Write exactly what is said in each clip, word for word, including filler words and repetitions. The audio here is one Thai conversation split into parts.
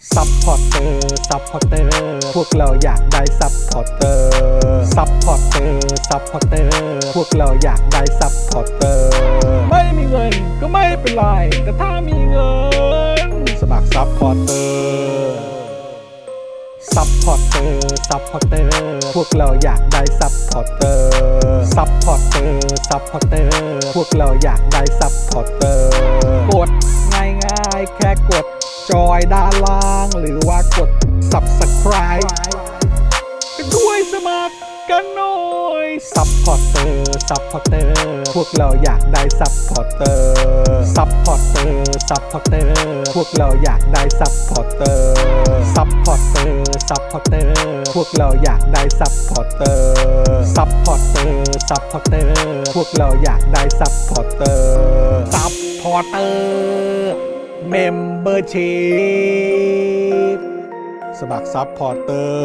ซัพพอร์เตอร์ซัพพอร์เตอร์พวกเราอยากได้ซัพพอร์เตอร์ซัพพอร์เตอร์ซัพพอร์เตอร์พวกเราอยากได้ซัพพอร์เตอร์ไม่มีเงินก็ไม่เป็นไรแต่ถ้ามีเงินสมัครซัพพอร์เตอร์ซัพพอร์เตอร์ซัพพอร์เตอร์พวกเราอยากได้ซัพพอร์เตอร์ซัพพอร์เตอร์ซัพพอร์เตอร์พวกเราอยากได้ซัพพอร์เตอร์กดง่ายๆแค่กดจอยด้านล่างหรือว่ากด ซับสไครบ์ ไปด้วยสมัครกันหน่อยซัพพอร์เตอร์ซัพพอร์เตอร์พวกเราอยากได้ซัพพอร์เตอร์ซัพพอร์เตอร์ซัพพอร์เตอร์พวกเราอยากได้ซัพพอร์เตอร์ซัพพอร์เตอร์ซัพพอร์เตอร์พวกเราอยากได้ซัพพอร์เตอร์ซัพพอร์เตอร์ซัพพอร์เตอร์พวกเราอยากได้ซัพพอร์เตอร์ซัพพอร์เตอร์เมมเบอร์ชีพสมัครซัพพอร์เตอร์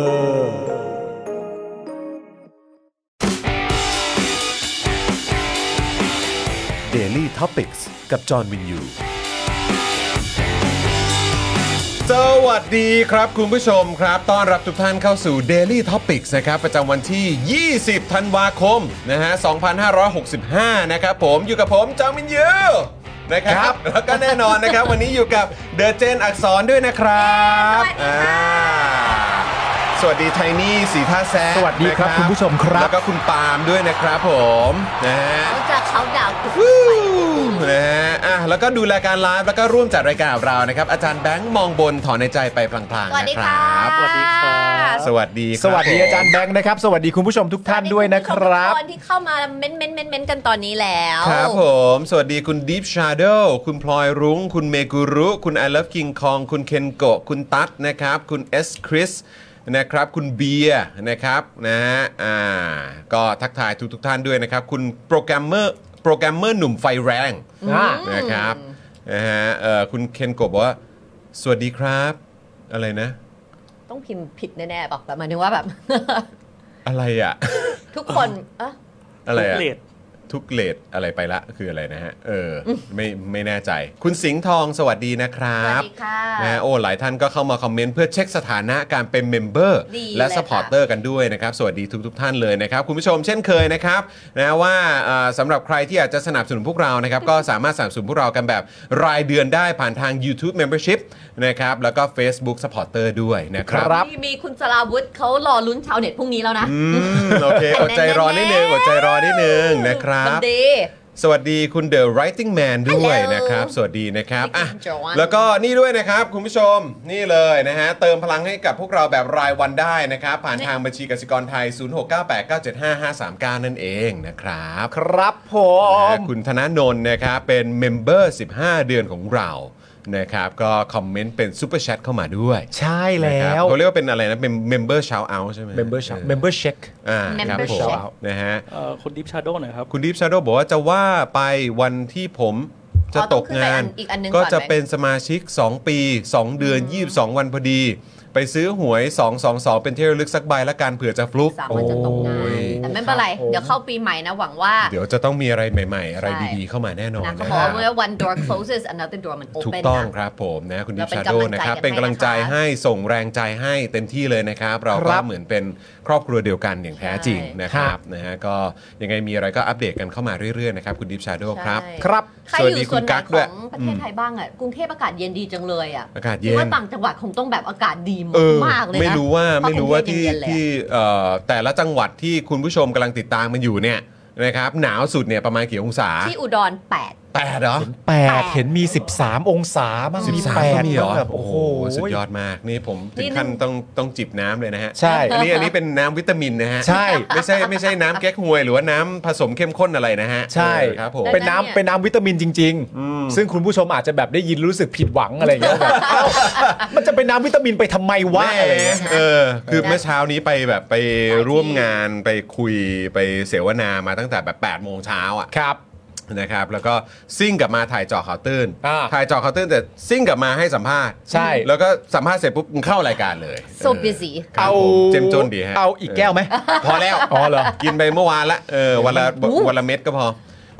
Daily Topics กับจอห์นวินยูสวัสดีครับคุณผู้ชมครับต้อนรับทุกท่านเข้าสู่ Daily Topics นะครับประจำวันที่ยี่สิบธันวาคมนะฮะสองพันห้าร้อยหกสิบห้านะครับผมอยู่กับผมจอห์นวินยูนะครับแล้วก็แน่นอนนะครับวันนี้อยู่กับเดอะเจนอักษรด้วยนะครับอ่าสวัสดีไทนี่สีท่าแซะสวัสดีครับคุณผู้ชมครับแล้วก็คุณปาล์มด้วยนะครับผมนะฮะเขาจะเขาดาวน์นะฮะอ่ะแล้วก็ดูรายการไลฟ์แล้วก็ร่วมจัดรายการกับเรานะครับอาจารย์แบงค์มองบนถอนในใจไปพลางๆนะครับสวัสดีค่ะสวัสดีครับสวัสดีอาจารย์แบงค์นะครับสวัสดีคุณผู้ชมทุกท่านด้วยนะครับสวัสดีณผู้ชมทุกคนที่เข้ามาเม้นเม้นเม้นเม้นกันตอนนี้แล้วครับผมสวัสดีคุณ Deep Shadow คุณพลอยรุ้งคุณเมกุรุคุณ I Love King Kong คุณเคนโกะคุณตั๊ดนะครับคุณเอสคริสนะครับคุณเบียร์นะครับนะฮะอ่าก็ทักทายทุกทุกท่านด้วยนะครับคุณโปรแกรมเมอร์โปรแกรมเมอร์หนุ่มไฟแรงนะครับนะฮะเอ่อคุณเคนโกะบอกว่าสวัสดีครับอะไรนะต้องพิมพ์ผิดแน่ๆบอกแบบหมายถึงว่าแบบอะไรอ่ะทุกคนเอออะไรอ่ะทุกเลดอะไรไปละคืออะไรนะฮะเออไม่ไม่แน่ใจคุณสิงห์ทองสวัสดีนะครับสวัสดีค่ะนะโอ้หลายท่านก็เข้ามาคอมเมนต์เพื่อเช็คสถานะการเป็นเมมเบอร์และสปอร์เตอร์กันด้วยนะครับสวัสดีทุกทุกท่านเลยนะครับคุณผู้ชมเช่นเคยนะครับนะว่าสำหรับใครที่อยากจะสนับสนุนพวกเรานะครับก็สามารถสนับสนุนพวกเรากันแบบรายเดือนได้ผ่านทาง YouTube Membership นะครับแล้วก็ Facebook Supporter ด้วยนะครับมีมีคุณสราวุธเขารอลุ้นชาวเน็ตพรุ่งนี้แล้วนะโอเคอดใจรอนิดนึงอดใจรอนิดนึงนะครับสวัสดีคุณ The Writing Man ด้วยนะครับสวัสดีนะครับอ่ะแล้วก็นี่ด้วยนะครับคุณผู้ชมนี่เลยนะฮะเติมพลังให้กับพวกเราแบบรายวันได้นะครับผ่านทางบัญชีกสิกรไทยศูนย์ หก เก้า แปด เก้า เจ็ด ห้า ห้า สาม เก้านั่นเองนะครับครับผมคุณธนาโนนนะครับเป็นเมมเบอร์สิบห้าเดือนของเรานะครับก็คอมเมนต์เป็นซุปเปอร์แชทเข้ามาด้วยใช่แล้วเขาเรียกว่าเป็นอะไรนะเป็นเมมเบอร์ชาวเอาใช่ไหมเมมเบอร์ชาวเมมเบอร์เช็คอ่าครับผมนะฮะคุณดิฟชาโดหน่อยครับคุณดิฟชาโดบอกว่าจะว่าไปวันที่ผมจะตกงานก็จะเป็นสมาชิกสองปีสองเดือนยี่สิบสองวันพอดีไปซื้อหวยสองสองสองเป็นที่ระลึกสักใบละกันเผื่อจะฟลุกสามวันจะตกงานแต่ไม่เป็นไรเดี๋ยวเข้าปีใหม่นะหวังว่าเดี๋ยวจะต้องมีอะไรใหม่ๆอะไรดีๆเข้ามาแน่นอนนะเขาบอกว่า one door closes another door มัน open ถูกต้องครับผมนะคุณดิฟชาโดนะครับเป็นกำลังใจให้ส่งแรงใจให้เต็มที่เลยนะครับเราก็เหมือนเป็นครอบครัวเดียวกันอย่างแท้จริงนะครับนะฮะก็ยังไงมีอะไรก็อัปเดตกันเข้ามาเรื่อยๆนะครับคุณดิฟชาโดครับครับสวัสดีคุณกั๊กด้วยประเทศไทยบ้างอ่ะกรุงเทพอากาศเย็นดีจังเลยอ่ะอากาศเย็นว่าต่างจังหวัดคงต้องแบบอากาศดีมากเลยนะไม่รู้ว่าไม่รู้ว่าที่ที่แต่ละจังหวัดที่คุณผู้ชมกำลังติดตามมันอยู่เนี่ยนะครับหนาวสุดเนี่ยประมาณกี่องศาที่อุดรแปดแปดเหรอแปดเห็นมีสิบสามองศาบ้างมีแปดมีเหรอโอ้โหสุดยอดมากนี่ผมถึงขั้นต้องต้องจิบน้ำเลยนะฮะใช่อันนี้อันนี้เป็นน้ำวิตามินนะฮะใช่ไม่ใช่ไม่ใช่น้ำแก๊กฮวยหรือว่าน้ำผสมเข้มข้นอะไรนะฮะใช่ครับผมเป็นน้ำเป็นน้ำวิตามินจริงๆซึ่งคุณผู้ชมอาจจะแบบได้ยินรู้สึกผิดหวังอะไรอย่างเงี้ยแบบมันจะเป็นน้ำวิตามินไปทำไมวะอะไรเงี้ยเออคือเมื่อเช้านี้ไปแบบไปร่วมงานไปคุยไปเสวนามาตั้งแต่แบบแปดโมงเช้าอ่ะครับนะครับแล้วก็ซิ่งกลับมาถ่ายเจาะข่าวตื้นถ่ายเจาะข่าวตื้นแต่ซิ่งกลับมาให้สัมภาษณ์ใช่แล้วก็สัมภาษณ์เสร็จปุ๊บเข้ารายการเลย so busy เอาเจมจนดีฮะเอาอีกแก้วไหมพอแล้วอ๋อเหรอกินไปเมื่อวานละเออวันละวันละเม็ดก็พอ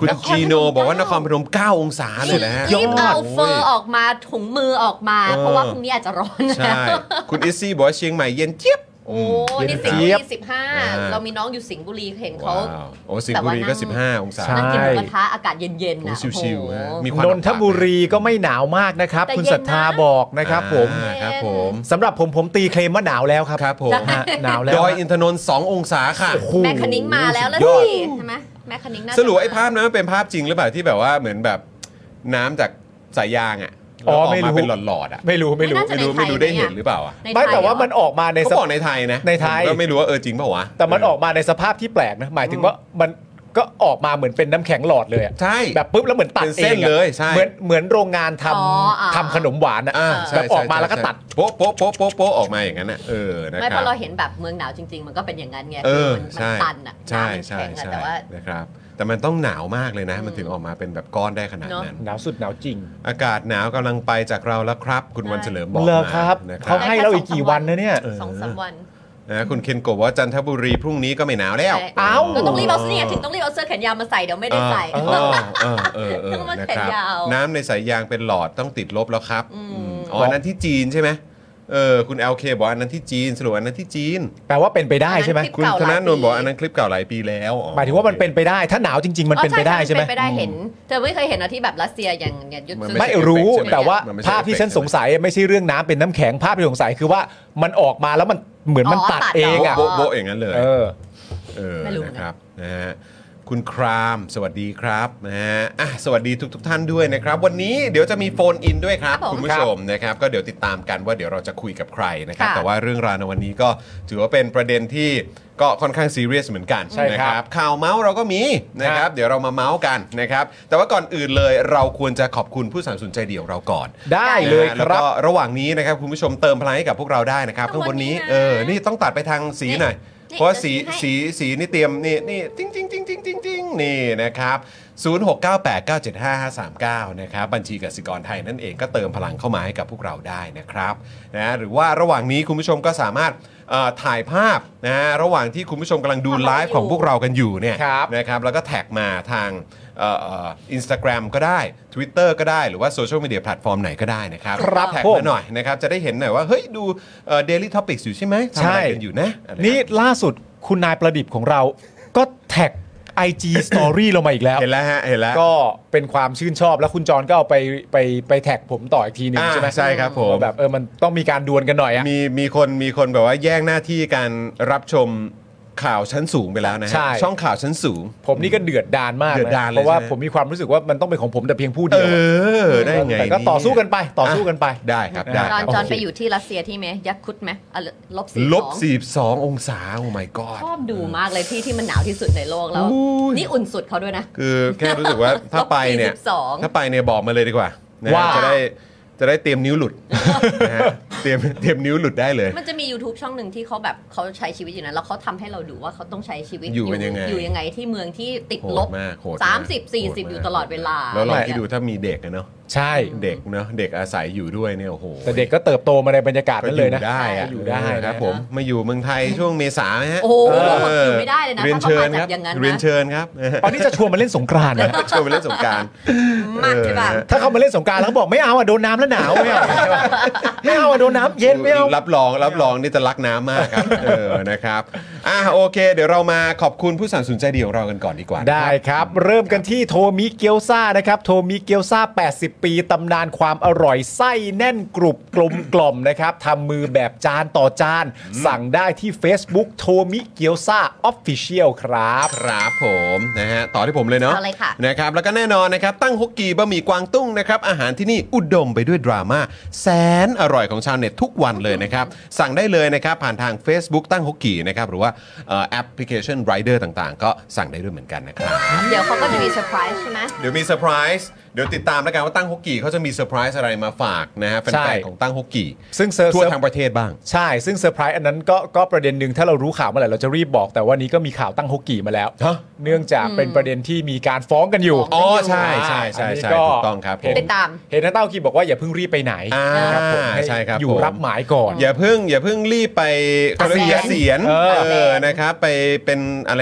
คุณจีโนบอกว่านครพนมเก้าองศาเลยแหละฮะรีบเอาเฟอร์ออกมาถุงมือออกมาเออเพราะว่าพรุ่งนี้อาจจะร้อนใช่คุณอิซซี่บอกว่าเชียงใหม่เย็นเจี๊ยบโอ้นี่สิงห์บุรีสิบห้าเรามีน้องอยู่สิงห์บุรีเห็นเขาว้าวโอ้สิงห์บุรีก็สิบห้าองศาใช่นั่งกินหมูกระทะอากาศเย็นๆนะโอ้ชิวๆโอ้ฮะโหมีควันนนทบุรีก็ไม่หนาวมากนะครับแต่คุณเย็นศรัทธานะบอกนะครับผมอ่าครับผมสำหรับผมผมตีเคลมว่าหนาวแล้วครับครับผมฮะหนาวแล้วดอยอินทนนท์สององศาค่ะโอ้โหแม่คณิ้งมาแล้วแล้วสุดยอสิดใช่ไหมแม่คณิ้งน่าจะสรุปไอ้ภาพนั้นมันเป็นภาพจริงหรือเปล่าที่แบบว่าเหมือนแบบน้ำจากสายยางอ่ะอ๋อแล้วกไม่รู้มาเป็นหลอดๆอ่ะไม่รู้ไม่รู้น่าจะไม่รู้ไม่รู้ได้เห็นหรือเปล่าอ่ะในไม่ไทยแต่ว่าเหรอมันออกมาในเขาสบอกในไทยนะในไทยผมก็ไม่รู้ว่าเออจริงเปล่าวะแต่มันออกมาในสภาพที่แปลกนะหมายถึงว่ามันก็ออกมาเหมือนเป็นน้ำแข็งหลอดเลยอะใช่แบบปุ๊บแล้วเหมือนตัดเป็นเอเส้นงอะเลยใช่เหมือนเหมือนโรงงานทอ๋ออ่าำทำขนมหวานอะอ่าใช่แบบออกมาใช่แล้วก็ใช่ตัดโป๊ะโป๊ะโป๊ะโป๊ะโป๊ะออกมาอย่างนั้นน่ะเออนะไม่คเพรับราะเราเห็นแบบเมืองหนาวจริง ๆ มันก็เป็นอย่างนั้นไงเออมันใช่ตันอ่ะใช่น้ำมันใช่แข็งอะใช่แต่ว่านะครับแต่มันต้องหนาวมากเลยนะ มันถึงออกมาเป็นแบบก้อนได้ขนาดเนอะนั้นหนาวสุดหนาวจริงอากาศหนาวกำลังไปจากเราแล้วครับ คุณวันเฉลิมบอกเลอมาครับนะคเขารับให้เราอีกกี่วันนะเนี่ยสองสามวันนะคุณเคนโกะบอกว่าจันทบุรีพรุ่งนี้ก็ไม่หนาวแล้วใช่เอ้าเราต้องรีบเอาเสื้อถึงต้องรีบเอาเสื้อแขนยาวมาใส่เดี๋ยวไม่ได้ใส่เออเออเออเออต้องมานะแขนครับยาวน้ำในสายยางเป็นหลอดต้องติดลบแล้วครับอืมอ๋ออันนั้นที่จีนใช่ไหมเออคุณ แอล เค บอกอันนั้นที่จีนสรุปอันนั้นที่จีนแปลว่าเป็นไปได้ใช่ไหมอันนั้นคุณเก่าธหลายนาโนนปีบอกอันนั้นคลิปเก่าหลายปีแล้วอ๋อหมายถึงว่ามันเป็นไปได้ ถ้าหนาวจริง ๆ มันเป็นไปได้ใช่ไหมเป็นไปได้เห็นเธอไม่เคยเห็นนะที่แบบรัสเซียอย่างอย่างยุทธมันซื้อไม่ใช่รู้เอฟเฟกต์ใช่ไหมแต่ว่ามันไม่ใช่ภาพที่ฉันเอฟเฟกต์สงสัยไม่ใช่เรื่องน้ำเป็นน้ำแข็งภาพที่สงสัยคือว่ามันออกมาแล้วมันเหมือนมันตัดเองอ่ะโบ๊ะโบ๊ะอย่างนั้นเลยเออเออไม่รู้เหมือนนะกันครับนะฮะคุณครามสวัสดีครับนะฮะอ่ะสวัสดีทุกทท่านด้วยนะครับ วันนี้เดี๋ยวจะมีโฟนอินด้วยครับครับผมคุณผู้ชมนะครับก็เดี๋ยวติดตามกันว่าเดี๋ยวเราจะคุยกับใครนะครับค่ะแต่ว่าเรื่องราวในวันนี้ก็ถือว่าเป็นประเด็นที่ก็ค่อนข้างซีเรียสเหมือนกันใช่ครับนะข่าวเมาส์เราก็มีนะครับเดี๋ยวเรามาเมาส์กันนะครับแต่ว่าก่อนอื่นเลยเราควรจะขอบคุณผู้สนับสนุนใจเดียวเราก่อนได้เลยนะฮะคแล้วรับก็ระหว่างนี้นะครับคุณผู้ชมเติมพลังให้กับพวกเราได้นะครับข้างข้างบบ นนนี้นี้นะเออนี่ต้องตัดไปทางสีหน่อยนี่เพราะว่าสีจะชี้สีให้สีนี่เตรียมนี่นี่จิ้งจิ้งจิ้งจิ้งจิ้งจิ้งนี่นะครับศูนย์ หก เก้า แปด เก้า เจ็ด ห้า ห้า สาม เก้านะครับบัญชีกสิกรไทยนั่นเองก็เติมพลังเข้ามาให้กับพวกเราได้นะครับนะหรือว่าระหว่างนี้คุณผู้ชมก็สามารถเอ่อถ่ายภาพนะฮะระหว่างที่คุณผู้ชมกำลังดูไลฟ์ของพวกเรากันอยู่เนี่ยครับนะครับแล้วก็แท็กมาทางเอ่อเอ่อ Instagram ก็ได้ Twitter ก็ได้หรือว่าโซเชียลมีเดียแพลตฟอร์มไหนก็ได้นะครับครับแท็กผมมาหน่อยนะครับจะได้เห็นหน่อยว่าเฮ้ยดูเอ่อ Daily Topics อยู่ใช่ไหมทำอะไรกันอยู่นะอะไรนี่ล่าสุดคุณนายประดิษฐ์ของเราก็แท็ก ไอ จี Story ลงมาอีกแล้วเห็นแล้วฮะเห็นแล้วก็เป็นความชื่นชอบแล้วคุณจรก็เอาไปไปไปแท็กผมต่ออีกทีหนึงอ่าใช่ไหมใช่ครับผมว่าแบบเออมันต้องมีการดวลกันหน่อยอะมีมีคนมีคนแบบว่าแย่งหน้าที่การรับชมข่าวชั้นสูงไปแล้วนะฮะใช่ช่องข่าวชั้นสูงผมนี่ก็เดือดดานมากเดือดดาลเลยเพราะว่าใช่ไหมผมมีความรู้สึกว่ามันต้องเป็นของผมแต่เพียงผู้เอเดียวอได้ไงแต่ก็ต่อสู้กันไปต่อสู้กันไปได้ครับได้จคอรันบจอนโอเคไปอยู่ที่รัสเซียที่ไหมยักษ์คุดไหมอ่ะลบสี่ลสบองสี่สิบสององศาโอ้ my god ชอบดูมากเลยที่ที่มันหนาวที่สุดในโลกแล้วอุ้ยนี่อุ่นสุดเขาด้วยนะคือแค่รู้สึกว่าถ้าไปเนี่ยลบสี่สิบสองถ้าไปเนี่ยบอกมาเลยดีกว่านะว่าจะได้จะได้เตรียมนิ้วหลุดนะฮะเตรียมเตรียมนิ้วหลุดได้เลยมันจะมี YouTube ช่องหนึ่งที่เขาแบบเขาใช้ชีวิตอยู่นะแล้วเขาทำให้เราดูว่าเขาต้องใช้ชีวิตอยู่เป็นยังไงอยู่ยังไงที่เมืองที่ติดโหลดบมากโหดสามสิบกสี่สิบโหดมากอยู่ตลอดเวลาแล้วลองะไรคิดดูถ้ามีเด็กอะเนาะใช่เด็กเนาะเด็กอาศัยอยู่ด้วยเนี่ยโอ้โหแต่เด็กก็เติบโตมาในบรรยากาศก็นั้นอเลยยู่นะได้อะอยู่ได้ครับนะผมมาอยู่เมืองไทยช่วงเมษาไหมฮะโอ้โหเอยู่ไม่ได้เลยนะเรียนถ้าเขาเชิญมาคจารับกอย่างนั้นเรียนนะเชิญครับตอนนี้จะชวนมาเล่นสงกรานต์นะชวนไปเล่นสงกรารมากใช่ป่ะถ้าเขามาเล่นสงกรานต์แล้วเขาบอกไม่เอาอ่ะโดนน้ำแล้วหนาวไม่เอาไม่เอาอ่ะโดนน้ำเย็นไม่เอารับรองรับรองนี่จะรักน้ำมากครับเออนะครับอ่ะโอเค เดี๋ยวเรามาขอบคุณผู้สนับสนุนใจดีของเรากันก่อนดีกว่าได้ครับ เริ่มกันที่โทมิเกียวซานะครับโทมิเกียวซาแปดสิบปีตำนานความอร่อยไส้แน่นกรุบกลมกล่อมนะครับทำมือแบบจานต่อจาน สั่งได้ที่ Facebook โทมิเกียวซาออฟฟิเชียลครับครับผมนะฮะต่อที่ผมเลยเนาะเอาเลยค่ะนะครับแล้วก็แน่นอนนะครับตั้งฮกกีบะหมี่กวางตุ้งนะครับอาหารที่นี่อุดมไปด้วยดราม่าแสนอร่อยของชาวเน็ตทุกวันเลยนะครับสั่งได้เลยนะครับผ่านทาง Facebook ตั้งฮกกีนะครับหรือว่าเอ่อแอปพลิเคชัน Rider ต่างๆ ก็สั่งได้ด้วยเหมือนกันนะครับเดี๋ยวเขาก็จะมีเซอร์ไพรส์ใช่ไหมเดี๋ยวมีเซอร์ไพรส์เดี๋ยวติดตามแล้วกันว่าตั้งฮกกีเขาจะมีเซอร์ไพรส์อะไรมาฝากนะฮะแฟใช่นๆของตั้งฮกกีซึ่งเซอร์ทั่วทั้งประเทศบ้างใช่ซึ่งเซอร์ไพรส์อันนั้นก็ก็ประเด็นหนึ่งถ้าเรารู้ข่าวเมื่อไหร่เราจะรีบบอกแต่วันนี้ก็มีข่าวตั้งฮกกี่มาแล้วฮะเนื่องจากเป็นประเด็นที่มีการฟ้องกันอยู่อ๋อใช่ใช่ใช่อันนี้ใช่ก็ถูกต้องครับผมติดตามเห็นนักเต้ากีบอกว่าอย่าเพิ่งรีบไปไหนอ่าครับผมให้ใช่ครับอยู่ผมรับหมายก่อนอย่าเพิ่งอย่าเพิ่งรีบไปเขาเรียกตัดอย่าแสนเสียนเออเออนะครับไปเป็นอะไรนะ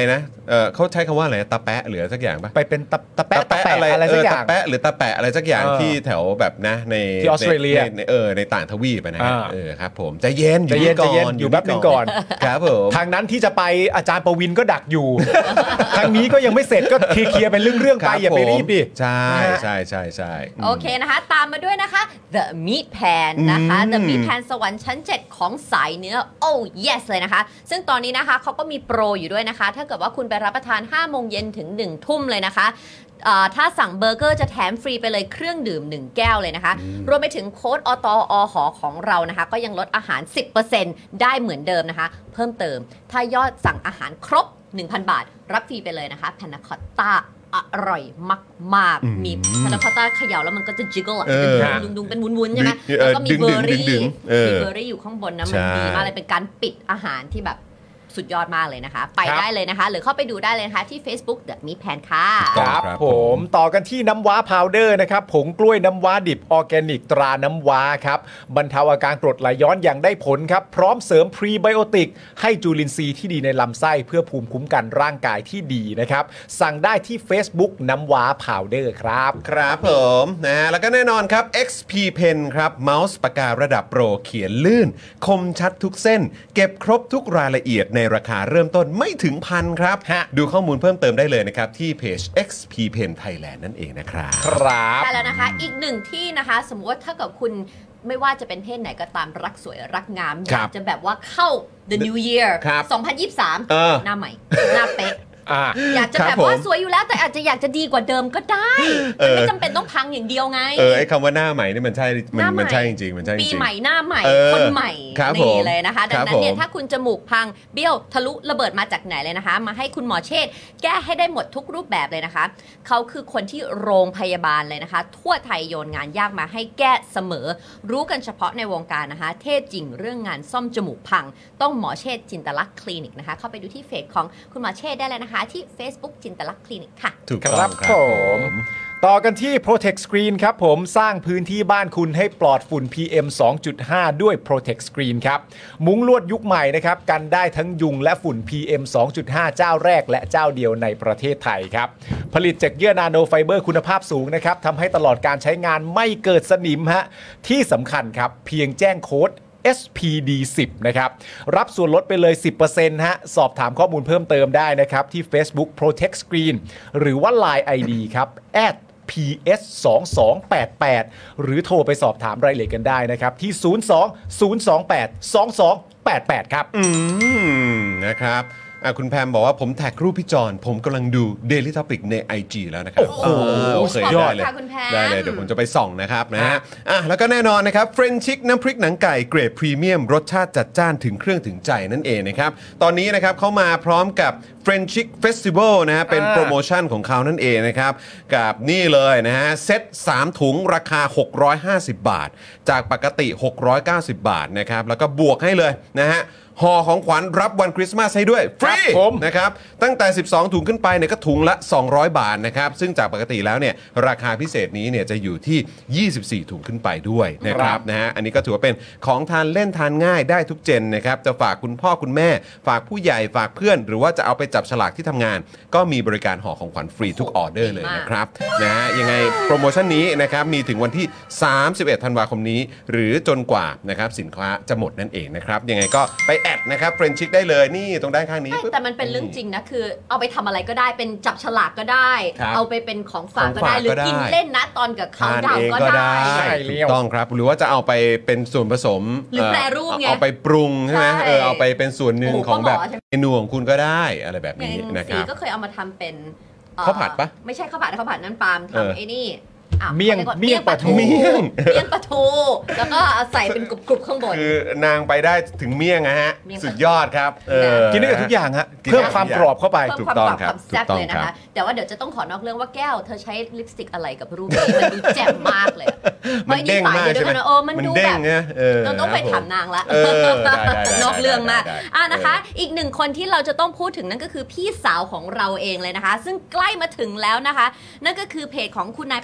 เออเขาใช้คำว่าอะไรตาแปะหรือสักอย่างปะไปเป็นตะตะแปะตะแปะอะไรสักอย่างตาแปะหรือตาแปะอะไรสักอย่างเออที่แถวแบบนะในที่ออสเตรเลียในในเออในต่างทวีปอะนะฮะอ่าเออครับผมใจเย็นใจเย็นก่ใจเย็นอยู่แป๊บนึงก่อนครับผมทางนั้นที่จะไปอาจารย์ประวินก็ดักอยู่ ทางนี้ก็ยังไม่เสร็จก็เคลียร์ๆเป็นเรื่องๆไปอย่าไปรีบดิใช่นะฮะใช่ใช่ใช่โอเคนะคะ ตามมาด้วยนะคะ The Meat Pan นะคะอืม The Meat Pan สวรรค์ชั้น เจ็ด ของสายเนื้อ Oh yes เลยนะคะ ซึ่งตอนนี้นะคะเขาก็มีโปรอยู่ด้วยนะคะ ถ้าเกิดว่าคุณไปรับประทานห้าโมงเย็นถึงหนึ่งทุ่มเลยนะคะอ่าถ้าสั่งเบอร์เกอร์จะแถมฟรีไปเลยเครื่องดื่มหนึ่งแก้วเลยนะคะ รวมไปถึงโค้ดอตอหอของเรานะคะ ก็ยังลดอาหาร สิบเปอร์เซ็นต์ ได้เหมือนเดิมนะคะ เพิ่มเติม ถ้ายอดสั่งอาหารครบ หนึ่งพัน บาท รับฟรีไปเลยนะคะแพนนาคอตต้าอร่อยมากอืมๆ มีพานาคอตต้าเขย่าแล้วมันก็จะจิกเกิลอ่ะเออเป็นดุงๆเป็นวุ้นๆใช่ไหมเออแล้วก็มีดึงๆเบอร์รี่ดึงๆเออมีเบอร์รี่อยู่ข้างบนนะใช่มันดีมากเลยเป็นการปิดอาหารที่แบบสุดยอดมากเลยนะคะ ไปครับได้เลยนะคะ หรือเข้าไปดูได้เลยนะคะที่ Facebook The Meat Pan ค่ะครับครับผผมมต่อกันที่น้ำว้าพาวเดอร์นะครับผงกล้วยน้ำว้าดิบออร์แกนิกตราน้ำว้าครับบรรเทาอาการกรดไหลย้อนอย่างได้ผลครับ พร้อมเสริมพรีไบโอติกให้จุลินทรีย์ที่ดีในลำไส้เพื่อภูมิคุ้มกันร่างกายที่ดีนะครับ สั่งได้ที่ Facebook น้ำว้าพาวเดอร์ครับครับผมนะฮะแล้วก็แน่นอนครับ เอ็กซ์ พี Pen ครับเมาส์ปากการะดับโปรเขียนลื่น คมชัดทุกเส้น เก็บครบทุกรายละเอียดในราคาเริ่มต้นไม่ถึงพันครับฮะดูข้อมูลเพิ่มเติมได้เลยนะครับ ที่เพจ เอ็กซ์ พี Pen Thailand นั่นเองนะครับครับใช่แล้วนะคะ อีกหนึ่งที่นะคะ สมมติว่าถ้าเกิดคุณไม่ว่าจะเป็นเพศไหนก็ตามรักสวยรักงามคอรับยากจะแบบว่าเข้า the new year ครับสองพันยี่สิบสามเออหน้าใหม่ หน้าเป๊ะอ่าอยากจะครับแบบว่าผมสวยอยู่แล้วแต่อาจจะอยากจะดีกว่าเดิมก็ได้เอมันอไม่จำเป็นต้องพังอย่างเดียวไงเออไอ้คำว่าหน้าใหม่นี่มันใช่มันหน้าใหม่มันใช่จริงๆมันใช่จริงปีใหม่หน้าใหม่เออคนใหม่ครับผนี่มเลยนะคะ ดัคงรับนั้นเนี่ยผมถ้าคุณจมูกพังเบี้ยวทะลุระเบิดมาจากไหนเลยนะคะ มาให้คุณหมอเชษฐ์แก้ให้ได้หมดทุกรูปแบบเลยนะคะ เขาคือคนที่โรงพยาบาลเลยนะคะ ทั่วไทยโยนงานยากมาให้แก้เสมอ รู้กันเฉพาะในวงการนะคะ เทพจริงเรื่องงานซ่อมจมูกพัง ต้องหมอเชษฐ์จินตลักษณ์คลินิกนะคะ เข้าไปดูที่เพจของคุณหมอเชษฐ์ได้เลยนะคะ ที่ Facebook จินตลักษณ์คลินิกค่ะถูกคต้รัอบ งผม ต่อกันที่ Protect Screen ครับผมสร้างพื้นที่บ้านคุณให้ปลอดฝุ่น พี เอ็ม สองจุดห้า ด้วย Protect Screen ครับมุ้งลวดยุคใหม่นะครับกันได้ทั้งยุงและฝุ่น พี เอ็ม สองจุดห้า เจ้าแรกและเจ้าเดียวในประเทศไทยครับผลิตจากเยื่อนาโนไฟเบอร์คุณภาพสูงนะครับทำให้ตลอดการใช้งานไม่เกิดสนิมฮะที่สำคัญครับเพียงแจ้งโค้ดเอส พี ดี สิบ นะครับรับส่วนลดไปเลย สิบเปอร์เซ็นต์ ฮะสอบถามข้อมูลเพิ่มเติมได้นะครับที่ Facebook Protect Screen หรือว่า ไลน์ ไอ ดี ครับ แอท พี เอส สองสองแปดแปด หรือโทรไปสอบถามรายละเอียดกันได้นะครับที่ ศูนย์ สอง ศูนย์ สอง แปด สอง สอง แปด แปด ครับอืมนะครับอ่ะคุณแพมบอกว่าผมแท็กรูปพี่จอนผมกำลังดู Daily Topic ใน ไอ จี แล้วนะครับโอ้โหโอเคสุดยอดได้เลยค่ะคุณแพมได้เลยเดี๋ยวผมจะไปส่องนะครับนะฮะฮะอ่ะแล้วก็แน่นอนนะครับเฟรนชิกน้ำพริกหนังไก่เกรดพรีเมียมรสชาติจัดจ้านถึงเครื่องถึงใจนั่นเองนะครับตอนนี้นะครับเขามาพร้อมกับเฟรนชิกเฟสติวัลนะฮะเป็นโปรโมชั่นของเขานั่นเองนะครับกับนี่เลยนะฮะเซ็ตสามถุงราคาหกร้อยห้าสิบบาท จากปกติหกร้อยเก้าสิบบาทนะครับแล้วก็บวกให้เลยนะฮะห่อของขวัญรับวันคริสต์มาสให้ด้วยฟรีครับผมนะครับตั้งแต่สิบสองถุงขึ้นไปเนี่ยก็ถุงละสองร้อยบาทนะครับซึ่งจากปกติแล้วเนี่ยราคาพิเศษนี้เนี่ยจะอยู่ที่ยี่สิบสี่ถุงขึ้นไปด้วยนะครับนะฮะอันนี้ก็ถือว่าเป็นของทานเล่นทานง่ายได้ทุกเจนนะครับจะฝากคุณพ่อคุณแม่ ฝากผู้ใหญ่ฝากเพื่อน หรือว่าจะเอาไปจับฉลากที่ทำงาน ก็มีบริการห่อของขวัญฟรีทุกออเดอร์เลยนะครับนะฮะยังไงโปรโมชั่นนี้นะครับมีถึงวันที่สามสิบเอ็ดธันวาคมนี้หรือจนกว่านะครับสินค้าจะหมดนั่นเองนะครับยังไงก็ไปแอดนะครับเฟรนชิกได้เลยนี่ตรงด้านข้างนี้ใช่ปึ๊บแต่มันเป็นเรื่องจริงนะ คือเอาไปทำอะไรก็ได้เป็นจับฉลากก็ได้ครับเอาไปเป็นของฝากของก็ฝากได้ หรือก็ได้กินเล่นนะตอนกับเขาทานดาวเองก็ก็ได้ได้ใช่ถูกต้องครับหรือว่าจะเอาไปเป็นส่วนผสมหรือแปรรูปไงเอาไปปรุงใช่ไหมใช่เออเอาไปเป็นส่วนหนึ่งโอ้โหของแบบก็หมอใช่ไหมเมนูของคุณก็ได้อะไรแบบอย่างนี้นะคสีรับก็เคยเอามาทำเป็นเอ่อข้าวผัดปะไม่ใช่ข้าวผัดข้าวผัดนั่นปาล์มเออทำไอ้นี่อ้าวเมี่ยงขารีกว่าเมี่ยงปลาทูเมี่ยงเมี่ยงปลาทูแล้วก็เอาใส่เป็นกรุบๆข้างบนคือนางไปได้ถึงเมี่ยงนะฮะเมี่ยงสุดยอดครับเออกินได้กับทุกอย่างฮะกินได้เพิ่มความกรอบเข้าไปเพิ่มถูกความต้องกรอบครับความแซ่บถูกต้องเลยนะครัคะบแต่ว่าเดี๋ยวจะต้องขอนอกเรื่องว่าแก้วเธอใช้ลิปสติกอะไรกับรูปนี้มันดูแจ่มมากเลยมันเด้งมากเดี๋ยวใช่ไหมเดี๋ยวเออมันมันดูเด้แบงบเนี่ยเออเราต้องไปครับผมถามนางละเออได้ได้ได้นอกเรื่องมากได้ได้อ่ะนะคะเอออีอีกหนึ่งคนที่เราจะต้องพูดถึงนั่นก็คือพี่สาวของเราเองเลยนะคะ ซึ่งใกล้มาถึงแล้วนะคะ นั่นก็คือเพจของคุณนายประดิษฐ์เพ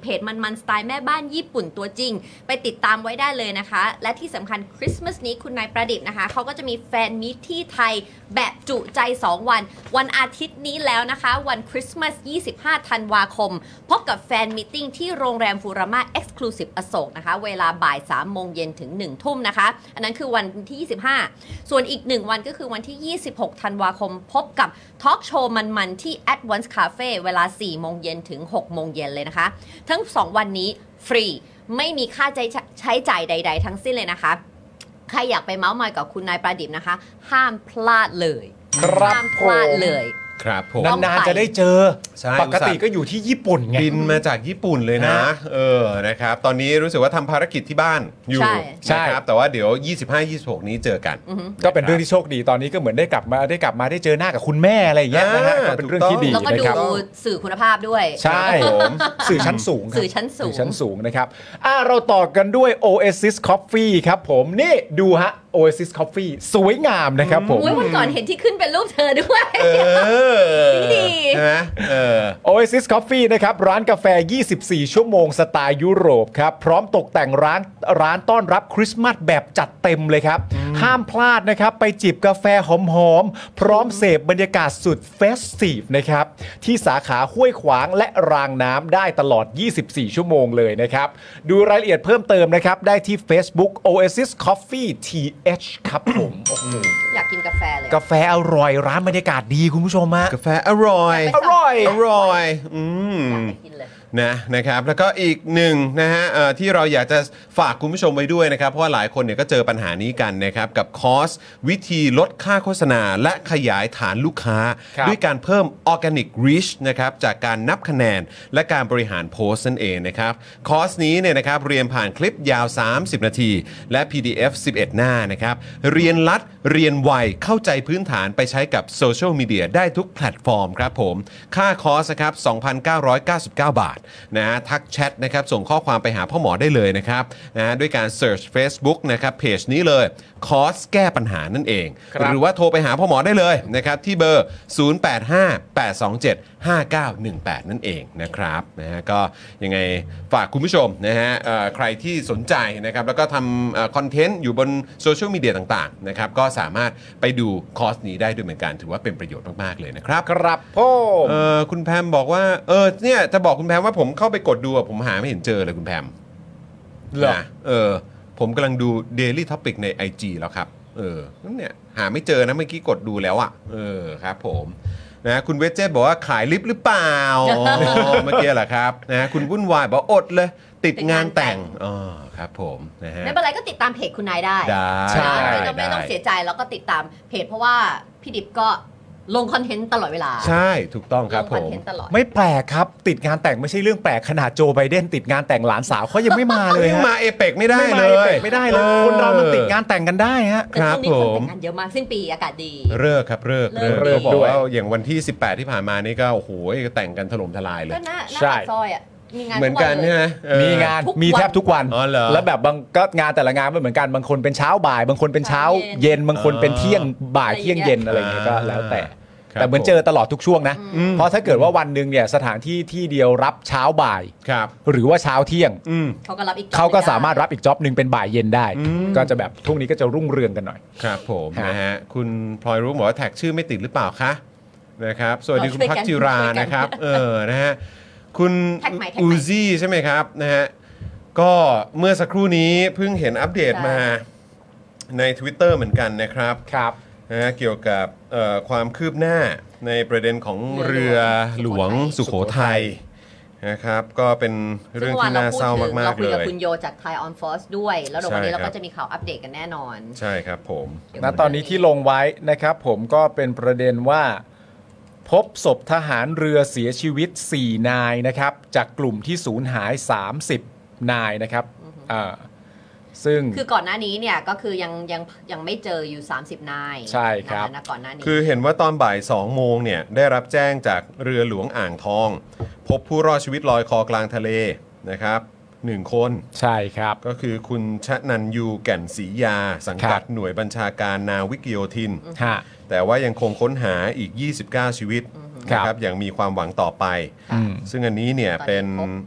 เพจมันๆสไตล์แม่บ้านญี่ปุ่นตัวจริงไปติดตามไว้ได้เลยนะคะและที่สำคัญคริสต์มาสนี้คุณนายประดิษฐ์นะคะเขาก็จะมีแฟนมีตที่ไทยแบบจุใจสองวันวันอาทิตย์นี้แล้วนะคะวันคริสต์มาสยี่สิบห้าธันวาคมพบกับแฟนมีตติ้งที่โรงแรมฟูรามาเอ็กซ์คลูซีฟอโศกนะคะเวลาบ่ายสามโมงเย็นถึงหนึ่งทุ่มนะคะอันนั้นคือวันที่ยี่สิบห้าส่วนอีกหนึ่งวันก็คือวันที่ยี่สิบหกธันวาคมพบกับทอล์กโชว์มันๆที่ Advance Cafe เวลาสี่โมงเย็นถึงหกโมงเย็นเลยนะคะทั้งสองวันนี้ฟรีไม่มีค่าใช้ใช้จ่ายใดๆทั้งสิ้นเลยนะคะใครอยากไปเมาส์มอยกับคุณนายประดิษฐ์นะคะห้ามพลาดเลยครับห้ามพลาดเลยครับผมต้องนานไปๆจะได้เจอใช่ปกติก็อยู่ที่ญี่ปุ่นไงบินมาจากญี่ปุ่นเลยนะฮะเออนะครับตอนนี้รู้สึกว่าทำภารกิจที่บ้านอยู่ใช่ใช่นะครับแต่ว่าเดี๋ยว ยี่สิบห้า ยี่สิบหก นี้เจอกันก็เป็นเรื่องที่โชคดีตอนนี้ก็เหมือนได้กลับมาได้กลับมาได้เจอหน้ากับคุณแม่อะไรอย่างเงี้ยนะฮะอ่าก็เป็นเรื่องที่ดีแล้วก็นะดูครับสื่อคุณภาพด้วยใช่ครับผมสื่อชั้นสูงครับสื่อชั้นสูงสื่อชั้นสูงนะครับอ่ะเราต่อกันด้วย Oasis Coffee ครับผมนี่ดูฮะ Oasis Coffee สวยงามนะครับผมอุ๊ยวันก่อนเห็นที่ขึ้นเป็นรูปเธอด้วยเออดีใช่ไหมเออ Oasis Coffee นะครับร้านกาแฟ ยี่สิบสี่ ชั่วโมงสไตล์ยุโรปครับพร้อมตกแต่งร้านร้านต้อนรับคริสต์มาสแบบจัดเต็มเลยครับ ห้ามพลาดนะครับไปจิบกาแฟหอมๆ พร้อมเสพบรรยากาศสุดเฟสทีฟนะครับที่สาขาห้วยขวางและรางน้ำได้ตลอด ยี่สิบสี่ ชั่วโมงเลยนะครับดูรายละเอียดเพิ่มเติมนะครับได้ที่ Facebook Oasis Coffee ที เอช ครับผมโอ้โหอยากกินกาแฟเลยกาแฟอร่อยร้านบรรยากาศดีคุณผู้ชมฮะกาแฟอร่อยอร่อยอร่อยอืมอยากไปกินเลยนะนะครับแล้วก็อีกหนึ่งนะฮะเอ่อที่เราอยากจะฝากคุณผู้ชมไว้ด้วยนะครับเพราะว่าหลายคนเนี่ยก็เจอปัญหานี้กันนะครับกับคอร์สวิธีลดค่าโฆษณาและขยายฐานลูกค้าครับด้วยการเพิ่ม Organic Reach นะครับจากการนับคะแนนและการบริหารโพสต์นั่นเองนะครับคอร์สนี้เนี่ยนะครับเรียนผ่านคลิปยาวสามสิบนาทีและ พี ดี เอฟ สิบเอ็ด หน้านะครับเรียนลัดเรียนไวเข้าใจพื้นฐานไปใช้กับโซเชียลมีเดียได้ทุกแพลตฟอร์มครับผมค่าคอร์สนะครับ สองพันเก้าร้อยเก้าสิบเก้า บาทนะฮะทักแชทนะครับส่งข้อความไปหาพ่อหมอได้เลยนะครับนะฮะด้วยการ Search Facebook นะครับเพจนี้เลยคอร์สแก้ปัญหานั่นเองครับหรือว่าโทรไปหาพ่อหมอได้เลยนะครับที่เบอร์ ศูนย์ แปด ห้า แปด สอง เจ็ด ห้า เก้า หนึ่ง แปด นั่นเองนะครับนะฮะก็ยังไงฝากคุณผู้ชมนะฮะเอ่อใครที่สนใจนะครับแล้วก็ทำคอนเทนต์อยู่บนโซเชียลมีเดียต่างๆนะครับก็สามารถไปดูคอร์สนี้ได้ด้วยเหมือนกันถือว่าเป็นประโยชน์มากๆเลยนะครับครับผมเออคุณแพมบอกว่าเออเนี่ยจะบอกคุณแพมว่าผมเข้าไปกดดูอะผมหาไม่เห็นเจอเลยคุณแพมเหรอนะเออผมกำลังดู Daily Topic ใน ไอ จี แล้วครับเออนั่นเนี่ยหาไม่เจอนะเมื่อกี้กดดูแล้วอ่ะเออครับผมนะคุณเวจเจตบอกว่าขายลิฟต์หรือเปล่าอ๋อเมื่อกี้แหละครับนะคุณวุ่นวายบอกอดเลย ติดงานแต่งอ๋อครับผมนะฮะไม่เป็นไรก็ติดตามเพจคุณนายได้ได้ใช่ไม่ต้องไม่ต้องเสียใจแล้วก็ติดตามเพจเพราะว่าพี่ดิบก็ลงคอนเทนต์ตลอดเวลาใช่ถูกต้องครับลงผคอนมเทนต์ตลอดไม่แปลกครับ ติดงานแต่งไม่ใช่เรื่องแปลกขนาดโจไบเดนติดงานแต่งหลานสาวเขายังไม่มาเลยยังฮะมาเอเปกไม่ได้ไม่เลมาย เอเปกไม่ได้เลย คนเรามันติดงานแต่งกันได้ฮะแต่ช่วงนี้ครับคนผมแต่งงานเยอะมากสิ้นปีอากาศดีเลิกครับเลิกเลิกเลิกบอกด้วยว่าอย่างวันที่ สิบแปด ที่ผ่านมานี่ก็โอ้โหแต่งกันถล่มทลายเลยก็หน้าหน้าใช่ปากซอยอ่ะมีงานเหมือนกันทุใช่ไหมเออมีงานทุกวันมีแทบทุกวันอ๋อเหรอแล้วแบบบางก็งานแต่ละงานไม่เหมือนกันบางคนเป็นเช้าบ่าย บางคนเป็นเช้าเช้าเย็เย็นนบางคนเป็นเที่ยงบ่ายอะไรเที่ยงอย่างเงี้ยเย็นอะไรอย่างเงี้ยก็แล้วแต่ครับแต่เหมือนเจอตลอดทุกช่วงนะ เพราะถ้าเกิดว่าวันหนึ่งเนี่ยสถานที่ที่เดียวรับเช้าบ่ายครับหรือว่าเช้าเที่ยงอืมเขาก็รับอีกเขาก็ได้สามารถรับอีกจ็อบหนึ่งเป็นบ่ายเย็นได้ ก็จะแบบช่วงนี้ก็จะรุ่งเรืองกันหน่อยครับผมฮะนะฮะคุณพลอยรู้บอกว่าแท็กชื่อไม่ติดหรือเปล่าคะนะครับสวัสดีคุณพักจิรานะครับเออนะฮะคุณแท็กใหม่แท็กอูใหม่ซี่ใช่ไหมครับนะฮะก็เมื่อสักครู่นี้เพิ่งเห็นอัปเดตใช่มาใน Twitter เหมือนกันนะครับครับนะฮะเกี่ยวกับเอ่อความคืบหน้าในประเด็นของเรือหลวงสุโขทัยนะครับก็เป็นเรื่องที่น่าเศร้ามากๆเราคุเลยกับยคุณโยจาก Thai on Force ด้วย แล้วเดี๋ยววันนี้ใช่เราครัก็บจะมีข่าวอัปเดตกันแน่นอนใช่ครับผมเดี๋ยวณตอนนี้ที่ลงไว้นะครับผมก็เป็นประเด็นว่า พบศพทหารเรือเสียชีวิต สี่ นายนะครับจากกลุ่มที่สูญหาย สามสิบ นายนะครับอ่าซึ่งคือก่อนหน้านี้เนี่ยก็คือยังยังยังไม่เจออยู่ สามสิบ นายใช่ครับนะก่อนหน้านี้คือเห็นว่าตอนบ่ายสองโมงเนี่ยได้รับแจ้งจากเรือหลวงอ่างทอง พบผู้รอดชีวิตลอยคอกลางทะเลนะครับหนึ่งคนใช่ครับก็คือคุณชนันยูแก่นศรียา สังกัดครับหน่วยบัญชาการนาวิกโยธินฮะแต่ว่ายังคงค้นหาอีก ยี่สิบเก้า ชีวิตครับนะครับอย่างมีความหวังต่อไปอืมซึ่งอันนี้เนี่ยตอนนี้เป็นพบ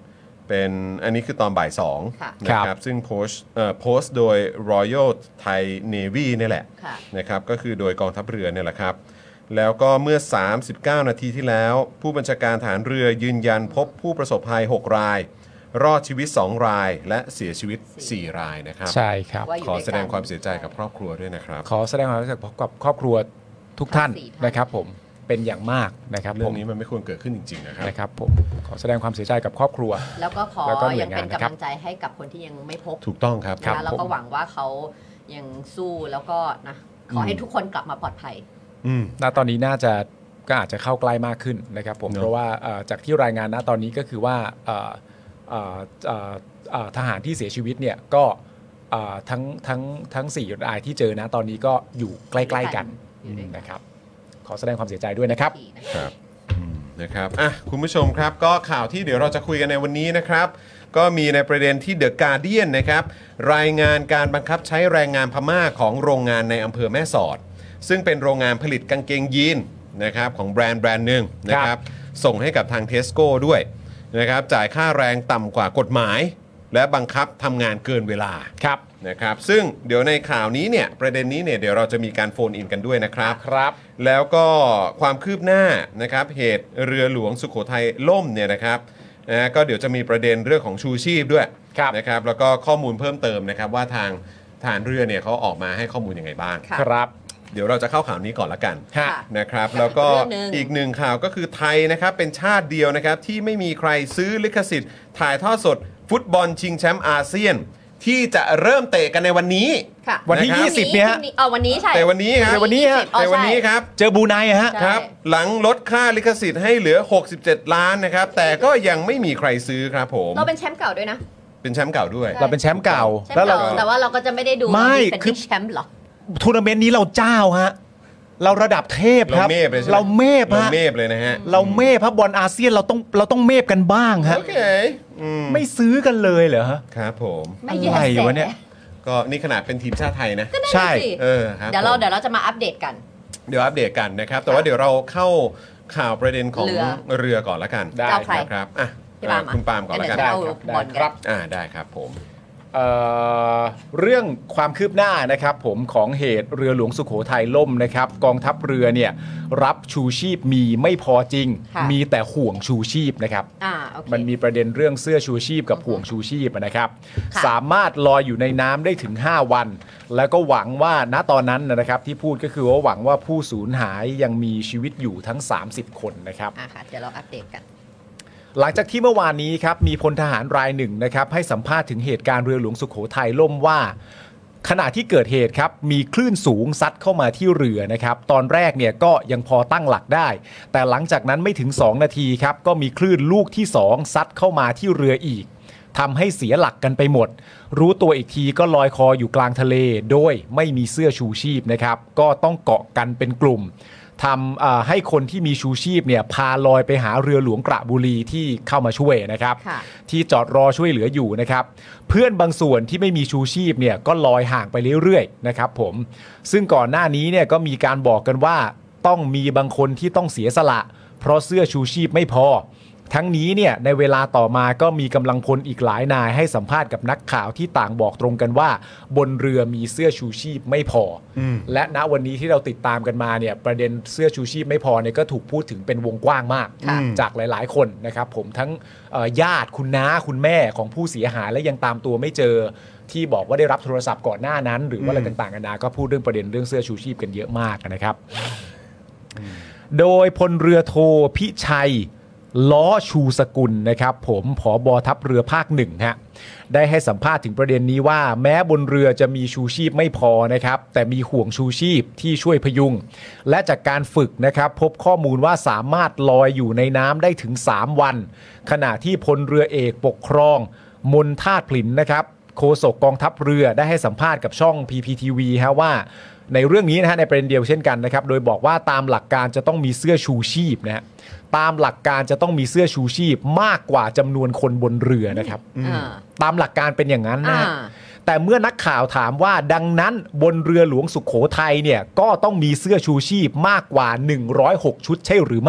เป็นอันนี้คือตอนบ่ายสองค่ะนะครับซึ่งโพสต์เอ่อโพสต์โดย Royal Thai Navy นี่แหละค่ะนะครับก็คือโดยกองทัพเรือเนี่ยแหละครับแล้วก็เมื่อสามสิบเก้านาทีที่แล้ว ผู้บัญชาการฐานเรือยืนยันพบผู้ประสบภัยหกราย รอดชีวิตสองรายและเสียชีวิตสี่รายนะครับใช่ครับว่ายู่ขอด้วยกันแสดงความเสียใจกับครอบครัวด้วยนะครับขอแสดงความเสียใจกับครอบครัวทุกท่านทั้งสี่ท่านนะครับผมเป็นอย่างมากนะครับเรื่ผองมนี้มันไม่ควรเกิดขึ้นจริงๆนะครับนะครับผมขอแสดงความเสียใจกับครอบครัวแล้วก็ขอแล้วก็หน่วยยังเป็นงานนะครับกำลังใจให้กับคนที่ยังไม่พบถูกต้องครับครับนะแล้วก็หวังว่าเขายังสู้แล้วก็นะขอให้ทุกคนกลับมาปลอดภัยอืมณตอนนี้น่าจะก็อาจจะเข้าใกล้มากขึ้นนะครับผมเนอะเพราะว่าเอ่อจากที่รายงานณตอนนี้ก็คือว่าเอ่อเอ่อเอ่อเอ่อทหารที่เสียชีวิตเนี่ยก็เอ่อทั้งทั้งทั้งสี่รายที่เจอนะตอนนี้ก็อยู่ใกล้ๆกันอยู่ด้วยกันนะครับขอแสดงความเสียใจด้วยนะครับดีนะครับอืมนะครับอ่ะคุณผู้ชมครับก็ข่าวที่เดี๋ยวเราจะคุยกันในวันนี้นะครับ ก็มีในประเด็นที่ The Guardian นะครับรายงานการบังคับใช้แรงงานพม่าของโรงงานในอำเภอแม่สอด ซึ่งเป็นโรงงานผลิตกางเกงยีนนะครับของแบรนด์แบรนด์หนึ่งนะครับส่งให้กับทางเทสโก้ด้วยนะครับจ่ายค่าแรงต่ำกว่ากฎหมาย และบังคับทำงานเกินเวลาครับนะครับซึ่งเดี๋ยวในข่าวนี้เนี่ยประเด็นนี้เนี่ยเดี๋ยวเราจะมีการโฟนอินกันด้วยนะครับครับแล้วก็ความคืบหน้านะครับเหตุเรือหลวงสุโขทัยล่มเนี่ยนะครับนะก็เดี๋ยวจะมีประเด็นเรื่องของชูชีพด้วยครับนะครับแล้วก็ข้อมูลเพิ่มเติมนะครับว่าทางทหารเรือเนี่ยเขาออกมาให้ข้อมูลยังไงบ้างค่ะครับเดี๋ยวเราจะเข้าข่าวนี้ก่อนละกันฮะค่ะนะครับกับแล้วก็อีกเรื่องหนึ่งอีกหนึ่งข่าวก็คือไทยนะครับเป็นชาติเดียวนะครับที่ไม่มีใครซื้อลิขสิทธิ์ ถ่ายทอดสดฟุตบอลชิงแชมป์อาเซียน ที่จะเริ่มเตะกันในวันนี้ค่ะวันที่นะครับยี่สิบเนี่ยฮะพรุ่งเออวันนี้ใช่แต่วันนี้ครับแต่วันนี้ฮะอ๋อแต่วันนี้ใช่ครับเจอบูไนฮะใช่ครับหลังลดค่าลิขสิทธิ์ให้เหลือหกสิบเจ็ดล้านนะครับแต่ก็ยังไม่มีใครซื้อครับผมเราเป็นแชมป์เก่าด้วยนะเป็นแชมป์เก่าด้วยเราเป็นแชมป์เก่าแชมแล้วป์เราเก่าแต่ว่าเราก็จะไม่ได้ดูไม่ว่าเป็นคือแชมป์เหรอทัวร์นาเมนต์นี้เราเจ้าฮะเราระดับเทพครับเราเมฟเลยใช่ไหมเราเมฟเราฮะเมฟเลยนะฮะเราเมฟครับบอลอาเซียนเราต้องเราต้องเมฟกันบ้างฮะโอเคอืมไม่ซื้อกันเลยเหรอฮะครับผมไม่อะไรแย่แสวะเนี่ยก็นี่ขนาดเป็นทีมชาติไทยนะใช่สิเออครับเดี๋ยวเราผมเดี๋ยวเราจะมาอัปเดตกันเดี๋ยวอัปเดตกันนะครับ แต่ว่าเดี๋ยวเราเข้าข่าวประเด็นของเรือเรือก่อนละกันได้เอาใครนะครับอ่ะพี่ปาล์มอ่ะคุณปาล์มก่อนละกันเดี๋ยวจะเอาได้บอลคกัรันบอ่าได้ครับผมเอ่อเรื่องความคืบหน้านะครับผมของเหตุเรือหลวงสุโขทัยล่มนะครับกองทัพเรือเนี่ยรับชูชีพมีไม่พอจริงค่ะมีแต่ห่วงชูชีพนะครับอ่าโอเคมันมีประเด็นเรื่องเสื้อชูชีพกับห่วงชูชีพนะครับค่ะสามารถลอยอยู่ในน้ำได้ถึงห้าวัน แล้วก็หวังว่าณตอนนั้นนะครับที่พูดก็คือว่าหวังว่าผู้สูญหายยังมีชีวิตอยู่ทั้งสามสิบคนนะครับอ่าค่ะเดี๋ยวเราอัปเดตกันหลังจากที่เมื่อวานนี้ครับมีพลทหารรายหนึ่งนะครับให้สัมภาษณ์ถึงเหตุการณ์เรือหลวงสุโขทัยล่มว่า ขณะที่เกิดเหตุครับมีคลื่นสูงซัดเข้ามาที่เรือนะครับตอนแรกเนี่ยก็ยังพอตั้งหลักได้ แต่หลังจากนั้นไม่ถึงสองนาทีครับก็มีคลื่นลูกที่สองซัดเข้ามาที่เรืออีกทำให้เสียหลักกันไปหมด รู้ตัวอีกทีก็ลอยคออยู่กลางทะเลโดยไม่มีเสื้อชูชีพนะครับก็ต้องเกาะกันเป็นกลุ่มทำอ่าให้คนที่มีชูชีพเนี่ยพาลอยไปหาเรือหลวงกระบุรีที่เข้ามาช่วยนะครับค่ะที่จอดรอช่วยเหลืออยู่นะครับเพื่อนบางส่วนที่ไม่มีชูชีพเนี่ยก็ลอยห่างไปเรื่อยๆนะครับผมซึ่งก่อนหน้านี้เนี่ยก็มีการบอกกันว่าต้องมีบางคนที่ต้องเสียสละ เพราะเสื้อชูชีพไม่พอ ทั้งนี้เนี่ยในเวลาต่อมาก็มีกำลังพลอีกหลายนายให้สัมภาษณ์กับนักข่าวที่ต่างบอกตรงกันว่า บนเรือมีเสื้อชูชีพไม่พออและณวันนี้ที่เราติดตามกันมาเนี่ยประเด็นเสื้อชูชีพไม่พอเนี่ยก็ถูกพูดถึงเป็นวงกว้างมากค่ะจากหลายๆ คนนะครับผมทั้งเอ่อญาติคุณน้าคุณแม่ของผู้เสียหายและยังตามตัวไม่เจอที่บอกว่าได้รับโทรศัพท์ก่อนหน้านั้น หรือว่าอะไรต่างๆกันานาก็พูดเรื่องประเด็นเรื่องเสื้อชูชีพกันเยอะมากนะครับ โดยพลเรือโทพิชัยล้อชูสกุลนะครับผมผบทัพเรือภาคหนึ่งฮะได้ให้สัมภาษณ์ถึงประเด็นนี้ว่าแม้บนเรือจะมีชูชีพไม่พอนะครับแต่มีห่วงชูชีพที่ช่วยพยุงและจากการฝึกนะครับพบข้อมูลว่าสามารถลอยอยู่ในน้ำได้ถึงสามวันขณะที่พลเรือเอกปกครองมนทาตผลินนะครับโฆษกกองทัพเรือได้ให้สัมภาษณ์กับช่อง พี พี ที วี ฮะว่าในเรื่องนี้นะฮะในประเด็นเดียวเช่นกันนะครับโดยบอกว่าตามหลักการจะต้องมีเสื้อชูชีพนะฮะตามหลักการจะต้องมีเสื้อชูชีพมากกว่าจำนวนคนบนเรือนะครับอ่าตามหลักการเป็นอย่างนั้นนะฮะอ่าแต่เมื่อนักข่าวถามว่าดังนั้นบนเรือหลวงสุโขทัยเนี่ยก็ต้องมีเสื้อชูชีพมากกว่าหนึ่งร้อยหกชุดใช่หรือไม่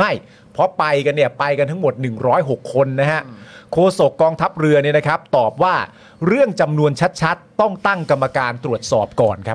เพราะไปกันเนี่ยไปกันทั้งหมดหนึ่งร้อยหกคนนะฮะโฆษกกองทัพเรือเนี่ยนะครับตอบว่าเรื่องจำนวนชัดๆต้องตั้งกรรมการตรวจสอบก่อนครับ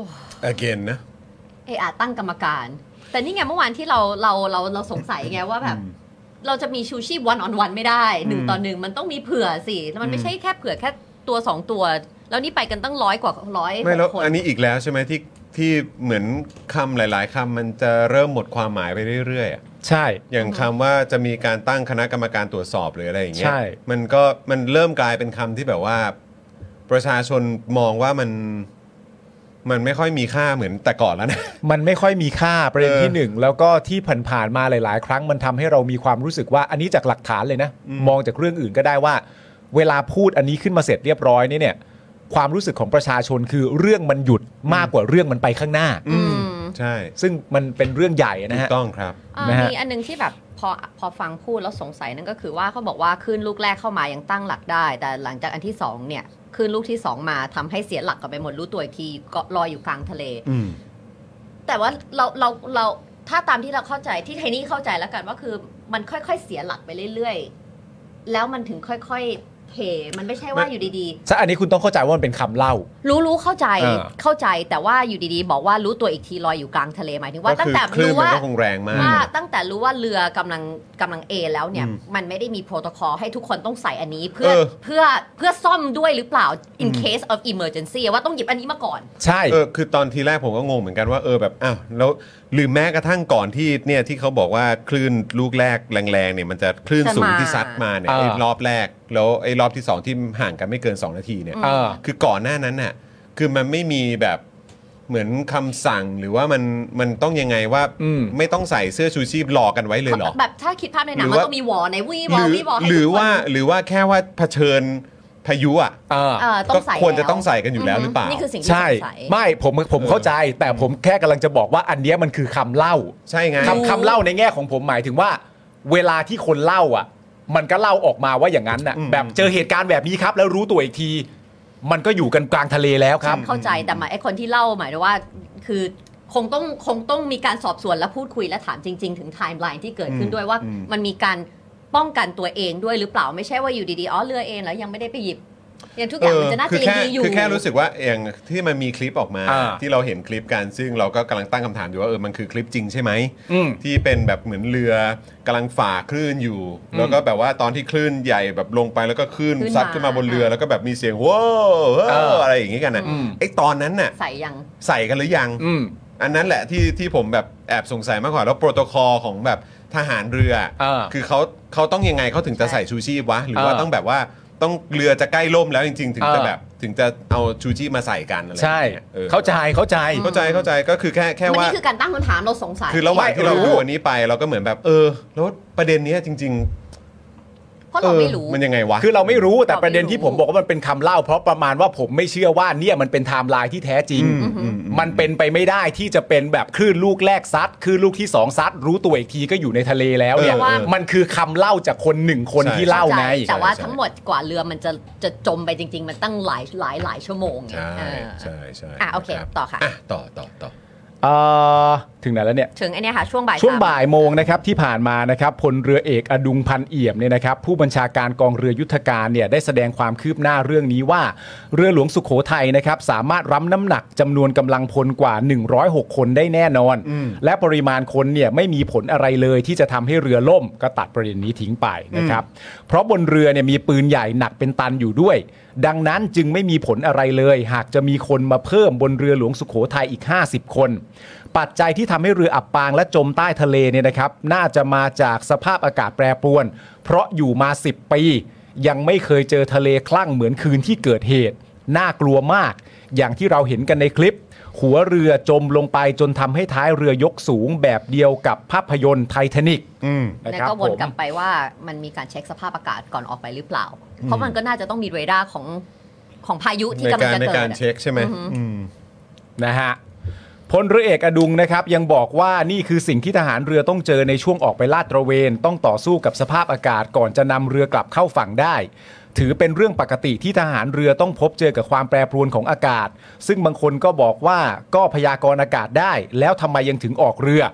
again นะเอออาจตั้งกรรมการ แต่นี่ไงเมื่อวานที่เราเราเราเราสงสัยไงว่าแบบเราจะมีชูชีพวันออนวันไม่ได้หนึ่งต่อหนึ่งมันต้องมีเผื่อสิแล้วมันไม่ใช่แค่เผื่อแค่ตัวสองตัวแล้วนี่ไปกันตั้งร้อยกว่าร้อยไม่แล้วคนอันนี้อีกแล้วใช่ไหมที่ที่เหมือนคำหลาย ๆคำมันจะเริ่มหมดความหมายไปเรื่อยๆอ่ะใช่อย่างคำว่าจะมีการตั้งคณะกรรมการตรวจสอบหรืออะไรอย่างเงี้ยใช่มันก็มันเริ่มกลายเป็นคำที่แบบว่าประชาชนมองว่ามันมันไม่ค่อยมีค่าเหมือนแต่ก่อนแล้วนะมันไม่ค่อยมีค่าประเด็นเออที่หนึ่งแล้วก็ที่ผ่านๆมาหลาย ๆ ครั้งมันทำให้เรามีความรู้สึกว่าอันนี้จากหลักฐานเลยนะ มองจากเรื่องอื่นก็ได้ว่า เวลาพูดอันนี้ขึ้นมาเสร็จเรียบร้อยนี่เนี่ยความรู้สึกของประชาชนคือเรื่องมันหยุดมากกว่าเรื่องมันไปข้างหน้าอืมใช่ซึ่งมันเป็นเรื่องใหญ่นะถูฮะกต้องครับอ่านะฮะมีอันนึงที่แบบพอพอฟังพูดแล้วสงสัยนั่นก็คือว่าเขาบอกว่าคลื่นลูกแรกเข้ามายังตั้งหลักได้ แต่หลังจากอันที่สองเนี่ยคลื่นลูกที่สองมาทำให้เสียหลักกันไปหมดรู้ตัวอีกทีก็ลอยอยู่กลางทะเลอืมแต่ว่าเราเราเราถ้าตามที่เราเข้าใจที่ไทนี่เข้าใจแล้วกันว่าคือมันค่อยๆเสียหลักไปเรื่อยๆแล้วมันถึงค่อยๆเทมันไม่ใช่ว่าอยู่ดีๆถ้าอันนี้คุณต้องเข้าใจว่ามันเป็นคำเล่ารู้รู้เข้าใจเออเข้าใจแต่ว่าอยู่ดีๆ บอกว่ารู้ตัวอีกทีลอยอยู่กลางทะเลหมายถึงว่าก็ตั้งคือแต่คลื่นรู้มันว่าก็คงแรงมากว่าตั้งแต่รู้ว่าเรือกำลังกำลังเอแล้วเนี่ยอืมมันไม่ได้มีโปรโตคอลให้ทุกคนต้องใส่อันนี้เพื่อเออเพื่อเพื่อซ่อมด้วยหรือเปล่า in case of emergency ว่าต้องหยิบอันนี้มาก่อนใช่เออคือตอนทีแรกผมก็งงเหมือนกันว่าเออแบบอ้าวแล้วหรือแม้กระทั่งก่อนที่เนี่ยที่เขาบอกว่าคลื่นลูกแรกแรงๆเนี่ยมันจะคลื่นสูงที่ซัดมาเนี่ยอ่าไอ้รอบแรกแล้วไอ้รอบที่สองที่ห่างกันไม่เกินสองนาทีเนี่ยเออคือก่อนหน้านั้นน่ะคือมันไม่มีแบบเหมือนคำสั่งหรือว่ามันมันต้องยังไงว่าอืมไม่ต้องใส่เสื้อชูชีพรอกันไว้เลยเหรอแบบถ้าคิดภาพในหนังหรือมันว่าต้องมีวอในวีหวอรือวีวอให้หรือทุกคนว่าหรือว่าแค่ว่าเผชิญพายุอ่ะเออเออต้อก็งใส่ควรจะแล้วต้องใส่กันอยู่แล้วหรือเปล่านี่คือสิ่งที่ใช่สงสัยไม่ผมผมเข้าใจ แต่ผมแค่กำลังจะบอกว่าอันเนี้ยมันคือคำเล่าใช่ไงคำคำเล่าในแง่ของผมหมายถึงว่า เวลาที่คนเล่าอ่ะ มันก็เล่าออกมาว่าอย่างนั้นน่ะอืมแบบเจอเหตุการณ์แบบนี้ครับ แล้วรู้ตัวอีกที มันก็อยู่กันกลางทะเลแล้วครับเข้าใจแต่หมายไอ้คนที่เล่าหมายถึงว่าคือคงต้องคงต้องมีการสอบสวนและพูดคุยและถามจริง ๆ ถึงไทม์ไลน์ที่เกิดขึ้นด้วยว่ามันมีการป้องกันตัวเองด้วยหรือเปล่าไม่ใช่ว่าอยู่ดีๆอ๋อเรือเองแล้วยังไม่ได้ไปหยิบอย่างทุกอย่างมันจะน่าคืจะยัแค่งดีอยู่คือแค่รู้สึกว่าอย่างที่มันมีคลิปออกมาอ่าที่เราเห็นคลิปกันซึ่งเราก็กำลังตั้งคำถามอยู่ว่าเออมันคือคลิปจริงใช่ไหมอืมที่เป็นแบบเหมือนเรือกำลังฝ่าคลื่นอยู่ แล้วก็แบบว่าตอนที่คลื่นใหญ่แบบลงไปแล้วก็คลื่นขึ้นซัดมาขึ้นมาบนเรือแล้วก็แบบมีเสียงว้าวว้าวเออออะไรอย่างงี้กันนะอืมไอ้ตอนนั้นน่ะใส่ยังใส่กันหรือยังอืมอันนั้นแหละที่ที่ผมแบบแอบสงสัยมากกว่าแล้วโปรโตคอลของแบบทหารเรือเออคือเขาเขาต้องยังไงเขาถึงจะใส่ชูชีพวะหรือว่าเออต้องแบบว่าต้องเรือจะใกล้ล่มแล้วจริง ๆ ถึงจะเออแบบถึงจะเอาชูชีพมาใส่กันอะไรใช่อย่างเงี้ยออเข้าใจเข้าใจเข้าใจเข้าใจก็คือแค่แค่มันว่านี่คือการตั้งคำถามเราสงสัยคือระหว่างที่เราไม่รู้ดูอันนี้ไปเราก็เหมือนแบบเออแล้วประเด็นเนี้ยจริงเพราะๆเราเออไม่รู้มันยังไงวะคือเราไม่รู้แต่เราไม่รู้ประเด็นที่ผมบอกว่ามันเป็นคำเล่า เพราะประมาณว่าผมไม่เชื่อว่าเนี่ยมันเป็นไทม์ไลน์ที่แท้จริงอืมอืมมันเป็นไปไม่ได้ที่จะเป็นแบบคลื่นลูกแรกซัดคลื่นลูกที่สองซัดรู้ตัวอีกทีก็อยู่ในทะเลแล้วเนี่ยเออเออมันคือคำเล่าจากคนหนึ่งคนใช่ที่เล่าไงแต่ว่าใช่ทั้งหมดกว่าเรือมันจะจะจมไปจริง ๆ มันตั้งหลายหลายหลายชั่วโมงไงใช่เออใช่ใช่อ่ะโอเครับต่อค่ะอ่ะต่อต่อต่อเอ่อถึงไหนแล้วเนี่ยถึงไอ้เนี่ยค่ะช่วงบ่ายช่วงสามบ่ายโมงนะครับที่ผ่านมานะครับพลเรือเอกอดุงพันเอี่ยมเนี่ยนะครับผู้บัญชาการกองเรือยุทธการเนี่ยได้แสดงความคืบหน้าเรื่องนี้ว่า เรือหลวงสุโขทัยนะครับสามารถรั้น้ำหนักจำนวนกำลังพลกว่าหนึ่งร้อยหกคนได้แน่นอน และปริมาณคนเนี่ยไม่มีผลอะไรเลยที่จะทำให้เรือล่มก็ตัดประเด็นนี้ทิ้งไปนะครับเพราะบนเรือเนี่ยมีปืนใหญ่หนักเป็นตันอยู่ด้วย ดังนั้นจึงไม่มีผลอะไรเลยหากจะมีคนมาเพิ่มบนเรือหลวงสุโขทัยอีกห้าสิบคนปัจจัยที่ทำให้เรืออับปางและจมใต้ทะเลเนี่ยนะครับน่าจะมาจากสภาพอากาศแปรปรวนเพราะอยู่มาสิบปียังไม่เคยเจอทะเลคลั่งเหมือนคืนที่เกิดเหตุน่ากลัวมากอย่างที่เราเห็นกันในคลิปหัวเรือจมลงไปจนทำให้ท้ายเรือยกสูงแบบเดียวกับภาพยนตร์ไททานิกอืมนะแล้วครับก็ผวนมกลับไปว่ามันมีการเช็คสภาพอากาศก่อนออกไปหรือเปล่า เพราะมันก็น่าจะต้องมีเรดาร์ของของพายุที่ในกำลักาง รจะในเกิการดอะเช็คใช่ไหมอืมนะฮะพลเรือเอกอดุงนะครับยังบอกว่านี่คือสิ่งที่ทหารเรือต้องเจอในช่วงออกไปลาดตระเวนต้องต่อสู้กับสภาพอากาศก่อนจะนำเรือกลับเข้าฝั่งได้ถือเป็นเรื่องปกติที่ทหารเรือต้องพบเจอกับความแปรปรวนของอากาศซึ่งบางคนก็บอกว่าก็พยากรณ์อากาศได้แล้วทำไมยังถึงออกเรือ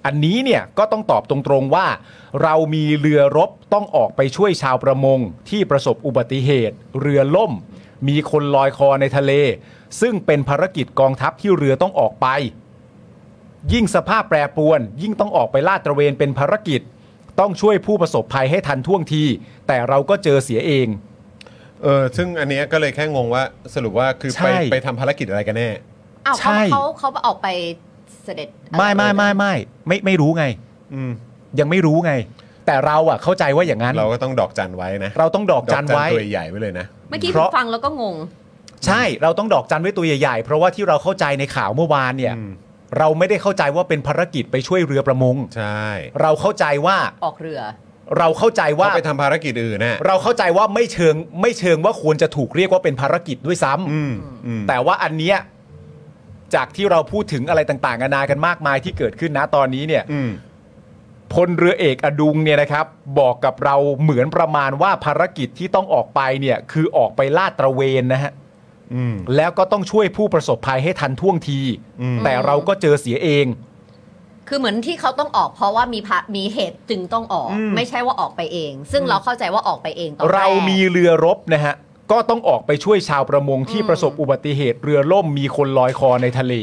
อันนี้เนี่ยก็ต้องตอบตรงๆว่าเรามีเรือรบต้องออกไปช่วยชาวประมงที่ประสบอุบัติเหตุเรือล่มมีคนลอยคอในทะเลซึ่งเป็นภารกิจกองทัพที่เรือต้องออกไปยิ่งสภาพแปรปรวนยิ่งต้องออกไปลาดตระเวนเป็นภารกิจต้องช่วยผู้ประสบภัยให้ทันท่วงทีแต่เราก็เจอเสียเองเออซึ่งอันเนี้ยก็เลยแค่งงว่าสรุปว่าคือไปไปทำภารกิจอะไรกันแน่อ้าวเขาเขาเขาออกไปเสด็จไม่ไม่ไม่ไม่ไม่ไม่รู้ไงอืมยังไม่รู้ไงแต่เราอ่ะเข้าใจว่าอย่างนั้นเราก็ต้องดอกจันไว้นะเราต้องดอกจันไว้ตัวใหญ่ไว้เลยนะเมื่อกี้ฟังแล้วก็งงใช่เราต้องดอกจันไว้ตัวใหญ่ๆเพราะว่าที่เราเข้าใจในข่าวเมื่อวานเนี่ยเราไม่ได้เข้าใจว่าเป็นภารกิจไปช่วยเรือประมงใช่เราเข้าใจว่าออกเรือเราเข้าใจว่าไปทำภารกิจอื่นนะเราเข้าใจว่าไม่เชิงไม่เชิงว่าควรจะถูกเรียกว่าเป็นภารกิจด้วยซ้ำแต่ว่าอันเนี้ยจากที่เราพูดถึงอะไรต่างๆนานากันมากมายที่เกิดขึ้นนะตอนนี้เนี่ยพลเรือเอกอดุงเนี่ยนะครับบอกกับเราเหมือนประมาณว่าภารกิจที่ต้องออกไปเนี่ยคือออกไปลาดตระเวนนะฮะแล้วก็ต้องช่วยผู้ประสบภัยให้ทันท่วงทีแต่เราก็เจอเสียเองคือเหมือนที่เขาต้องออกเพราะว่ามีมีเหตุจึงต้องออกไม่ใช่ว่าออกไปเองซึ่งเราเข้าใจว่าออกไปเองตอนแรกเรามีเรือรบนะฮะก็ต้องออกไปช่วยชาวประมงที่ประสบอุบัติเหตุเรือล่มมีคนลอยคอในทะเล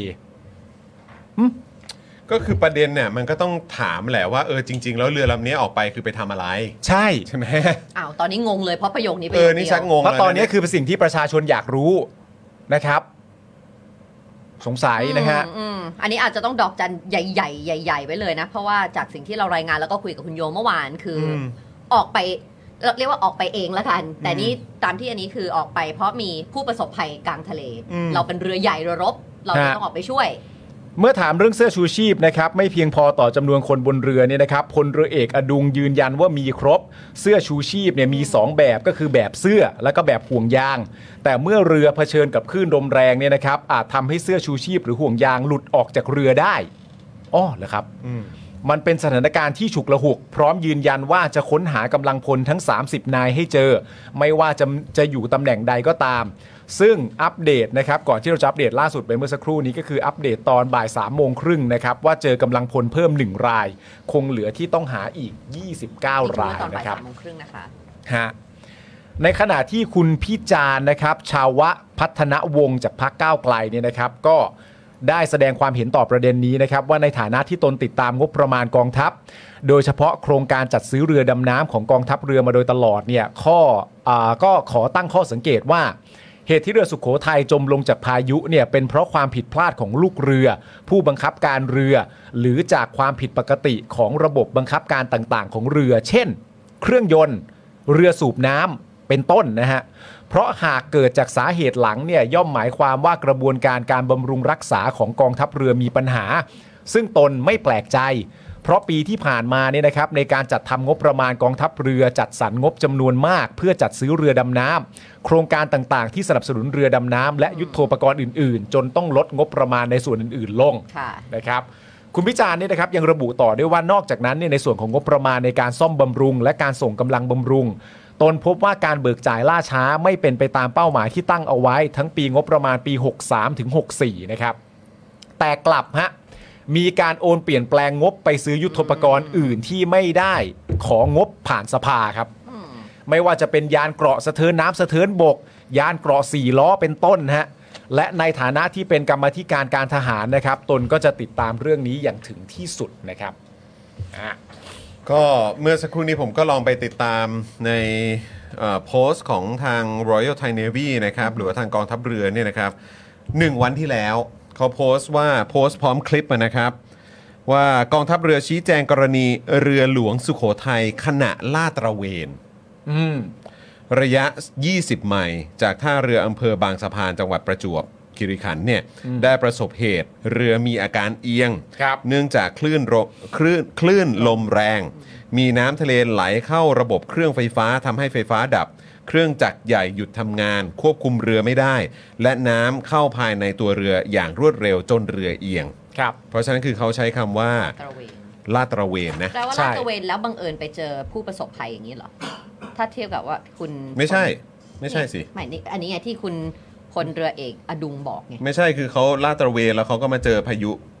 ก็คือประเด็นเนี่ยมันก็ต้องถามแหละว่าเออจริงๆแล้วเรือลำนี้ออกไปคือไปทำอะไรใช่ใช่ไหมอ้าวตอนนี้งงเลยเพราะประโยคนี้เออนี่ชักงงเพราะตอนนี้คือเป็นสิ่งที่ประชาชนอยากรู้นะครับสงสัยนะฮะอันนี้อาจจะต้องดอกจันใหญ่ๆใหญ่ๆไว้เลยนะเพราะว่าจากสิ่งที่เรารายงานแล้วก็คุยกับคุณโยเมื่อวานคือออกไปเรียกว่าออกไปเองแล้วกันแต่นี่ตามที่อันนี้คือออกไปเพราะมีผู้ประสบภัยกลางทะเลเราเป็นเรือใหญ่เรือรบเราต้องออกไปช่วยเมื่อถามเรื่องเสื้อชูชีพนะครับไม่เพียงพอต่อจำนวนคนบนเรือเนี่ยนะครับพลเรือเอกอดุงยืนยันว่ามีครบเสื้อชูชีพเนี่ยมีสองแบบก็คือแบบเสื้อแล้วก็แบบห่วงยางแต่เมื่อเรือเผชิญกับคลื่นลมแรงเนี่ยนะครับอาจทำให้เสื้อชูชีพหรือห่วงยางหลุดออกจากเรือได้อ้อเหรอครับมันเป็นสถานการณ์ที่ฉุกละหุกพร้อมยืนยันว่าจะค้นหากำลังพลทั้งสามสิบนายให้เจอไม่ว่าจะจะอยู่ตำแหน่งใดก็ตามซึ่งอัปเดตนะครับก่อนที่เราจะอัปเดตล่าสุดไปเมื่อสักครู่นี้ก็คืออัปเดตตอนบ่ายสามโมงครึ่งนะครับว่าเจอกำลังพลเพิ่มหนึ่งรายคงเหลือที่ต้องหาอีกยี่สิบเก้ารายนะครับฮะในขณะที่คุณพิจารณ์นะครับชาวะพัฒนวงศ์จากพรรคก้าวไกลเนี่ยนะครับก็ได้แสดงความเห็นต่อประเด็นนี้นะครับว่าในฐานะที่ตนติดตามงบประมาณกองทัพโดยเฉพาะโครงการจัดซื้อเรือดำน้ำของกองทัพเรือมาโดยตลอดเนี่ยข้ออ่าก็ขอตั้งข้อสังเกตว่าเหตุที่เรือสุโขทัยจมลงจากพายุเนี่ยเป็นเพราะความผิดพลาดของลูกเรือผู้บังคับการเรือหรือจากความผิดปกติของระบบบังคับการต่างๆของเรือเช่นเครื่องยนต์เรือสูบน้ำเป็นต้นนะฮะเพราะหากเกิดจากสาเหตุหลังเนี่ยย่อมหมายความว่ากระบวนการการบำรุงรักษาของกองทัพเรือมีปัญหาซึ่งตนไม่แปลกใจเพราะปีที่ผ่านมาเนี่ยนะครับในการจัดทำงบประมาณกองทัพเรือจัดสรรงบจำนวนมากเพื่อจัดซื้อเรือดำน้ำโครงการต่างๆที่สนับสนุนเรือดำน้ำและยุทโธปกรณ์อื่นๆจนต้องลดงบประมาณในส่วนอื่นๆลงนะครับคุณพิจารณ์เนี่ยนะครับยังระบุต่อด้วยว่านอกจากนั้นเนี่ยในส่วนของงบประมาณในการซ่อมบำรุงและการส่งกำลังบำรุงตนพบว่าการเบิกจ่ายล่าช้าไม่เป็นไปตามเป้าหมายที่ตั้งเอาไว้ทั้งปีงบประมาณปีหกสามถึงหกสี่นะครับแต่กลับฮะมีการโอนเปลี่ยนแปลงงบไปซื้อยุทโธปกรณ์อื่นที่ไม่ได้ของงบผ่านสภาครับไม่ว่าจะเป็นยานเกราะสะเทินน้ำสะเทินบกยานเกราะสี่ล้อเป็นต้นฮะและในฐานะที่เป็นกรรมาธิการการทหารนะครับตนก็จะติดตามเรื่องนี้อย่างถึงที่สุดนะครับอ่ะก็เมื่อสักครู่นี้ผมก็ลองไปติดตามในโพสต์ของทาง Royal Thai Navy นะครับหรือว่าทางกองทัพเรือเนี่ยนะครับหนึ่งวันที่แล้วเขาโพสต์ว่าโพสต์พร้อมคลิปนะครับว่ากองทัพเรือชี้แจงกรณีเรือหลวงสุโขทัยขณะลาดตระเวนระยะยี่สิบไมล์จากท่าเรืออำเภอบางสะพานจังหวัดประจวบคีรีขันธ์เนี่ยได้ประสบเหตุเรือมีอาการเอียงเนื่องจากคลื่นคลื่นคลื่นลมแรงมีน้ำทะเลไหลเข้าระบบเครื่องไฟฟ้าทำให้ไฟฟ้าดับเครื่องจักรใหญ่หยุดทำงานควบคุมเรือไม่ได้และน้ำเข้าภายในตัวเรืออย่างรวดเร็วจนเรือเอียงครับเพราะฉะนั้นคือเขาใช้คำว่าลาดตระเวนนะแปลว่าลาดตระเวนแล้วบังเอิญไปเจอผู้ประสบภัยอย่างนี้เหรอถ้าเทียบกับว่าคุณไม่ใช่ไม่ใช่สิไม่นี่อันนี้ไงที่คุณพลเรือเอกอดุงบอกไงไม่ใช่คือเขาลาดตระเวนแล้วเขาก็มาเจอพายุ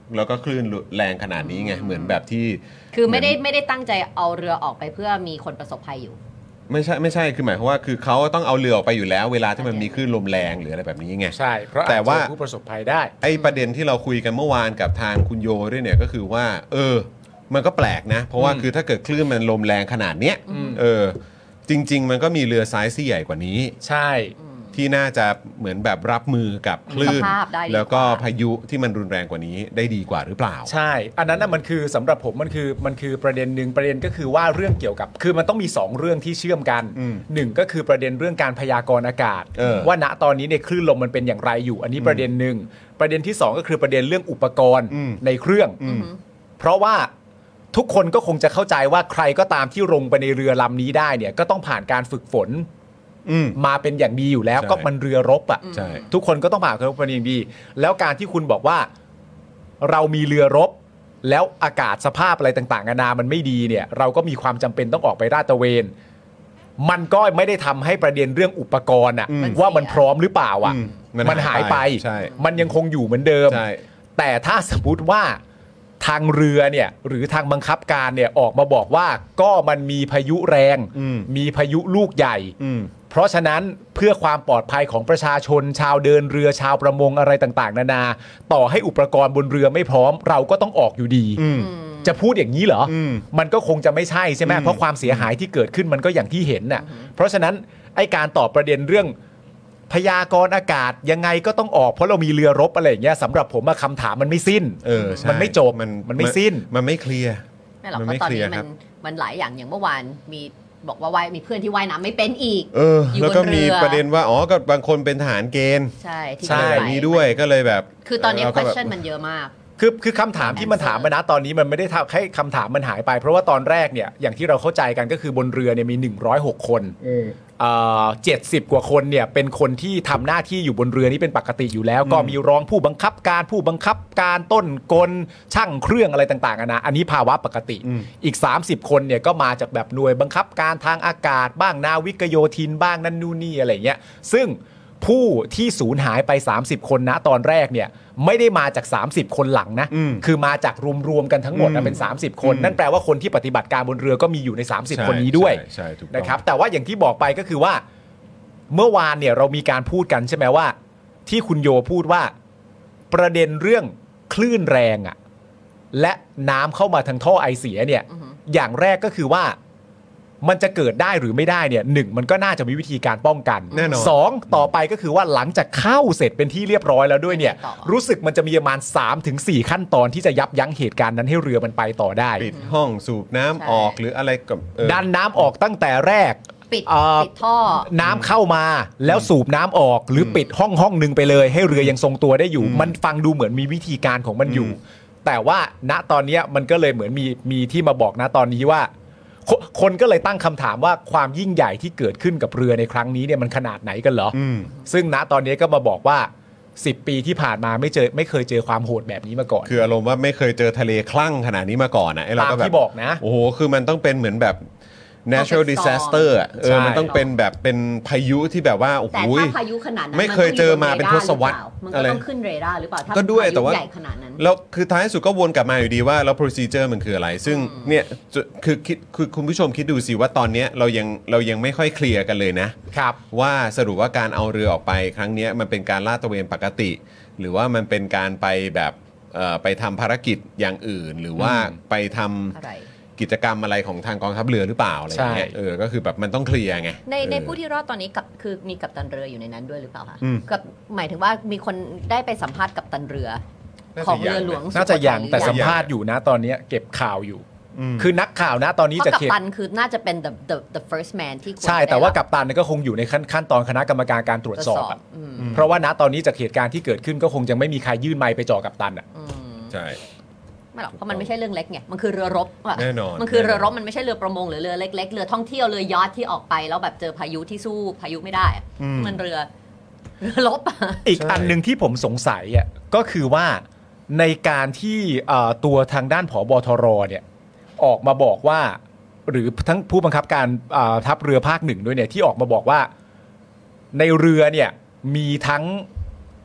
แล้วก็คลื่นแรงขนาดนี้ไงเหมือนแบบที่คือไม่ได้ไม่ได้ตั้งใจเอาเรือออกไปเพื่อมีคนประสบภัยอยู่ไม่ใช่ไม่ใช่คือหมายความว่าคือเขาต้องเอาเรือออกไปอยู่แล้วเวลาที่มันมีคลื่นลมแรงหรืออะไรแบบนี้ไงใช่เพราะแต่ว่าผู้ประสบภัยได้ไอ้ประเด็นที่เราคุยกันเมื่อวานกับทางคุณโยด้วยเนี่ยก็คือว่าเออมันก็แปลกนะเพราะว่าคือถ้าเกิดคลื่นมันลมแรงขนาดเนี้ยเออจริงๆมันก็มีเรือไซส์ที่ใหญ่กว่านี้ใช่ที่น่าจะเหมือนแบบรับมือกับคลื่นแล้วก็พายุที่มันรุนแรงกว่านี้ได้ดีกว่าหรือเปล่าใช่อันนั้นน่ะมันคือสำหรับผมมันคือมันคือประเด็นหนึ่งประเด็นก็คือว่าเรื่องเกี่ยวกับคือมันต้องมีสองเรื่องที่เชื่อมกันหนึ่งก็คือประเด็นเรื่องการพยากรณ์อากาศว่าณตอนนี้ในคลื่นลมมันเป็นอย่างไรอยู่อันนี้ประเด็นหนึ่งประเด็นที่สองก็คือประเด็นเรื่องอุปกรณ์ในเครื่องเพราะว่าทุกคนก็คงจะเข้าใจว่าใครก็ตามที่ลงไปในเรือลำนี้ได้เนี่ยก็ต้องผ่านการฝึกฝนมาเป็นอย่างดีอยู่แล้วก็มันเรือรบอ่ะทุกคนก็ต้องผ่านการฝึกฝนอย่างดีแล้วการที่คุณบอกว่าเรามีเรือรบแล้วอากาศสภาพอะไรต่างๆนานามันไม่ดีเนี่ยเราก็มีความจำเป็นต้องออกไปลาดตระเวนมันก็ไม่ได้ทำให้ประเด็นเรื่องอุปกรณ์อ่ะว่ามันพร้อมหรือเปล่าอ่ะมันหายไปมันยังคงอยู่เหมือนเดิมแต่ถ้าสมมติว่าทางเรือเนี่ยหรือทางบังคับการเนี่ยออกมาบอกว่าก็มันมีพายุแรงมีพายุลูกใหญ่เพราะฉะนั้นเพื่อความปลอดภัยของประชาชนชาวเดินเรือชาวประมงอะไรต่างๆนานาต่อให้อุปกรณ์บนเรือไม่พร้อมเราก็ต้องออกอยู่ดีจะพูดอย่างนี้เหรอมันก็คงจะไม่ใช่ใช่ไหมเพราะความเสียหายที่เกิดขึ้นมันก็อย่างที่เห็นน่ะเพราะฉะนั้นไอ้การตอบประเด็นเรื่องพยากรณ์อากาศยังไงก็ต้องออกเพราะเรามีเรือรบอะไรอย่างเงี้ยสำหรับผมคำถามมันไม่สิ้นเออมันไม่จบมันมันไม่สิ้นมันไม่เคลียร์ไม่หรอกเพราะตอนนี้มันมันหลายอย่างอย่างเมื่อวานมีบอกว่าว่ายมีเพื่อนที่ว่ายน้ำไม่เป็นอีกเออแล้วก็มีประเด็นว่าอ๋อก็บางคนเป็นทหารเกณฑ์ใช่ที่ใช่นี้ด้วยก็เลยแบบคือตอนนี้ question มันเยอะมากคือคือคำถามที่มันถามมานะตอนนี้มันไม่ได้ทำให้คำถามมันหายไปเพราะว่าตอนแรกเนี่ยอย่างที่เราเข้าใจกันก็คือบนเรือเนี่ยมีหนึ่งร้อยหกคนเจ็ดสิบกว่าคนเนี่ยเป็นคนที่ทำหน้าที่อยู่บนเรือนี้เป็นปกติอยู่แล้วก็มีรองผู้บังคับการผู้บังคับการต้นกลช่างเครื่องอะไรต่างๆนะอันนี้ภาวะปกติอีกสามสิบคนเนี่ยก็มาจากแบบหน่วยบังคับการทางอากาศบ้างนาวิกโยธินบ้างนั่นนู่นนี่อะไรเงี้ยซึ่งผู้ที่สูญหายไปสามสิบคนนะตอนแรกเนี่ยไม่ได้มาจากสามสิบคนหลังนะคือมาจากรวมๆกันทั้งหมดนะเป็นสามสิบคนนั่นแปลว่าคนที่ปฏิบัติการบนเรือก็มีอยู่ในสามสิบคนนี้ด้วยนะครับแต่ว่าอย่างที่บอกไปก็คือว่าเมื่อวานเนี่ยเรามีการพูดกันใช่ไหมว่าที่คุณโยพูดว่าประเด็นเรื่องคลื่นแรงอ่ะและน้ำเข้ามาทางท่อไอเสียเนี่ยอย่างแรกก็คือว่ามันจะเกิดได้หรือไม่ได้เนี่ยหนึ่งมันก็น่าจะมีวิธีการป้องกันแน่นอนสองต่อไปก็คือว่าหลังจากเข้าเสร็จเป็นที่เรียบร้อยแล้วด้วยเนี่ยรู้สึกมันจะมีประมาณ สามถึงสี่ ขั้นตอนที่จะยับยั้งเหตุการณ์นั้นให้เรือมันไปต่อได้ปิดห้องสูบน้ำออกหรืออะไรกับดันน้ำออกตั้งแต่แรกปิดปิดท่อน้ำเข้ามาแล้วสูบน้ำออกหรือปิดห้องห้องนึงไปเลยให้เรือยังทรงตัวได้อยู่มันฟังดูเหมือนมีวิธีการของมันอยู่แต่ว่าณตอนนี้มันก็เลยเหมือนมีมีที่มาบอกณตอนนี้ว่าคนก็เลยตั้งคำถามว่าความยิ่งใหญ่ที่เกิดขึ้นกับเรือในครั้งนี้เนี่ยมันขนาดไหนกันเหรอซึ่งณตอนนี้ก็มาบอกว่าสิบปีที่ผ่านมาไม่เจอไม่เคยเจอความโหดแบบนี้มาก่อนคืออารมณ์ว่าไม่เคยเจอทะเลคลั่งขนาดนี้มาก่อนนะไอ้เราก็แบบที่บอกนะโอ้โหคือมันต้องเป็นเหมือนแบบ natural disaster อ่ะเออมันต้องเป็นแบบเป็นพายุที่แบบว่าโอ้โหแต่ถ้าพายุขนาดนั้นไม่เคยเจอมาเป็นทศวรรษมันก็ต้องขึ้นเรดาร์หรือเปล่าถ้าก็ด้วยแต่ว่าใหญ่ขนาดนั้นแล้วคือท้ายสุดก็วนกลับมาอยู่ดีว่าแล้ว procedure มันคืออะไรซึ่งเนี่ยคือคิดคือคุณผู้ชมคิดดูสิว่าตอนนี้เรายังเรายังไม่ค่อยเคลียร์กันเลยนะครับว่าสรุปว่าการเอาเรือออกไปครั้งนี้มันเป็นการลาดตระเวนปกติหรือว่ามันเป็นการไปแบบไปทำภารกิจอย่างอื่นหรือว่าไปทำกิจกรรมอะไรของทางกองทัพเรือหรือเปล่าอะไรอย่างเงี้ยเออก็คือแบบมันต้องเคลียร์ไงในในผู้ที่รอดตอนนี้กับคือมีกัปตันเรืออยู่ในนั้นด้วยหรือเปล่าคะกับหมายถึงว่ามีคนได้ไปสัมภาษณ์กัปตันเรือของเรือหลวงน่าจะยังแต่สัมภาษณ์อยู่นะตอนนี้เก็บข่าวอยู่คือนักข่าวนะตอนนี้จะกัปตันคือน่าจะเป็น the the the first man ที่ใช่แต่ว่ากัปตันก็คงอยู่ในขั้นขั้นตอนคณะกรรมการการตรวจสอบเพราะว่าณตอนนี้จากเหตุการณ์ที่เกิดขึ้นก็คงจะไม่มีใครยื่นไมค์ไปจ่อกัปตันอ่ะใช่ไม่หรอกเพราะมันไม่ใช่เรื่องเล็กไงมันคือเรือรบอ่ะแน่นอนมันคือเรือรบมันไม่ใช่เรือประมงหรือเรือเล็กๆเรือท่องเที่ยวเรือยอทที่ออกไปแล้วแบบเจอพายุที่สู้พายุไม่ได้มันเรือเรือรบอีกอันนึงที่ผมสงสัยอ่ะก็คือว่าในการที่ตัวทางด้านผบทรเนี่ยออกมาบอกว่าหรือทั้งผู้บังคับการทัพเรือภาคหนึ่งด้วยเนี่ยที่ออกมาบอกว่าในเรือเนี่ยมีทั้ง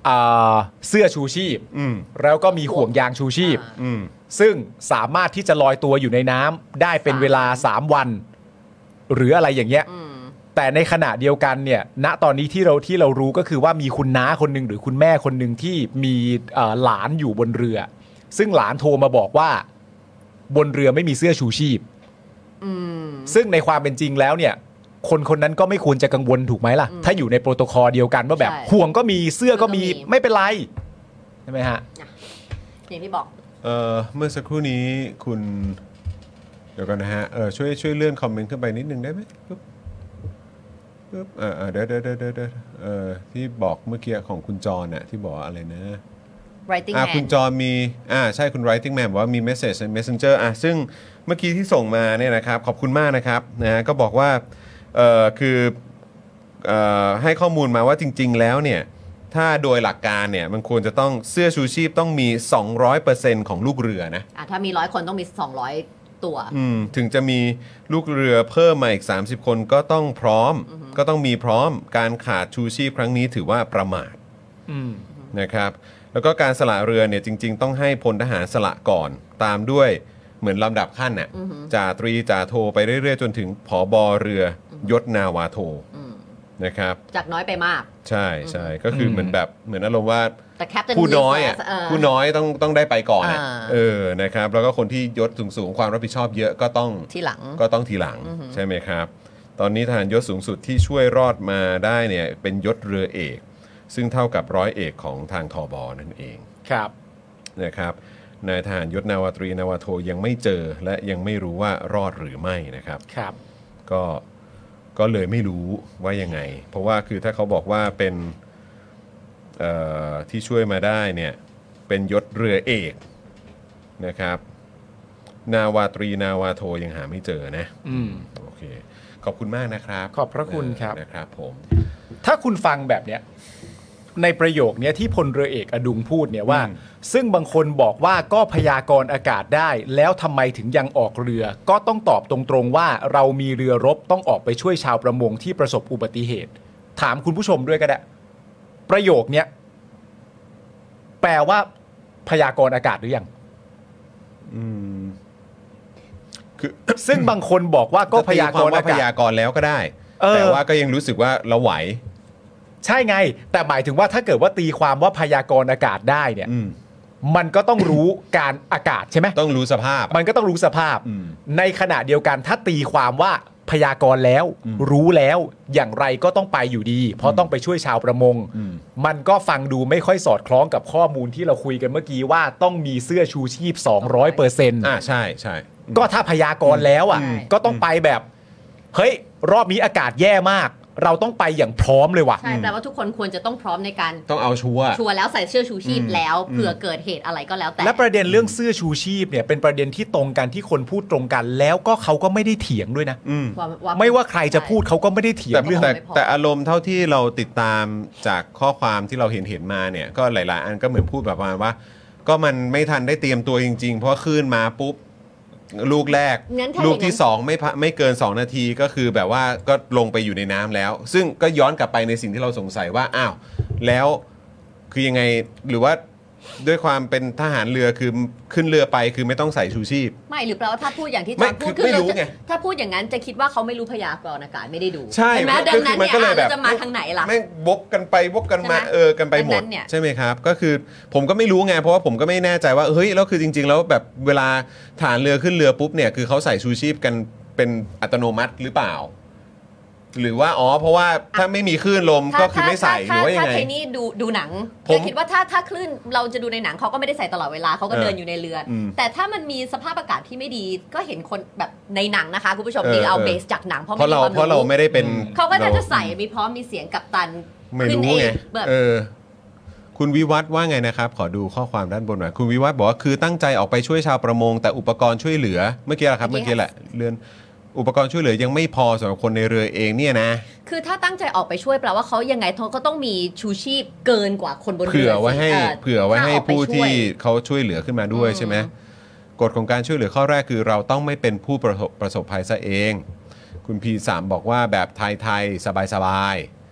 อ่าเสื้อชูชีพอืมแล้วก็มีห่วงยางชูชีพอ่าอืมซึ่งสามารถที่จะลอยตัวอยู่ในน้ำได้เป็นเวลาสามวัน หรืออะไรอย่างเงี้ยอืมแต่ในขณะเดียวกันเนี่ย ณ ตอนนี้ที่เราที่เรารู้ก็คือว่ามีคุณน้าคนหนึ่งหรือคุณแม่คนหนึ่งที่มีเอ่อหลานอยู่บนเรือ ซึ่งหลานโทรมาบอกว่าบนเรือไม่มีเสื้อชูชีพอืมซึ่งในความเป็นจริงแล้วเนี่ย คนคนนั้นก็ไม่ควรจะกังวลถูกไหมล่ะอืมถ้าอยู่ในโปรโตคอลเดียวกันว่าแบบใช่ห่วงก็มีเสื้อก็มีเสื้อก็มีไม่เป็นไรใช่ไหมฮะอย่างที่บอกเอ่อเมื่อสักครู่นี้คุณเดี๋ยวก่อนนะฮะเออช่วยช่วยเลื่อนคอมเมนต์ขึ้นไปนิดนึงได้ไหมปึ๊บปึ๊บเออเออเดี๋ยวเดี๋ยวเดี๋ยวเดี๋ยวเออที่บอกเมื่อกี้ของคุณจรน่ะที่บอกอะไรนะ writing อ่า man คุณจรมีอ่าใช่คุณ writing man บอกว่ามี message ใน messenger อ่ะซึ่งเมื่อกี้ที่ส่งมาเนี่ยนะครับขอบคุณมากนะครับนะฮะก็บอกว่าเออคือเอ่อให้ข้อมูลมาว่าจริง ๆ แล้วเนี่ยถ้าโดยหลักการเนี่ยมันควรจะต้องเสื้อชูชีพต้องมี สองร้อยเปอร์เซ็นต์ ของลูกเรือนะอ่ะถ้ามีร้อยคนต้องมีสองร้อยตัวอืมถึงจะมีลูกเรือเพิ่มมาอีกสามสิบคนก็ต้องพร้อม ก็ต้องมีพร้อมการขาดชูชีพครั้งนี้ถือว่าประมาทอืมนะครับแล้วก็การสละเรือเนี่ยจริง ๆ ต้องให้พลทหารสละก่อน ตามด้วยเหมือนลำดับขั้นน่ะจ่าตรีจ่าโทไปเรื่อยๆ จนถึงผอบอเรือยศนาวาโทอืมนะครับจากน้อยไปมากใช่ใช่ก็คือเหมือนแบบเหมือนอารมณ์ว่าแต่แคปเต็นผู้น้อยอ่ะเออผู้น้อยต้องต้องได้ไปก่อนอ่ะอ่าเออนะครับแล้วก็คนที่ยศสูงๆความรับผิดชอบเยอะก็ต้องทีหลังก็ต้องทีหลังใช่ไหมครับ ตอนนี้ทหารยศสูงสุดที่ช่วยรอดมาได้เนี่ยเป็นยศเรือเอก ซึ่งเท่ากับร้อยเอกของทางทบนั่นเองครับนะครับนายทหารยศนาวาตรีนาวาโทยังไม่เจอและยังไม่รู้ว่ารอดหรือไม่นะครับครับก็ก็เลยไม่รู้ว่ายังไง เพราะว่าคือถ้าเขาบอกว่าเป็นเอ่อที่ช่วยมาได้เนี่ยเป็นยศเรือเอกนะครับ นาวาตรีนาวาโทยังหาไม่เจอนะอืมโอเคขอบคุณมากนะครับขอบพระคุณครับเออนะครับผมถ้าคุณฟังแบบเนี้ยในประโยคเนี้ยที่พลเรือเอกอดุงพูดเนี่ยว่าอืมซึ่งบางคนบอกว่าก็พยากรณ์อากาศได้ แล้วทำไมถึงยังออกเรือ ก็ต้องตอบตรงๆว่าเรามีเรือรบต้องออกไปช่วยชาวประมงที่ประสบอุบัติเหตุ ถามคุณผู้ชมด้วยก็ได้ ประโยคเนี้ยแปลว่าพยากรณ์อากาศหรือยังอืมคือซึ่งบางคนบอกว่าก็พยากรณ์จะตีควมว่าอาพกาศยากรณ์แล้วก็ได้เออแต่ว่าก็ยังรู้สึกว่าเราไหวใช่ไง แต่หมายถึงว่าถ้าเกิดว่าตีความว่าพยากรณ์อากาศได้เนี่ยอืมมันก็ต้องรู้การอากาศใช่ไหมต้องรู้สภาพมันก็ต้องรู้สภาพอืมในขณะเดียวกันถ้าตีความว่าพยากรณ์แล้ว รู้แล้วอย่างไรก็ต้องไปอยู่ดี เพราะต้องไปช่วยชาวประมงอืมมันก็ฟังดูไม่ค่อยสอดคล้องกับข้อมูลที่เราคุยกันเมื่อกี้ว่าต้องมีเสื้อชูชีพ สองร้อยเปอร์เซ็นต์อ่าใช่ใช่ก็ถ้าพยากรณ์แล้วอ่ะใช่ก็ต้องไปแบบ เฮ้ย รอบนี้อากาศแย่มาก เราต้องไปอย่างพร้อมเลยว่ะใช่แปลว่าทุกคนควรจะต้องพร้อมในการต้องเอาชัวร์ชัวร์แล้วใส่เสื้อชูชีพอืมแล้วอืมเผื่อเกิดเหตุอะไรก็แล้วแต่และประเด็นเรื่องเสื้อชูชีพเนี่ยเป็นประเด็นที่ตรงกันที่คนพูดตรงกัน แล้วก็เขาก็ไม่ได้เถียงด้วยนะอืมว่าไม่ว่าใครจะพูดเขาก็ไม่ได้เถียแต่งเรื่องแต่ไม่พอแต่อารมณ์เท่าที่เราติดตามจากข้อความที่เราเห็นเห็นมาเนี่ยก็หลาย ๆ อันก็เหมือนพูดแบบประมาณว่า ก็มันไม่ทันได้เตรียมตัวจริง ๆ เพราะคลื่นมาปุ๊บ ลูกแรกงั้นถ้าลูกอย่างนั้นที่สองไม่พะไม่เกิน สอง นาทีก็คือแบบว่าก็ลงไปอยู่ในน้ำแล้ว ซึ่งก็ย้อนกลับไปในสิ่งที่เราสงสัยว่าอ้าวแล้วคือยังไงหรือว่าด้วยความเป็นทหารเรือคือขึ้นเรือไปคือไม่ต้องใส่ชูชีพไม่หรือแปลว่าถ้าพูดอย่างที่จไม่อนพูดคือไม่รู้เราจะไงถ้าพูดอย่างนั้นจะคิดว่าเขาไม่รู้พยากรณ์อากาศไม่ได้ดูใช่ไหมก็ดัคืงนั้นมันเนี่ยก็เลยอ่ะแบบเราจะมาทางไหนล่ะแม่งวกกันไปวกกันมาใช่ไหมเออกันไปหมดัดงนั้นเนี่ยใช่ไหมครับ ก็คือผมก็ไม่รู้ไงเพราะว่าผมก็ไม่แน่ใจว่าเฮ้ยแล้วคือจริง ๆ แล้วแบบเวลาฐานเรือขึ้นเรือปุ๊บเนี่ยคือเขาใส่ชูชีพกันเป็นอัตโนมัติหรือเปล่า หรือว่าอ๋อเพราะว่าถ้าไม่มีคลื่นลมก็คือไม่ใส่หรือว่ายังไงถ้าเทนี่ดูดูหนังผมจะคิดว่าถ้าถ้าคลื่นเราจะดูในหนังเขาก็ไม่ได้ใส่ตลอดเวลาเขาก็เออเดินอยู่ในเรืออมแต่ถ้ามันมีสภาพอากาศที่ไม่ดีก็เห็นคนแบบในหนังนะคะคุณผู้ชมเออนี่เอาเออเบสจากหนังเพราะเพราะไม่มีเราความเพราะเราไม่ได้เป็นเขาก็น่าจะรใส่มีพร้อมมีเสียงกัปตันไม่ขึ้นรู้เอไงงแบบเออ คุณวิวัฒน์ว่าไงนะครับ ขอดูข้อความด้านบนหน่อยคุณวิวัฒน์บอกว่าคือตั้งใจออกไปช่วยชาวประมง แต่อุปกรณ์ช่วยเหลือเมื่อกี้แหละครับเมื่เมื่ออกี้กี้แหละเรือนอุปกรณ์ช่วยเหลือยังไม่พอสำหรับคนในเรือเองเนี่ยนะคือถ้าตั้งใจออกไปช่วยแปลว่าเขายังไงเขาก็ต้องมีชูชีพเกินกว่าคนบนเรือเผื่อไว้ให้สิเผื่อไว้ให้ถ้าออกไปผู้ช่วยที่เขาช่วยเหลือขึ้นมาด้วยอืมใช่ไหมกฎของการช่วยเหลือข้อแรกคือเราต้องไม่เป็นผู้ประสบประสบภัยซะเอง คุณพีสามบอกว่าแบบไทยๆสบายๆ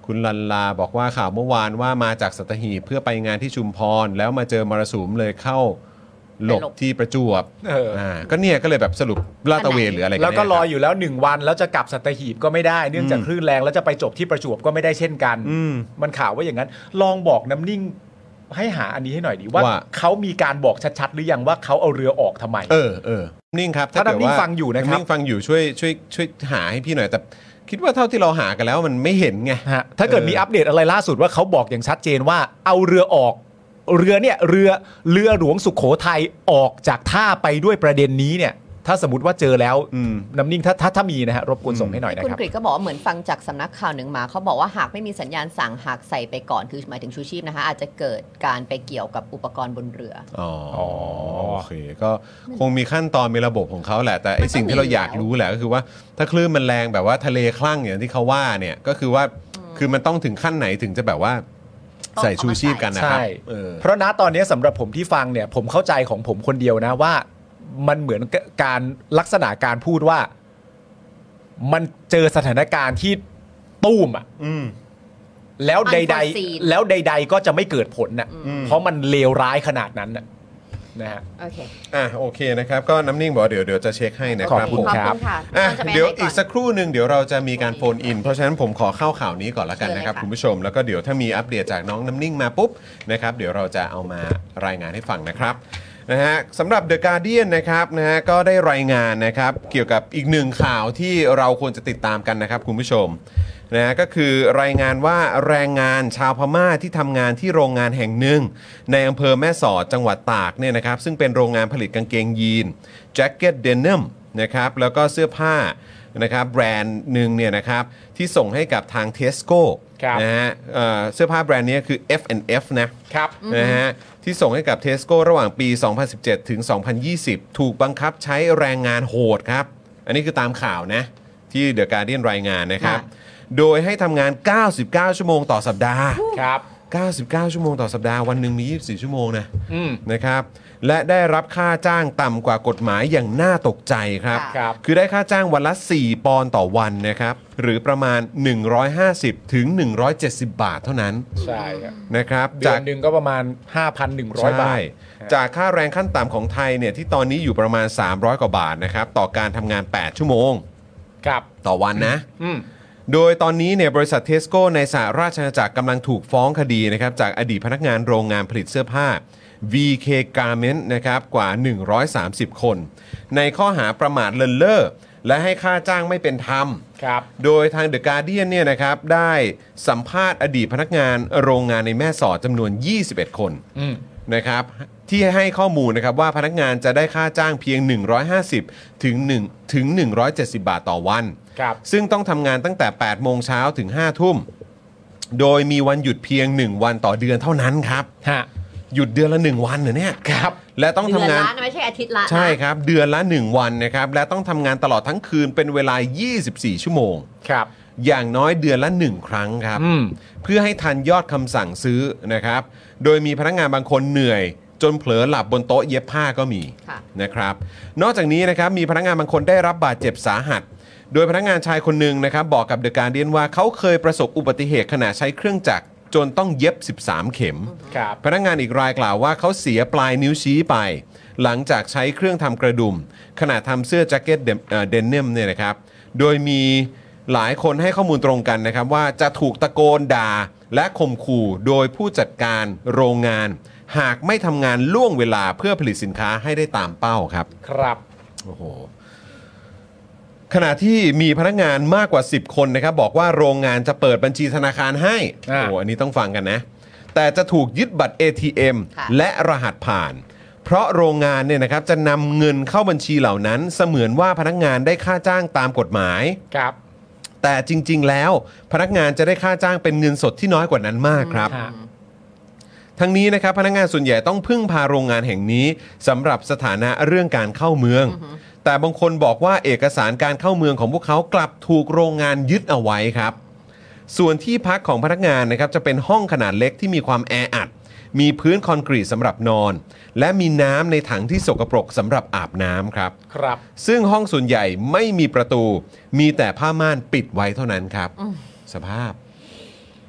คุณลันลาบอกว่าข่าวเมื่อวานว่ามาจากสัตหีบเพื่อไปงานที่ชุมพรแล้วมาเจอมรสุมเลยเข้าหลบที่ประจวบเอออ่าก็เนี่ยก็เลยแบบสรุปลาดตระเวนหรืออะไรกันแล้วก็แน่รอครับอยู่แล้วหนึ่งวันแล้วจะกลับสัตหีบก็ไม่ได้เนื่องจากคลื่นแรงแล้วจะไปจบที่ประจวบก็ไม่ได้เช่นกันอืมมันข่าวว่าอย่างนั้น ลองบอกน้ำนิ่งให้หาอันนี้ให้หน่อยดิว่าว่าเขามีการบอกชัดๆหรือยังว่าเขาเอาเรือออกทำไมเออเออนิ่งครับถ้าเกิดน้ำนิ่งว่าฟังอยู่นะครับำนิ่งฟังอยู่ช่วยช่วยช่วยหาให้พี่หน่อยแต่คิดว่าเท่าที่เราหากันแล้วมันไม่เห็นไงฮะถ้าเกิดเออมีอัปเดตอะไรล่าสุดว่าเขาบอกอย่างชัดเจนว่าเอาเรือออก เรือเนี่ยเรือเรือหลวงสุโขทัยออกจากท่าไปด้วยประเด็นนี้เนี่ยถ้าสมมติว่าเจอแล้วอืมน้ำนิ่งถ้าถ้าถ้ามีนะฮะรบกวนส่งให้หน่อยนะคุณครับกฤษก็บอกว่าเหมือนฟังจากสำนักข่าวหนึ่งมาเขาบอกว่าหากไม่มีสัญญาณสั่งหากใส่ไปก่อนคือหมายถึงชูชีพนะคะอาจจะเกิดการไปเกี่ยวกับอุปกรณ์บนเรืออ๋อโอเคก็คงมีขั้นตอนมีระบบของเขาแหละแต่ไอสิ่งที่เราอยากรู้แหละก็คือว่าถ้าคลื่นมันแรงแบบว่าทะเลคลั่งอย่างที่เขาว่าเนี่ยก็คือว่าคือมันต้องถึงขั้นไหนถึงจะแบบว่าใส่ชูชีพกันนะครับใช่เออเพราะณตอนนี้สำหรับผมที่ฟังเนี่ยผมเข้าใจของผมคนเดียวนะว่ามันเหมือนการลักษณะการพูดว่ามันเจอสถานการณ์ที่ตุ้มอ่ะอืม Unforeseen แล้วใดๆแล้วใด ๆ ก็จะไม่เกิดผลน่ะเพราะมันเลวร้ายขนาดนั้นน่ะนะฮะโอเคอ่ะโอเคนะครับก็น้ำนิ่งบอกว่าเดี๋ยวเดี๋ยวจะเช็คให้นะคขรัอบบคุณขอบครับคุณค่ะอ่ะต้นจะไปเดี๋ยวไหนอีกสักครู่หนึ่งเดี๋ยวเราจะมีการโฟนอินเพราะฉะนั้นผมขอเข้าข่าวนี้ก่อนละกันนะครับเชิญเลยค่ะคุณผู้ชมแล้วก็เดี๋ยวถ้ามีอัปเดตจากน้องน้ำนิ่งมาปุ๊บนะครับเดี๋ยวเราจะเอามารายงานให้ฟังนะครับนะฮะสำหรับ The Guardian นะครับนะฮะก็ได้รายงานนะครับเกี่ยวกับอีกหนึ่งข่าวที่เราควรจะติดตามกันนะครับคุณผู้ชมนะฮะก็คือรายงานว่าแรงงานชาวพม่าที่ทำงานที่โรงงานแห่งหนึ่งในอำเภอแม่สอดจังหวัดตากเนี่ยนะครับซึ่งเป็นโรงงานผลิตกางเกงยีนแจ็คเก็ตเดนิมนะครับแล้วก็เสื้อผ้านะครับแบรนด์หนึ่งเนี่ยนะครับที่ส่งให้กับทาง Tesco ครับนะฮะเอ่อเสื้อผ้าแบรนด์นี้คือ เอฟ แอนด์ เอฟ นะครับ นะฮะที่ส่งให้กับ Tesco ระหว่างปี สองพันสิบเจ็ด ถึง สองพันยี่สิบ ถูกบังคับใช้แรงงานโหดครับอันนี้คือตามข่าวนะที่ The Guardian รายงานนะครับค่ะโดยให้ทำงาน เก้าสิบเก้า ชั่วโมงต่อสัปดาห์ครับเก้าสิบเก้า ชั่วโมงต่อสัปดาห์วันหนึ่งมี ยี่สิบสี่ ชั่วโมงนะอืมนะครับและได้รับค่าจ้างต่ำกว่ากฎหมายอย่างน่าตกใจครับค่ะครับคือได้ค่าจ้างวันละ สี่ ปอนด์ต่อวันนะครับหรือประมาณ หนึ่งร้อยห้าสิบ ถึง หนึ่งร้อยเจ็ดสิบ บาทเท่านั้นใช่ครับนะครับเดือนหนึ่งก็ประมาณ ห้าพันหนึ่งร้อย บาใช่ทจากค่าแรงขั้นต่ำของไทยเนี่ยที่ตอนนี้อยู่ประมาณ สามร้อย กว่าบาทนะครับต่อการทำงาน แปด ชั่วโมงครับต่อวันนะอืมโดยตอนนี้เนี่ยบริษัทเทสโก้ในสหราชอาณาจักรกำลังถูกฟ้องคดีนะครับจากอดีตพนักงานโรงงานผลิตเสื้อผ้า วี เค Garment นะครับกว่า หนึ่งร้อยสามสิบ คน ในข้อหาประมาทเลินเล่อและให้ค่าจ้างไม่เป็นธรรมครับโดยทาง The Guardian เนี่ยนะครับได้สัมภาษณ์อดีตพนักงานโรงงานในแม่สอดจำนวน ยี่สิบเอ็ด คนอืมนะครับที่ให้ข้อมูลนะครับว่าพนักงานจะได้ค่าจ้างเพียง หนึ่งร้อยห้าสิบ ถึง1ถึงหนึ่งร้อยเจ็ดสิบ บาทต่อวันครับซึ่งต้องทำงานตั้งแต่ แปด โมงเช้าถึง ห้า ทุ่ม โดยมีวันหยุดเพียง หนึ่ง วันต่อเดือนเท่านั้นครับฮะหยุดเดือนละ หนึ่ง วันเหรอเนี่ยครับและต้องทำงานเดือนละนะไม่ใช่อาทิตย์ละนะใช่ครับ เดือนละ หนึ่ง วันนะครับ และต้องทำงานตลอดทั้งคืนเป็นเวลา ยี่สิบสี่ ชั่วโมงครับอย่างน้อยเดือนละ หนึ่ง ครั้งครับอืมเพื่อให้ทันยอดคำสั่งซื้อนะครับ โดยมีพนักงานบางคนเหนื่อย จนเผลอหลับบนโต๊ะเย็บผ้าก็มีค่ะนะครับ นอกจากนี้นะครับมีพนักงานบางคนได้รับบาดเจ็บสาหัส โดยพนักงานชายคนหนึ่งนะครับบอกกับ The Guardian ว่าเขาเคยประสบอุบัติเหตุขณะใช้เครื่องจักรจนต้องเย็บ สิบสาม เข็มครับพนักงานอีกรายกล่าวว่าเขาเสียปลายนิ้วชี้ไป หลังจากใช้เครื่องทำกระดุมขณะทำเสื้อแจ็คเก็ตเดนิมเนี่ยนะครับโดยมีหลายคนให้ข้อมูลตรงกันนะครับว่าจะถูกตะโกนด่าและข่มขู่โดยผู้จัดการโรงงาน หากไม่ทำงานล่วงเวลาเพื่อผลิตสินค้าให้ได้ตามเป้าครับครับโอ้โหขณะที่มีพนักงานมากกว่า สิบ คนนะครับบอกว่าโรงงานจะเปิดบัญชีธนาคารให้อ่าโอ้อันนี้ต้องฟังกันนะ แต่จะถูกยึดบัตร เอ ที เอ็มค่ะและรหัสผ่าน เพราะโรงงานเนี่ยนะครับจะนำเงินเข้าบัญชีเหล่านั้น เสมือนว่าพนักงานได้ค่าจ้างตามกฎหมายครับแต่จริง ๆ แล้วพนักงานจะได้ค่าจ้างเป็นเงินสดที่น้อยกว่านั้นมากครับฮะทั้งนี้นะครับพนักงานส่วนใหญ่ต้องพึ่งพาโรงงานแห่งนี้สำหรับสถานะเรื่องการเข้าเมือง แต่บางคนบอกว่าเอกสารการเข้าเมืองของพวกเขากลับถูกโรงงานยึดเอาไว้ครับ ส่วนที่พักของพนักงานนะครับจะเป็นห้องขนาดเล็กที่มีความแออัด มีพื้นคอนกรีตสำหรับนอน และมีน้ำในถังที่สกปรกสำหรับอาบน้ำครับครับซึ่งห้องส่วนใหญ่ไม่มีประตู มีแต่ผ้าม่านปิดไว้เท่านั้นครับ สภาพ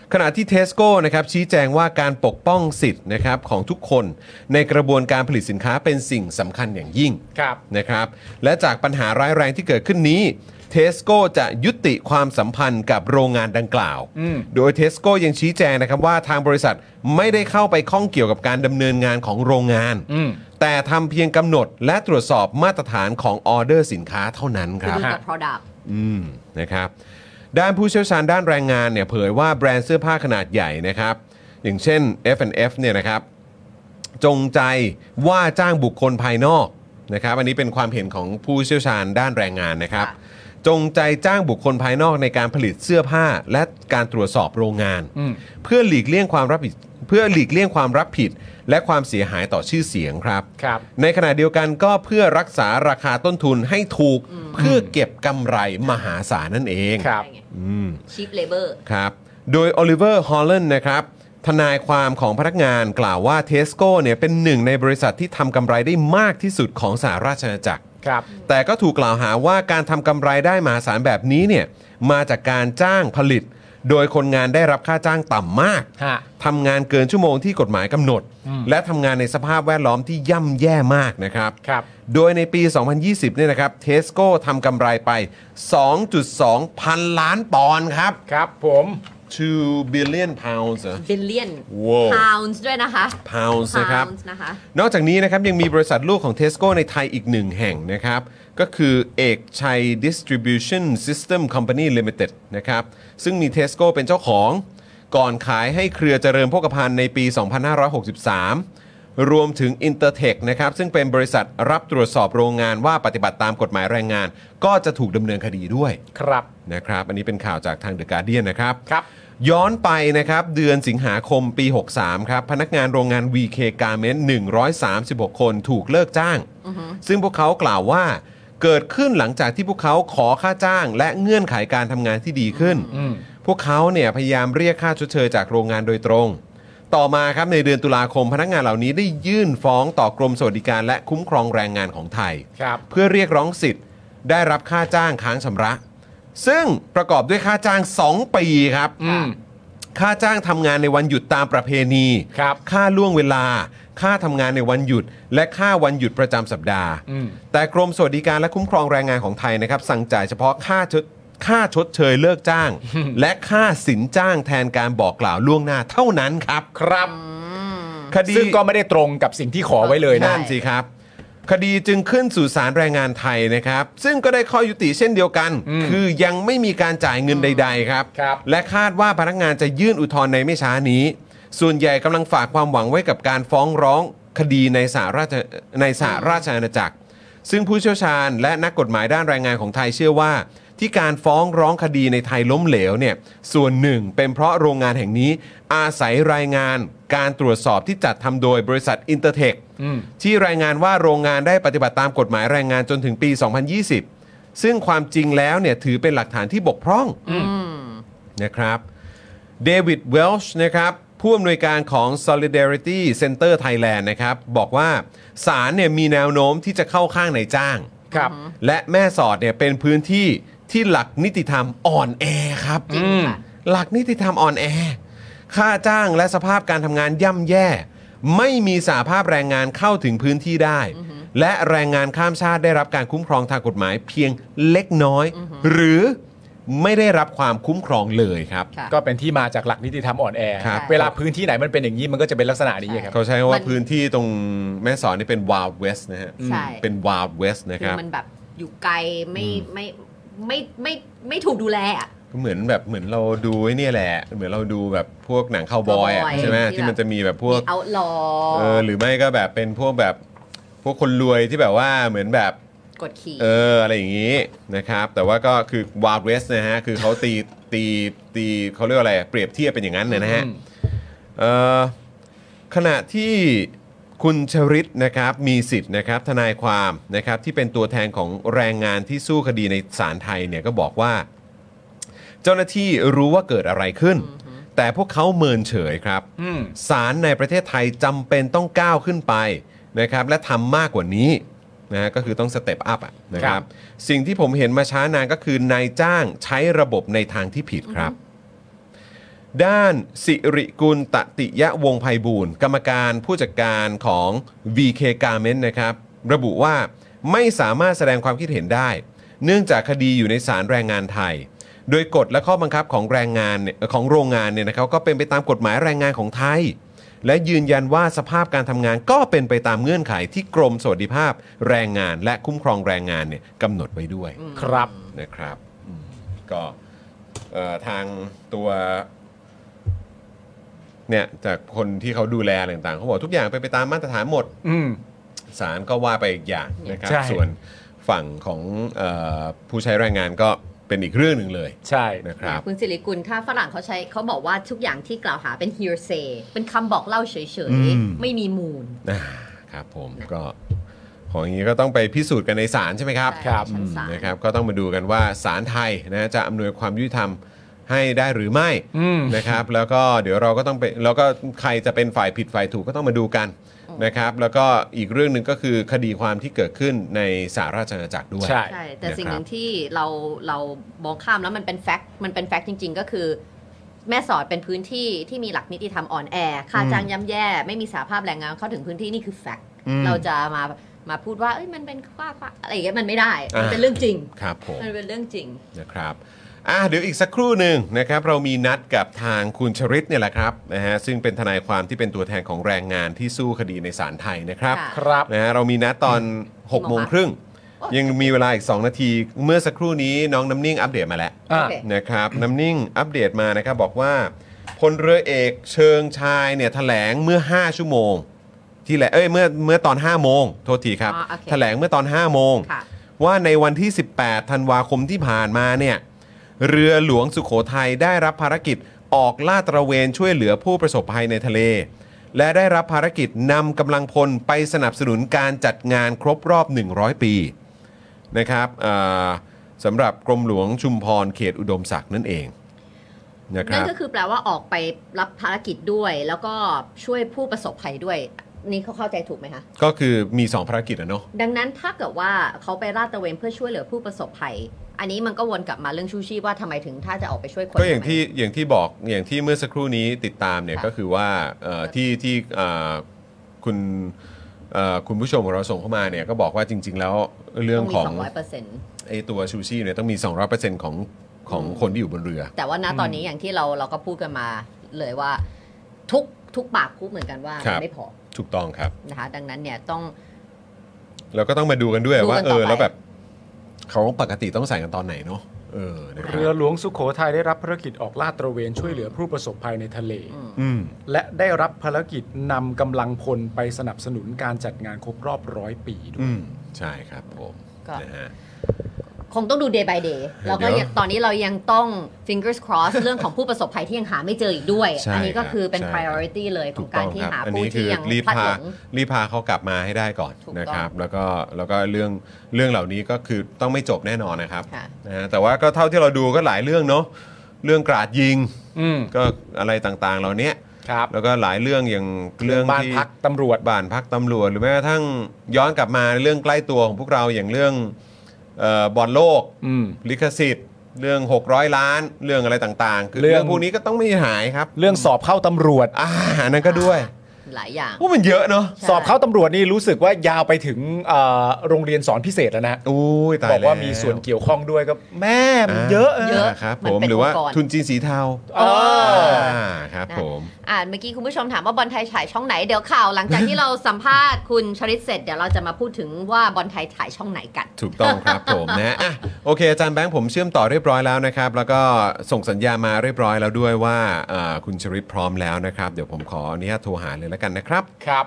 ขณะที่เทสโก้นะครับชี้แจงว่าการปกป้องสิทธิ์นะครับของทุกคนในกระบวนการผลิตสินค้าเป็นสิ่งสำคัญอย่างยิ่งครับนะครับและจากปัญหาร้ายแรงที่เกิดขึ้นนี้เทสโก้จะยุติความสัมพันธ์กับโรงงานดังกล่าว โดยเทสโก้ยังชี้แจงนะครับว่าทางบริษัทไม่ได้เข้าไปข้องเกี่ยวกับการดำเนินงานของโรงงาน แต่ทำเพียงกำหนดและตรวจสอบมาตรฐานของออเดอร์สินค้าเท่านั้นคคือรับดูแต่ product อืมนะครับด้านผู้เชี่ยวชาญด้านแรงงานเนี่ยเผยว่าแบรนด์เสื้อผ้าขนาดใหญ่นะครับอย่างเช่น เอฟ แอนด์ เอฟ เนี่ยนะครับจงใจว่าจ้างบุคคลภายนอกนะครับอันนี้เป็นความเห็นของผู้เชี่ยวชาญด้านแรงงานนะครับจงใจจ้างบุคคลภายนอกในการผลิตเสื้อผ้าและการตรวจสอบโรงงานเพื่อหลีกเลี่ยงความรับผิดเพื่อหลีกเลี่ยงความรับผิดและความเสียหายต่อชื่อเสียงครับครับในขณะเดียวกันก็เพื่อรักษาราคาต้นทุนให้ถูกเพื่อเก็บกำไรมหาศาลนั่นเองครับ cheap labor ครับโดยโอลิเวอร์ฮอลแลนด์นะครับทนายความของพนักงานกล่าวว่าเทสโก้เนี่ยเป็นหนึ่งในบริษัทที่ทำกำไรได้มากที่สุดของสหราชอาณาจักรครับแต่ก็ถูกกล่าวหาว่าการทำกำไรได้มหาศาลแบบนี้เนี่ยมาจากการจ้างผลิต โดยคนงานได้รับค่าจ้างต่ำมากฮะทำงานเกินชั่วโมงที่กฎหมายกำหนด และทำงานในสภาพแวดล้อมที่ย่ำแย่มากนะครับครับโดยในปี สองพันยี่สิบ เนี่ยนะครับเทสโก้ทำกำไรไป สองจุดสอง พันล้านปอนด์ครับครับผม two billion pounds เหรอ billion ว้าว pounds ด้วยนะคะ pounds นะครับ pounds นะคะนอกจากนี้นะครับยังมีบริษัทลูกของ Tesco ในไทยอีกหนึ่งแห่งนะครับก็คือเอกชัย Distribution System Company Limited นะครับซึ่งมี Tesco เป็นเจ้าของก่อนขายให้เครือเจริญโภคภัณฑ์ในปี สองพันห้าร้อยหกสิบสาม รวมถึง Intertech นะครับซึ่งเป็นบริษัทรับตรวจสอบโรงงานว่าปฏิบัติตามกฎหมายแรงงาน ก็จะถูกดำเนินคดีด้วยครับนะครับอันนี้เป็นข่าวจากทาง The Guardian นะครับครับย้อนไปนะครับเดือนสิงหาคมปี หกสิบสาม ครับพนักงานโรงงาน วี เค Garment หนึ่งร้อยสามสิบหก คนถูกเลิกจ้าง ซึ่งพวกเขากล่าวว่าเกิดขึ้นหลังจากที่พวกเขาขอค่าจ้าง และเงื่อนไขการทำงานที่ดีขึ้น พวกเขาเนี่ยพยายามเรียกค่าชดเชยจากโรงงานโดยตรง ต่อมาครับในเดือนตุลาคมพนักงานเหล่านี้ได้ยื่นฟ้องต่อกรมสวัสดิการและคุ้มครองแรงงานของไทยครับเพื่อเรียกร้องสิทธิ์ได้รับค่าจ้างค้างชำระ ซึ่งประกอบด้วยค่าจ้าง สอง ปีครับอืมค่าจ้างทำงานในวันหยุดตามประเพณีครับค่าล่วงเวลา ค่าทำงานในวันหยุด และค่าวันหยุดประจำสัปดาห์อืมแต่กรมสวัสดิการและคุ้มครองแรงงานของไทยนะครับสั่งจ่ายเฉพาะค่าชดค่าชดเชยเลิกจ้าง และค่าสินจ้างแทนการบอกกล่าวล่วงหน้าเท่านั้นครับครับคดีซึ่งก็ไม่ได้ตรงกับสิ่งที่ขอไว้เลยนะนั่นสิครับ คดีจึงขึ้นสู่ศาลแรงงานไทยนะครับ ซึ่งก็ได้ข้อยุติเช่นเดียวกัน คือยังไม่มีการจ่ายเงินใด ๆ ครับครับและคาดว่าพนักงานจะยื่นอุทธรณ์ในไม่ช้านี้ ส่วนใหญ่กำลังฝากความหวังไว้กับการฟ้องร้องคดีในสหราชในสหราชอาณาจักร ซึ่งผู้เชี่ยวชาญและนักกฎหมายด้านแรงงานของไทยเชื่อว่า ที่การฟ้องร้องคดีในไทยล้มเหลวเนี่ยส่วนหนึ่งเป็นเพราะโรงงานแห่งนี้อาศัยรายงานการตรวจสอบที่จัดทำโดยบริษัท Intertech ที่รายงานว่าโรงงานได้ปฏิบัติตามกฎหมายแรงงานจนถึงปี สองพันยี่สิบ ซึ่งความจริงแล้วเนี่ยถือเป็นหลักฐานที่บกพร่องนะครับเดวิดเวลช์นะครับผู้อำนวยการของ Solidarity Center Thailand นะครับบอกว่าศาลเนี่ยมีแนวโน้มที่จะเข้าข้างนายจ้างครับและแม่สอดเนี่ยเป็นพื้นที่ที่หลักนิติธรรมอ่อนแอครับจริงค่ะหลักนิติธรรมอ่อนแอ ค่าจ้างและสภาพการทำงานย่ำแย่ ไม่มีสหภาพแรงงานเข้าถึงพื้นที่ได้ และแรงงานข้ามชาติได้รับการคุ้มครองทางกฎหมายเพียงเล็กน้อย หรือไม่ได้รับความคุ้มครองเลยครับค่ะก็เป็นที่มาจากหลักนิติธรรมอ่อนแอครับเวลาพื้นที่ไหนมันเป็นอย่างนี้มันก็จะเป็นลักษณะนี้ครับเขาใช้คำมัว่าน พื้นที่ตรงแม่สอดนี่เป็น Wild West นะฮะใช่เป็น Wild West นะคคือรับมันแบบอยู่ไกลไม่ไม่ไม่ไม่ไม่ถูกดูแลอ่ะก็เหมือนแบบเหมือนเราดูไอ้เนี่ยแหละ เหมือนเราดูแบบพวกหนังคาวบอยอ่ะ cowboy ใช่ไหมที่ที่มันแบบจะมีแบบพวกมีเอาลอเออหรือไม่ก็แบบเป็นพวกแบบพวกคนรวยที่แบบว่าเหมือนแบบกดขี่เอออะไรอย่างนี้นะครับ แต่ว่าก็คือ Wild West นะฮะ คือเขาตีตีตีเขาเรียกว่าอะไรเปรียบเทียบเป็นอย่างนั้นเลยนะฮะเอ่อขณะที่คุณชริตนะครับมีสิทธิ์นะครับทนายความนะครับที่เป็นตัวแทนของแรงงานที่สู้คดีในศาลไทยเนี่ยก็บอกว่า เจ้าหน้าที่รู้ว่าเกิดอะไรขึ้น แต่พวกเขาเมินเฉยครับศาลในประเทศไทยจำเป็นต้องก้าวขึ้นไปนะครับและทำมากกว่านี้นะฮะก็คือต้องสเต็ปอัพนะคครัรับบ สิ่งที่ผมเห็นมาช้านานก็คือนายจ้างใช้ระบบในทางที่ผิดครับด้านสิริกุลตติยวงศ์ไพบูลย์กรรมการผู้จัดการของ วี เค Garment นะครับระบุว่าไม่สามารถแสดงความคิดเห็นได้เนื่องจากคดีอยู่ในศาลแรงงานไทยโดยกฎและข้อบังคับของแรงงานเนี่ยของโรงงานเนี่ยนะครับก็เป็นไปตามกฎหมายแรงงานของไทยและยืนยันว่าสภาพการทำงานก็เป็นไปตามเงื่อนไขที่กรมสวัสดิภาพแรงงานและคุ้มครองแรงงานเนี่ยกำหนดไว้ด้วยครับนะครับอืมก็เอ่อทางตัวเนี่ยจากคนที่เขาดูแลอะไรต่างๆเขาบอกทุกอย่างเป็นไปตามมาตรฐานหมดอืมศาลก็ว่าไปอีกอย่างนะครับใช่ส่วนฝั่งของเออผู้ใช้แรงงานก็เป็นอีกเรื่องหนึ่งเลยใช่นะครับคุณสิริกุลถ้าฝรั่งเขาใช้เขาบอกว่าทุกอย่างที่กล่าวหาเป็น hearsay เป็นคำบอกเล่าเฉยอืมๆ ไม่มีมูลอ่าครับผมก็ของอย่างนี้ก็ต้องไปพิสูจน์กันในศาลใช่ไหมครับใช่ชั้นศาลนะครับก็ต้องมาดูกันว่าศาลไทยนะจะอำนวยความยุติธรรมให้ได้หรือไม่อืมนะครับแล้วก็เดี๋ยวเราก็ต้องไปแล้วก็ใครจะเป็นฝ่ายผิดฝ่ายถูกก็ต้องมาดูกันนะครับแล้วก็อีกเรื่องหนึ่งก็คือคดีความที่เกิดขึ้นในสหราชอาณาจักรด้วยใช่ใช่ แต่นะครับสิ่งหนึ่งที่เราเรามองข้ามแล้วมันเป็นแฟกต์มันเป็นแฟกต์จริง ๆ ก็คือ แม่สอดเป็นพื้นที่ที่มีหลักนิติธรรมอ่อนแอค่าจ้างย่ำแย่ ไม่มีสหภาพแรงงานเข้าถึงพื้นที่นี่คือแฟกต์อืมเราจะมามาพูดว่าเอ้ยมันเป็นค่าค่าอะไรอย่างเงี้ยมันไม่ได้ มันอ่าเป็นเรื่องจริงครับผมมันเป็นเรื่องจริงนะครับอ่ะเดี๋ยวอีกสักครู่หนึ่งนะครับเรามีนัดกับทางคุณชริตเนี่ยแหละครับนะฮะซึ่งเป็นทนายความที่เป็นตัวแทนของแรงงานที่สู้คดีในศาลไทยนะครับค่ะครับนะฮะเรามีนัดตอนหกโมงครึ่งยังมีเวลาอีกสองนาทีเมื่อสักครู่นี้น้องน้ำนิ่งอัปเดตมาแล้วอ่าโอเคนะครับน้ำนิ่งอัปเดตมานะครับบอกว่าพลเรือเอกเชิงชายเนี่ยแถลงเมื่อห้าชั่วโมงที่แหละเอ้ยเมื่อเมื่อตอนห้าโมงโทษทีครับอ๋อโอเคแถลงเมื่อตอนห้าโมงค่ะว่าในวันที่สิบแปดธันวาคมที่ผ่านมาเนี่ยเรือหลวงสุโขทัยได้รับภารกิจออกลาดตระเวนช่วยเหลือผู้ประสบภัยในทะเล และได้รับภารกิจนำกำลังพลไปสนับสนุนการจัดงานครบรอบหนึ่งร้อยปีนะครับอ่าสำหรับกรมหลวงชุมพรเขตอุดมศักดิ์นั่นเองนะคนั่รับนก็คือแปลว่าออกไปรับภารกิจด้วย แล้วก็ช่วยผู้ประสบภัยด้วย นี่เขาเข้าใจถูกไหมคะก็คือมีสองภารกิจอะเนาะดังนั้นถ้าเกิดว่าเขาไปลาดตระเวนเพื่อช่วยเหลือผู้ประสบภัย อันนี้มันก็วนกลับมาเรื่องชูชีพว่าทำไมถึงถ้าจะออกไปช่วยคนก็อย่างทำไมที่อย่างที่บอกอย่างที่เมื่อสักครู่นี้ติดตามเนี่ยค่ะก็คือว่าเอ่อที่ที่เอ่อคุณเอ่อคุณผู้ชมของเราส่งเข้ามาเนี่ยก็บอกว่าจริง ๆ แล้วเรื่องต้องมีของสองร้อยเปอร์เซ็นต์ไอ้ตัวชูชีพเนี่ยต้องมี สองร้อยเปอร์เซ็นต์ ของของคนที่อยู่บนเรือแต่ว่าณตอนนี้อย่างที่เราเราก็พูดกันมาเลยว่าทุกทุกปากพูดเหมือนกันว่าครับมันไม่พอถูกต้องครับนะคะ ดังนั้นเนี่ยต้องแล้วก็ต้องมาดูกันด้วยดูกันว่าเอต่ออไปแล้วแบบเขาปกติต้องใส่กันตอนไหนเนาะเออนะครับเรือหลวงสุโขทัยได้รับภารกิจออกลาดตระเวนช่วยเหลือผู้ประสบภัยในทะเลอืมและได้รับภารกิจนำกำลังพลไปสนับสนุนการจัดงานครบรอบร้อยปีด้วอืยมใช่ครับผมก็นะฮะคงต้องดู day by day แล้วก็เดี๋ยวยังตอนนี้เรายังต้อง fingers cross เรื่องของผู้ประสบภัยที่ยังหาไม่เจออีกด้วยใช่อันนี้ก็คือเป็นครับ priority เลยขถูองกกาต้รองที่ครับหาอันผู้นี้คืที่อยังรีบพลัดพาหลงรีบพาเขากลับมาให้ได้ก่อนถูกต้องนะครับแล้วก็แล้วก็เรื่องเรื่องเหล่านี้ก็คือต้องไม่จบแน่นอนนะครับค่ะนะฮะแต่ว่าก็เท่าที่เราดูก็หลายเรื่องเนาะเรื่องกราดยิงอืมก็อะไรต่างๆ เหล่านี้ครับแล้วก็หลายเรื่องอย่างเรื่องบ้านที่พักตำรวจบ้านพักตำรวจหรือแม้กระทั่งย้อนกลับมาเรื่องใกล้ตัวของพวกเราอย่างเรื่องเอ่อบอลโลกอืมลิขสิทธิ์ เรื่องหกร้อยล้านเรื่องอะไรต่างๆ คือเรื่เรื่ออง งพวกนี้ก็ต้องไม่หายครับเรื่องสอบเข้าตำรวจอ่าอันนั้นก็ด้วยหลายอย่างว่ามันเยอะเนาะใช่สอบเข้าตำรวจนี่รู้สึกว่ายาวไปถึงเอ่อโรงเรียนสอนพิเศษแล้วนะอุ้ยตายบอกว่าแล้มีส่วนเกี่ยวข้องด้วยก็แม่มันเยอะเยอะครับมันผมเป็นหรือว่าองค์กรทุนจีนสีเทาเอออ่าครับนะผมอ่าเมื่อกี้คุณผู้ชมถามว่าบอลไทยฉายช่องไหนเดี๋ยวข่าวหลังจากที่เราสัมภาษณ์คุณชริตเสร็จเดี๋ยวเราจะมาพูดถึงว่าบอลไทยฉายช่องไหนกันถูกต้องครับผมนะอ่ะโอเคอาจารย์แบงค์ผมเชื่อมต่อเรียบร้อยแล้วนะครับ แล้วก็ส่งสัญญามาเรียบร้อยแล้วด้วยว่าเอ่อคุณชริตพร้อมแล้วนะครับ เดี๋ยวผมขออนุญาตโทรหาเลยแล้วกันนะครับครับ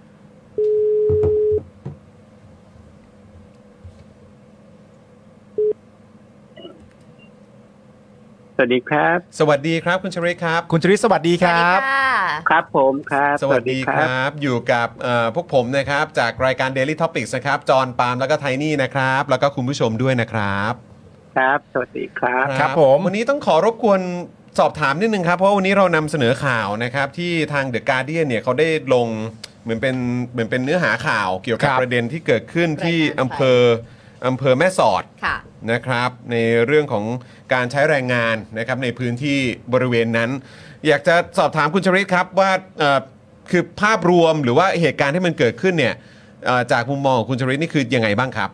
สวัสดีครับสวัสดีครับคุณชริตครับคุณจริตสวัสดีครับครับผมครับสวัสดีครับ อยู่กับเอ่อพวกผมนะครับจากรายการ Daily Topics นะครับจอห์นปาล์มแล้วก็ไทนี่นะครับ แล้วก็คุณผู้ชมด้วยนะครับครับ สวัสดีครับครับผมวันนี้ต้องขอรบกวนสอบถามนิดนึงครับ เพราะวันนี้เรานำเสนอข่าวนะครับที่ทาง The Guardian เนี่ยเขาได้ลงเหมือนเป็นเหมือนเป็นเนื้อหาข่าวเกี่ยวกับครับประเด็นที่เกิดขึ้นที่รายงานอำเภออำเภอแม่สอดค่ะนะครับในเรื่องของการใช้แรงงานนะครับในพื้นที่บริเวณนั้น อยากจะสอบถามคุณชริตครับว่าเอ่อคือภาพรวมหรือว่าเหตุการณ์ที่มันเกิดขึ้นเนี่ยเอ่อจากมุมมองของคุณชริตนี่คือยังไงบ้างครับ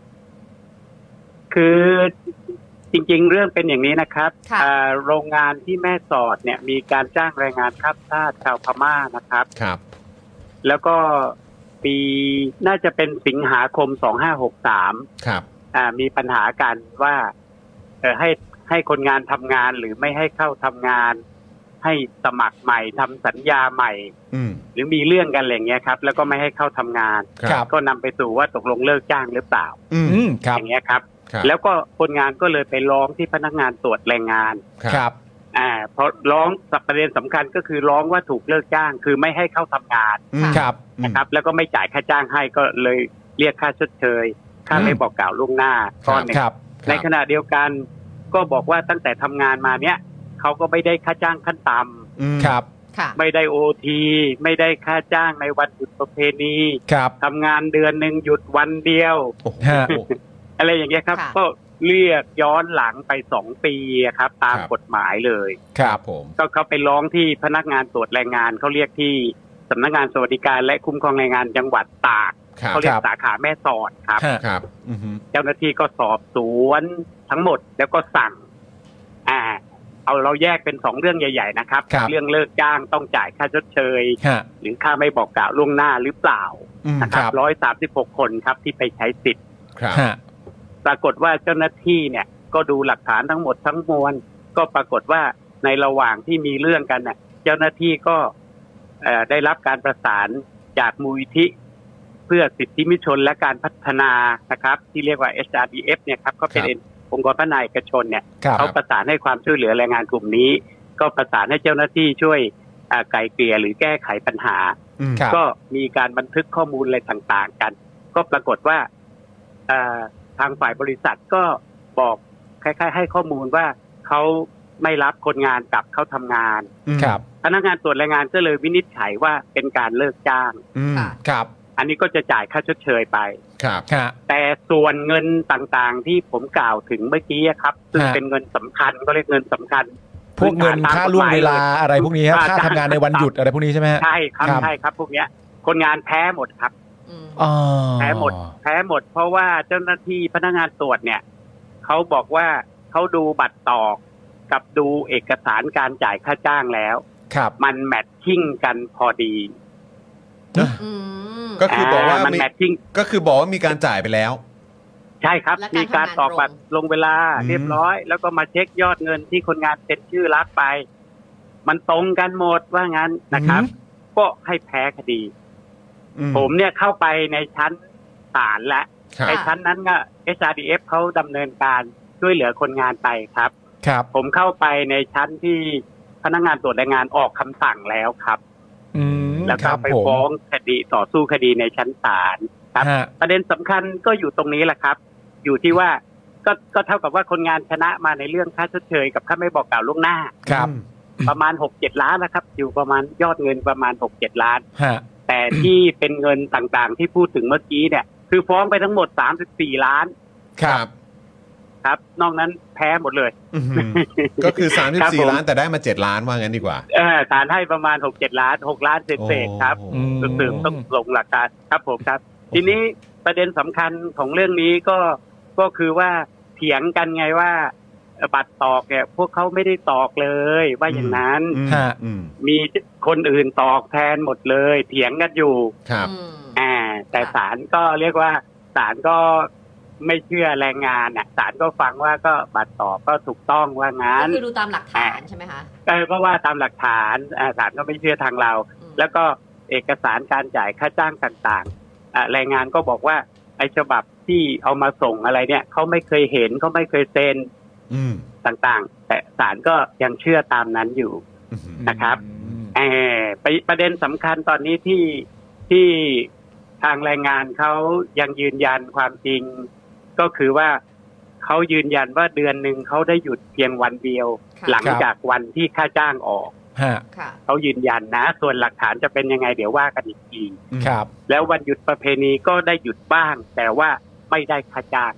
คือจริงๆเรื่องเป็นอย่างนี้นะครับค่ะอ่าโรงงานที่แม่สอดเนี่ยมีการจ้างแรงงานข้ามชาติชาวพม่านะครับครับแล้วก็ปีน่าจะเป็นสิงหาคมสองห้าหกสามครับอ่ามีปัญหากันว่าเออให้ให้คนงานทำงานหรือไม่ให้เข้าทำงาน ให้สมัครใหม่ทำสัญญาใหม่อืมหรือมีเรื่องกันอะไรอย่างเงี้ยครับ แล้วก็ไม่ให้เข้าทำงานครับก็นำไปสู่ว่าตกลงเลิกจ้างหรือเปล่าอืมอืมครัอบ ย่างเงี้ยครับครับแล้วก็คนงานก็เลยไปร้องที่พนักงานตรวจแรงงานครับอ่าเพราะร้องประเด็นสำคัญก็คือร้องว่าถูกเลิกจ้าง คือไม่ให้เข้าทำงานอืมครับนะครับ แล้วก็ไม่จ่ายค่าจ้างให้ก็เลยเรียกค่าชดเชย ค่าอืมไม่บอกกล่าวล่วงหน้าก้อนหนึ่งครับในขณะเดียวกันก็บอกว่าตั้งแต่ทำงานมาเนี้ยเขาก็ไม่ได้ค่าจ้างขั้นต่อืมครับค่ะำไม่ได้โอทีไม่ได้ค่าจ้างในวันหยุดประเพณีครับทำงานเดือนหนึ่งหยุดวันเดียวโอ้โหฮะอะไรอย่างเงี้ยครับค่ะก็เรียกย้อนหลังไปสองปีอะครับ ตามครับกฎหมายเลยครับผมก็เขาไปร้องที่พนักงานตรวจแรงงานเขาเรียกที่สำนักงานสวัสดิการและคุ้มครองแรงงานจังหวัดตากครับเขาเรียคกรับสาขาแม่สอดครับฮะครับอือฮึเจ้าหน้าที่ก็สอบสวนทั้งหมดแล้วก็สั่ง อ่า เอาเราแยกเป็นสองเรื่องใหญ่ๆนะครับครับเรื่องเลิกจ้างต้องจ่ายค่าชดเชยฮะหรือค่าไม่บอกกล่าวล่วงหน้าหรือเปล่าอืมนะครับครับร้อยสามสิบหกคนครับที่ไปใช้สิทธิ์ครับฮะปรากฏว่าเจ้าหน้าที่เนี่ยก็ดูหลักฐานทั้งหมดทั้งมวลก็ปรากฏว่าในระหว่างที่มีเรื่องกันเนี่ยเจ้าหน้าที่ก็เอ่อได้รับการประสานจากมูลนิธิเพื่อสิทธิมนุษยชนและการพัฒนานะครับที่เรียกว่า เอส อาร์ ดี เอฟ เนี่ยครับก็เป็นครับองค์กรพัฒนาเอกชนเนี่ยครับเขาประสานให้ความช่วยเหลือแรงงานกลุ่มนี้ ก็ประสานให้เจ้าหน้าที่ช่วยอ่าไกล่เกลี่ยหรือแก้ไขปัญหาอืมครับก็มีการบันทึกข้อมูลอะไรต่างๆกัน ก็ปรากฏว่าเอ่อทางฝ่ายบริษัทก็บอกคล้ายๆให้ข้อมูลว่าเขาไม่รับคนงานกลับเข้าทำงานครับพนักงานตรวจแรงงานก็เลยวินิจฉัยว่าเป็นการเลิกจ้างอืมค่ะครับอันนี้ก็จะจ่ายค่าชดเชยไปครับฮะแต่ส่วนเงินต่างๆที่ผมกล่าวถึงเมื่อกี้ครับ ซึ่งฮะเป็นเงินสำคัญก็เรียกเงินสำคัญพวกเงินค่าล่วงเวลาอะไรพวกนี้ครับค่าค่าทำงานในวันหยุดอะไรพวกนี้ใช่ไหมฮะใช่ครับครับใช่ครับพวกเนี้ย คนงานแพ้หมดครับอืมอ๋อแพ้หมด แพ้หมด เพราะว่าเจ้าหน้าที่พนักงานตรวจเนี่ยเขาบอกว่าเขาดูบัตรตอกกับดูเอกสารการจ่ายค่าจ้างแล้วครับมันแมทชิ่งกันพอดีอืมก็คือบอกว่ามันมีแมทชิ่งก็คือบอกว่ามีการจ่ายไปแล้วใช่ครับและการมีการตอกทำงานบัตรลงเวลาอืมเรียบร้อย แล้วก็มาเช็คยอดเงินที่คนงานเซ็นชื่อรับไป มันตรงกันหมดว่างั้นนะครับ ก็ให้แพ้คดีอืผมเนี่ยเข้าไปในชั้นศาลและครับในชั้นนั้นก็ เอส อาร์ ดี เอฟ เขาดำเนินการช่วยเหลือคนงานไปครับครับผมเข้าไปในชั้นที่พนักงานตรวจแรงงานออกคำสั่งแล้วครับอืมแล้วคก็รับไปผมฟ้องคดีต่อสู้คดีในชั้นศาลครับฮะประเด็นสำคัญก็อยู่ตรงนี้แหละครับ อยู่ที่ว่าก็ก็เท่ากับว่าคนงานชนะมาในเรื่องค่าชดเชยกับค่าไม่บอกกล่าวล่วงหน้าครับประมาณหกเจ็ดล้านนะครับ อยู่ประมาณยอดเงินประมาณหกเจ็ดล้านฮะแต่ที่เป็นเงินต่างๆ ที่พูดถึงเมื่อกี้เนี่ย คือฟ้องไปทั้งหมดสามสิบสี่ล้านครับครับ นอกนั้นแพ้หมดเลยอือฮึก็คือครับผมสามสิบสี่ ล้านแต่ได้มาเจ็ดล้านว่างั้นดีกว่าเออศาลให้ประมาณหกเจ็ดล้านหกล้านเศษๆครับโอ้อืมสืบต้องลงหลักการครับผมครับ ทีนี้ประเด็นสำคัญของเรื่องนี้ก็ก็คือว่าเถียงกันไงว่าเอ่อบัตรตอกเนี่ยพวกเขาไม่ได้ตอกเลยว่าอย่างนั้นอืมฮะอืมมีคนอื่นตอกแทนหมดเลย เถียงกันอยู่ครับอืมอ่าแต่ศาลก็เรียกว่าศาลก็ไม่เชื่อแรงงานอ่ะศาลก็ฟังว่าก็บัตรตอกก็ถูกต้องว่างั้ก็นคือดูตามหลักฐานใช่ไหมคะเออก็ว่าตามหลักฐานอ่าศาลก็ไม่เชื่อทางเราอืมแล้วก็เอกสารการจ่ายค่าจ้างต่างๆอ่าแรงงานก็บอกว่าไอ้ฉบับที่เอามาส่งอะไรเนี่ยเขาไม่เคยเห็นเขาไม่เคยเซ็นอืมต่างๆ แต่ศาลก็ยังเชื่อตามนั้นอยู่อืมนะครับอืมเออไปประเด็นสำคัญตอนนี้ที่ที่ทางแรงงานเขายังยืนยันความจริง ก็คือว่าเขายืนยันว่าเดือนหนึ่งเขาได้หยุดเพียงวันเดียวค่ะหลังจากวันที่ค่าจ้างออกฮะค่ะเขายืนยันนะ ส่วนหลักฐานจะเป็นยังไงเดี๋ยวว่ากันอีกทีครับแล้ววันหยุดประเพณีก็ได้หยุดบ้าง แต่ว่าไม่ได้ค่าจ้าง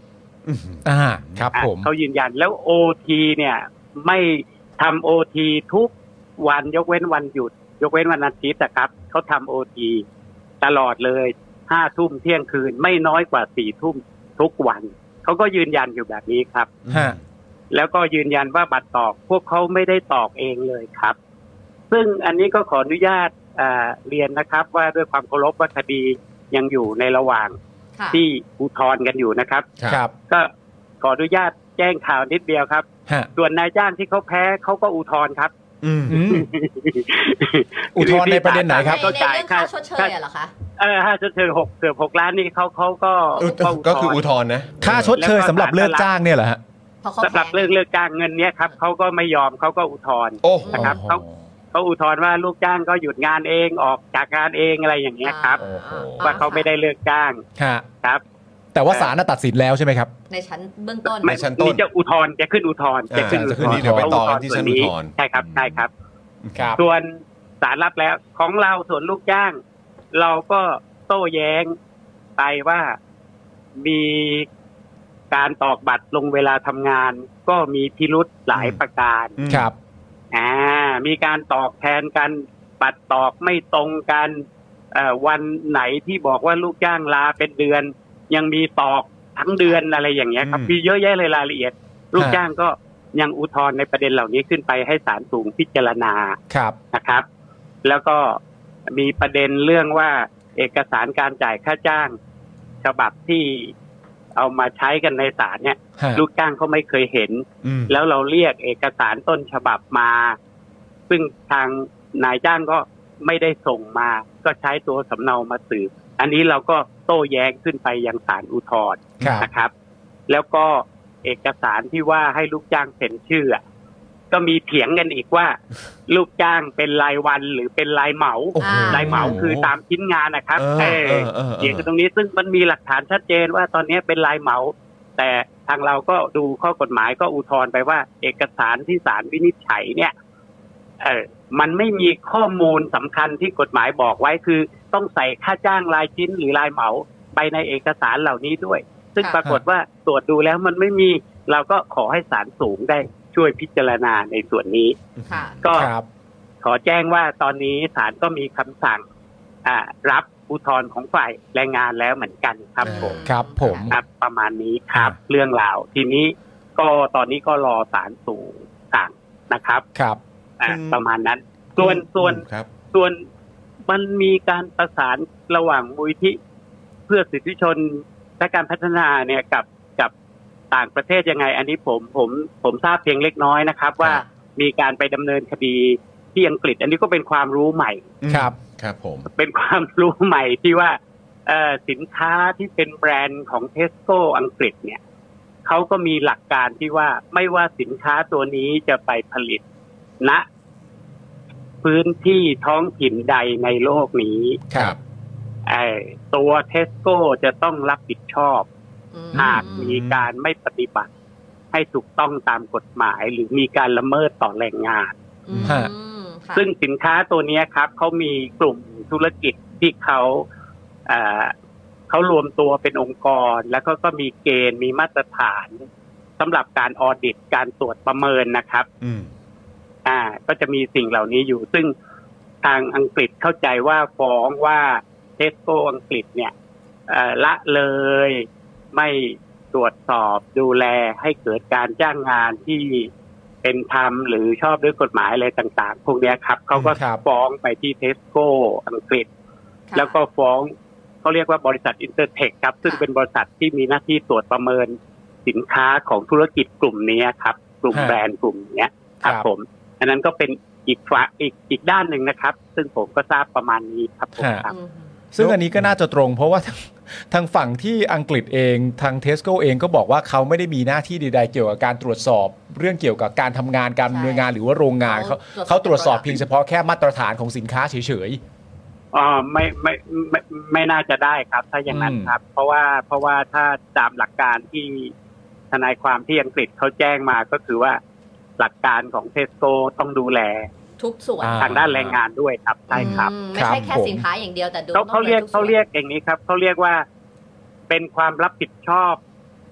อ่าครับผมเขายืนยันแล้ว โอ ที เนี่ยไม่ทำ โอ ที ทุกวันยกเว้นวันหยุดยกเว้นวันอาทิตย์นะครับเขาทำ โอ ที ตลอดเลยห้าทุ่มเที่ยงคืนไม่น้อยกว่าสี่ทุ่มทุกวันเขาก็ยืนยันอยู่แบบนี้ครับฮะแล้วก็ยืนยันว่าบัตรตอกพวกเขาไม่ได้ตอกเองเลยครับซึ่งอันนี้ก็ขออนุญาตเรียนนะครับว่าด้วยความเคารพว่าคดียังอยู่ในระหว่างที่อุทธรณ์กันอยู่นะครับครับก็ขออนุญาตแจ้งข่าวนิดเดียวครับฮะส่วนนายจ้างที่เขาแพ้เขาก็อุทธรณ์ครับอืมอืม อุทธรณ์ในประเด็นไหนครับในในเรื่องค่าชดเชยเหรอคะเออค่าชดเชยหกเกือบหกล้านนี่เขาเขาก็ก็คืออุทธรณ์นะค่าชดเชยสำหรับเลิกจ้างเนี่ยเหรอฮะสำหรับเรื่องเลิกจ้างเงินเนี้ยครับเขาก็ไม่ยอมเขาก็อุทธรณ์โอ้นะครับเขาเขาอุทธรณ์ว่าลูกจ้างก็หยุดงานเองออกจากงานเองอะไรอย่างเงี้ยครับว่าเขาไม่ได้เลิกจ้างฮะครับแต่ว่าศาลน่ะตัดสินแล้วใช่ไหมครับในชั้นเบื้องต้นในชั้นต้นจะอุทธรณ์จะขึ้นอุทธรณ์จะขึ้นอุทธรณ์เดี๋ยวไปต่อกันที่ชั้นอุทธรณ์ใช่ครับใช่ครับครับส่วนศาลรับแล้วของเราส่วนลูกจ้าง เราก็โต้แย้งไปว่ามีการตอกบัตรลงเวลาทำงาน ก็มีพิรุธหลายประการครับอ่ามีการตอกแทนกันบัตรตอกไม่ตรงกันเอ่อวันไหนที่บอกว่าลูกจ้างลาเป็นเดือน ยังมีตอกทั้งเดือนอะไรอย่างเงี้ยครับอืมมีเยอะแยะเลยรายละเอียด ลูกจ้างก็ยังอุทธรณ์ในประเด็นเหล่านี้ขึ้นไปให้ศาลสูงพิจารณาครับนะครับ แล้วก็มีประเด็นเรื่องว่าเอกสารการจ่ายค่าจ้างฉบับที่เอามาใช้กันในศาลเนี่ยฮะลูกจ้างเขาไม่เคยเห็นอืมแล้วเราเรียกเอกสารต้นฉบับมา ซึ่งทางนายจ้างก็ไม่ได้ส่งมา ก็ใช้ตัวสำเนามาสืบอันนี้เราก็โต้แย้งขึ้นไปยังศาลอุทธรณ์ครับนะครับ แล้วก็เอกสารที่ว่าให้ลูกจ้างเซ็นชื่อ ก็มีเถียงกันอีกว่า ลูกจ้างเป็นรายวันหรือเป็นรายเหมาโอ้โหรายเหมาคือตามชิ้นงานนะครับเออเออเออเออเถียงกันตรงนี้ซึ่งมันมีหลักฐานชัดเจนว่าตอนนี้เป็นรายเหมา แต่ทางเราก็ดูข้อกฎหมายก็อุทธรณ์ไปว่า เอกสารที่ศาลวินิจฉัยเนี่ยเออมันไม่มีข้อมูลสำคัญที่กฎหมายบอกไว้คือต้องใส่ค่าจ้างรายชิ้นหรือรายเหมาไปในเอกสารเหล่านี้ด้วย ซึ่งค่ะปรากฏว่าตรวจดูแล้วมันไม่มีเราก็ขอให้ศาลสูงได้ช่วยพิจารณาในส่วนนี้ค่ะก็ครับขอแจ้งว่าตอนนี้ศาลก็มีคำสั่งอ่ารับอุทธรณ์ของฝ่ายแรงงานแล้วเหมือนกันครับผมครับผมครับประมาณนี้ครับ เรื่องราวทีนี้ก็ตอนนี้ก็รอศาลสูงสั่งนะครับครับอ่าอืมประมาณนั้น ส่วนส่วนครับส่วนมันมีการประสานระหว่างมูลที่เพื่อสิทธิชนและการพัฒนาเนี่ยกับกับต่างประเทศยังไง อันนี้ผมผมผมทราบเพียงเล็กน้อยนะครับ ว่ามีการไปดำเนินคดีที่อังกฤษ อันนี้ก็เป็นความรู้ใหม่ครับครับผมเป็นความรู้ใหม่ที่ว่าเอ่อสินค้าที่เป็นแบรนด์ของ Tesco อังกฤษเนี่ยเขาก็มีหลักการที่ว่าไม่ว่าสินค้าตัวนี้จะไปผลิตณพื้นที่ท้องถิ่นใดในโลกนี้ครับไอ้ตัว Tesco จะต้องรับผิดชอบอืมหากมีการไม่ปฏิบัติให้ถูกต้องตามกฎหมาย หรือมีการละเมิดต่อแรงงานอืมฮะค่ะซึ่งสินค้าตัวนี้ครับเขามีกลุ่มธุรกิจที่เขาเอ่อเขารวมตัวเป็นองค์กร แล้วก็ก็มีเกณฑ์มีมาตรฐานสำหรับการออดิตการตรวจประเมินนะครับอืมอ่า ก็จะมีสิ่งเหล่านี้อยู่ ซึ่งทางอังกฤษเข้าใจว่าฟ้องว่าเทสโก้อังกฤษเนี่ยเอ่อละเลยไม่ตรวจสอบดูแลให้เกิดการจ้างงานที่เป็นธรรมหรือชอบด้วยกฎหมายอะไรต่างๆ พวกเนี้ยครับเขาก็ครับฟ้องไปที่เทสโก้อังกฤษค่ะแล้วก็ฟ้องเขาเรียกว่าบริษัทอินเตอร์เทคครับ ซึ่งเป็นบริษัทที่มีหน้าที่ตรวจประเมินสินค้าของธุรกิจกลุ่มนี้ครับ กลุ่มฮะแบรนด์กลุ่มเนี้ยครับครับผม อันนั้นก็เป็นอีกฝ่ายอีกอีกด้านหนึ่งนะครับ ซึ่งผมก็ทราบประมาณนี้ครับผมฮะครับอืมซึ่งอันนี้ก็น่าจะตรงเพราะว่า ทางทางฝั่งที่อังกฤษเองทางเทสโก้เองก็บอกว่าเขาไม่ได้มีหน้าที่ใดๆเกี่ยวกับการตรวจสอบ เรื่องเกี่ยวกับการทำงานการดำเนินงานหรือว่าโรงงานเขาเขาตรวจสอบเพียงเฉพาะแค่มาตรฐานของสินค้าเฉยอ๋อไม่ไม่ไม่ไม่น่าจะได้ครับ ถ้าอย่างนั้นอืมครับ เพราะว่าเพราะว่าถ้าตามหลักการที่ทนายความที่อังกฤษเขาแจ้งมาก็คือว่าหลักการของเทสโก้ต้องดูแลทุกส่วนอ่ทางด้านแรงงานด้วยครับใช่ครับอืมไม่ใช่แค่ครับผมสินค้าอย่างเดียวแต่ดูเขาเขาเรียกต้องเขาดูทุส่วนเรียกอย่างนี้ครับเขาเรียกว่าเป็นความรับผิดชอบ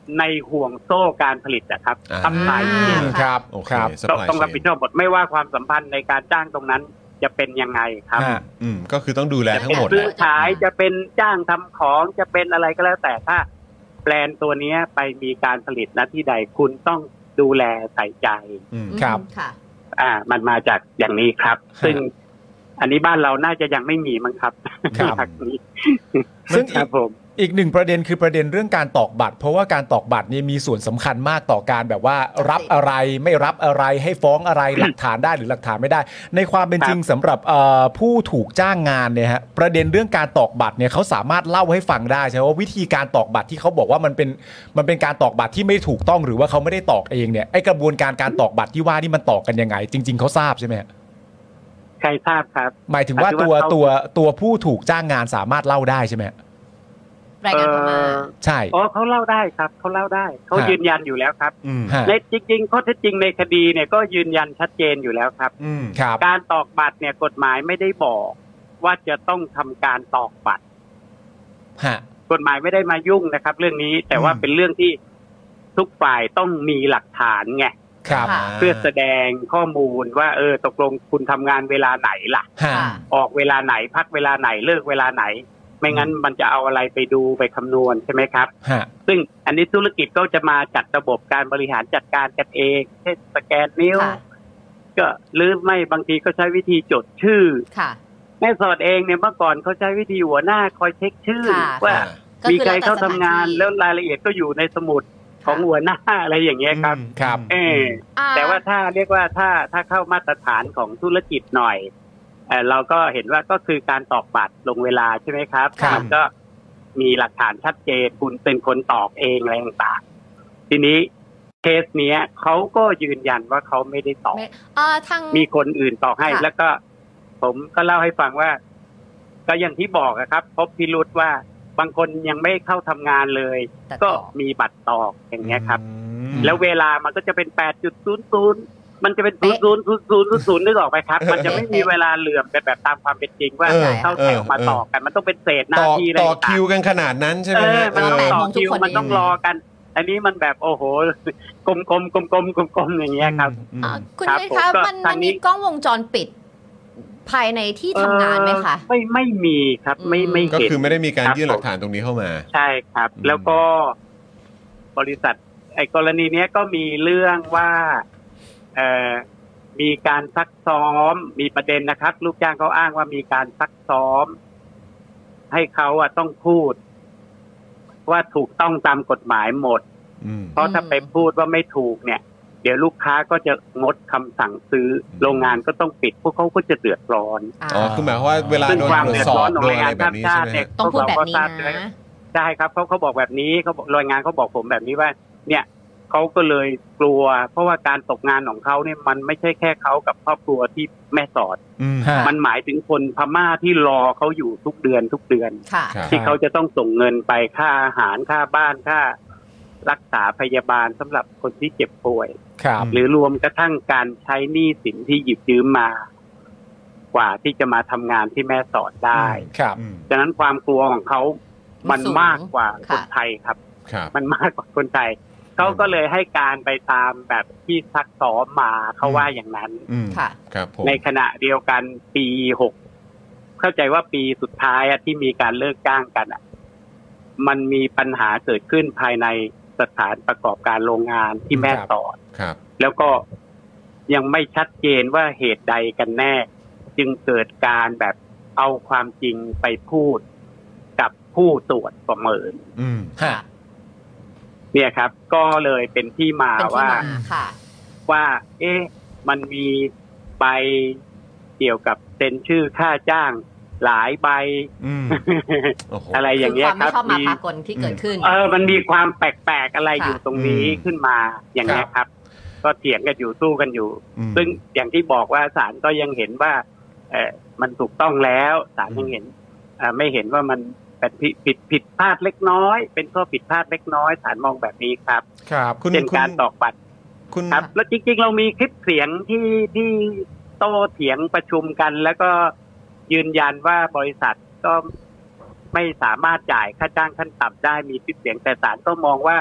ในห่วงโซ่การผลิตนะครับอ่าซัพพลายเชนครับโอเคครับ supply ต้องต้องรับ chain ผิดชอบหมดไม่ว่าความสัมพันธ์ในการจ้างตรงนั้นจะเป็นยังไงครับฮะอืมก็คือต้องดูแลทั้งหมดซื้แหอละขายจะเป็นจ้างทำของจะเป็นอะไรก็แล้วแต่ถ้าแบรนด์ตัวเนี้ยไปมีการผลิตณที่ใดคุณต้องดูแลใส่ใจอืมครับค่ะอ่า มันมาจากอย่างนี้ครับ ซึ่งอันนี้บ้านเราน่าจะยังไม่มีมั้งครับครับทางนี้ซึ่งคอีรักบผมอีกหนึ่งประเด็นคือประเด็นเรื่องการตอกบัตร เพราะว่าการตอกบัตรเนี่ยมีส่วนสำคัญมากต่อการแบบว่ารับอะไรไม่รับอะไรให้ฟ้องอะไร หลักฐานได้หรือหลักฐานไม่ได้ ในความเป็นจริงสำหรับเอ่อผู้ถูกจ้างงานเนี่ยฮะประเด็นเรื่องการตอกบัตรเนี่ยเขาสามารถเล่าให้ฟังได้ใช่ไหมว่าวิธีการตอกบัตรที่เขาบอกว่ามันเป็นมันเป็นการตอกบัตรที่ไม่ถูกต้องหรือว่าเขาไม่ได้ตอกเองเนี่ยไอกระบวนการการตอกบัตรที่ว่านี่มันตอกกันยังไง จริง ๆเขาทราบใช่ไหมฮะใครทราบครับหมายถึงว่าตัวตัวตัวผู้ถูกจ้างงานสามารถเล่าได้ใช่ไหมฮะรายงานเข้ามาเอ่อใช่อ๋อเขาเล่าได้ครับเขาเล่าได้เขาฮะยืนยันอยู่แล้วครับอืมฮะในจริงๆข้อเท็จจริงในคดีเนี่ยก็ยืนยันชัดเจนอยู่แล้วครับอืมครับการตอกบัตรเนี่ยกฎหมายไม่ได้บอกว่าจะต้องทำการตอกบัตรฮะกฎหมายไม่ได้มายุ่งนะครับ เรื่องนี้แต่ว่าอืมเป็นเรื่องที่ทุกฝ่ายต้องมีหลักฐานไงครับค่ะเพื่อแสดงข้อมูลว่าเออตกลงคุณทำงานเวลาไหนล่ะฮะค่ะออกเวลาไหนพักเวลาไหนเลิกเวลาไหน ไม่งั้นมันจะเอาอะไรไปดูไปคำนวณใช่ไหมครับฮะซึ่งอันนี้ธุรกิจก็จะมาจัดระบบการบริหารจัดการกันเองเช่นสแกนนิ้วค่ะก็หรือไม่บางทีก็ใช้วิธีจดชื่อค่ะแม่สอดเองเนี่ยเมื่อก่อนเขาใช้วิธีหัวหน้าคอยเช็คชื่อค่ะว่าก็มีคือใครแล้วแต่เข้าทำงานสถที่แล้วรายละเอียดก็อยู่ในสมุดของหัวหน้าอะไรอย่างเงี้ยครับครับเอออ่าแต่ว่าถ้าเรียกว่าถ้าถ้าเข้ามาตรฐานของธุรกิจหน่อยเออเราก็เห็นว่าก็คือการตอกบัตรลงเวลาใช่ไหมครับครับมันก็มีหลักฐานชัดเจนคุณเป็นคนตอกเองอะไรต่างๆทีนี้เคสเนี้ยเขาก็ยืนยันว่าเขาไม่ได้ตอกไม่อ่าทางมีคนอื่นตอกให้ค่ะแล้วก็ ผมก็เล่าให้ฟังว่า ก็อย่างที่บอกอะครับพบพิรุษว่าบางคนยังไม่เข้าทำงานเลยแต่ก็ตอกมีบัตรตอกอย่างเงี้ยครับอืมแล้วเวลามันก็จะเป็น แปดจุดศูนย์ศูนย์ มันจะเป็นศูนย์ศูนย์ศูนย์ศูนย์ศูนย์นึกออกไหมครับ มันจะไม่มีเวลาเหลื่อมกันแบบตามความเป็นจริงว่าเออเข้าแถวมาเออต่อกัน มันต้องเป็นเศษหน้าต่อที่อะไรต่อต่างคิวกันขนาดนั้นใช่ไหเอมอฮะมันต้องแปดต่อโมงทุกคิวคนมันต้องเองรอกัน อันนี้มันแบบโอ้โหกลมๆกลมๆกลมๆกลมๆอย่างเงี้ยครับอืมอ่าคุณครับยุ้ยผมคะก็มันทามันงนี้มีกล้องวงจรปิด ภายในที่ทำงานไหมคะเอ่อไม่ไม่มีครับ ไม่ไม่ก็เห็นคือไม่ได้มีการครับยื่นหลักฐานตรงนี้เข้ามาใช่ครับอืมแล้วก็บริษัท ไอ้กรณีเนี้ยก็มีเรื่องว่าเอ่อมีการซักซ้อมมีประเด็นนะครับ ลูกจ้างเขาอ้างว่ามีการซักซ้อม ให้เขาอะต้องพูด ว่าถูกต้องตามกฎหมายหมดอืมเพราะถ้าไปพูดว่าไม่ถูกเนี่ย เดี๋ยวลูกค้าก็จะงดคำสั่งซื้อ โรงงานก็ต้องปิด พวกเขาก็จะเดือดร้อนอ๋อคือหมายความว่าเวลาซึ่งโดนความตรวเดืจอดสอร้อบ นของโดนแรงอะงาไรนแบข้าบมนี้ชาใช่ติไหมเนี่ยฮะต้องพูดแบบนี้พวกเราก็ทราบนะใช่ครับเขาเขาบอกแบบนี้เขาบอกรายงานเขาบอกผมแบบนี้ว่า เนี่ยเขาก็เลยกลัว เพราะว่าการตกงานของเขาเนี่ยมันไม่ใช่แค่เขากับครอบครัวที่แม่สอดอืมฮะมันหมายถึงคนพม่าที่รอเขาอยู่ทุกเดือนทุกเดือนค่ะครับที่เขาจะต้องส่งเงินไปค่าอาหารค่าบ้านค่า รักษาพยาบาลสำหรับคนที่เจ็บป่วยครับหรือรวมกระทั่งการใช้หนี้สินที่หยิบยืมมา กว่าที่จะมาทำงานที่แม่สอดได้ครับอืมฉะนั้นความกลัวของเขามันสูงมากกว่าคนค่ะไทยครับครับมันมากกว่าคนไทยเขาก็เลยให้การไปตามแบบที่ซักซ้อมมาเขาว่าอย่างนั้นอืมค่ะครับผมในขณะเดียวกันปีหกเข้าใจว่าปีสุดท้ายอะที่มีการเลิกจ้างกันอะมันมีปัญหาเกิดขึ้นภายในสถานประกอบการโรงงานที่แม่สอดครับแล้วก็ยังไม่ชัดเจนว่าเหตุใดกันแน่ จึงเกิดการแบบเอาความจริงไปพูดกับผู้ตรวจประเมินอืมฮะเนี่ยครับ ก็เลยเป็นที่มาเป็นที่ว่ามาค่ะว่า เอ๊ะ มันมีใบเกี่ยวกับเซ็นชื่อค่าจ้างหลายใบอืมโอ้โหอะไรอย่างเงี้ยคือความครัไม่บชอบมาพากลที่เกิดขึ้นเออ มันมีความแปลกๆอะไรค่ะอยู่ตรงนี้อืมขึ้นมาอย่างเงี้ยครับ ก็เถียงกันอยู่สู้กันอยู่อืมซึ่งอย่างที่บอกว่าศาลก็ยังเห็นว่าเออมันถูกต้องแล้วศาลยังเห็นอ่าไม่เห็นว่ามันเป็นผิดผิดผิดพลาดเล็กน้อย เป็นข้อผิดพลาดเล็กน้อยศาลมองแบบนี้ครับครับคุณเป็นคุณการตอกบัตรคุณครับ แล้วจริงๆ เรามีคลิปเสียงที่ที่โต้เถียงประชุมกัน แล้วก็ยืนยันว่าบริษัทก็ไม่สามารถจ่ายค่าจ้างขั้นต่ำได้มีคลิปเสียงแต่ศาลก็มองว่า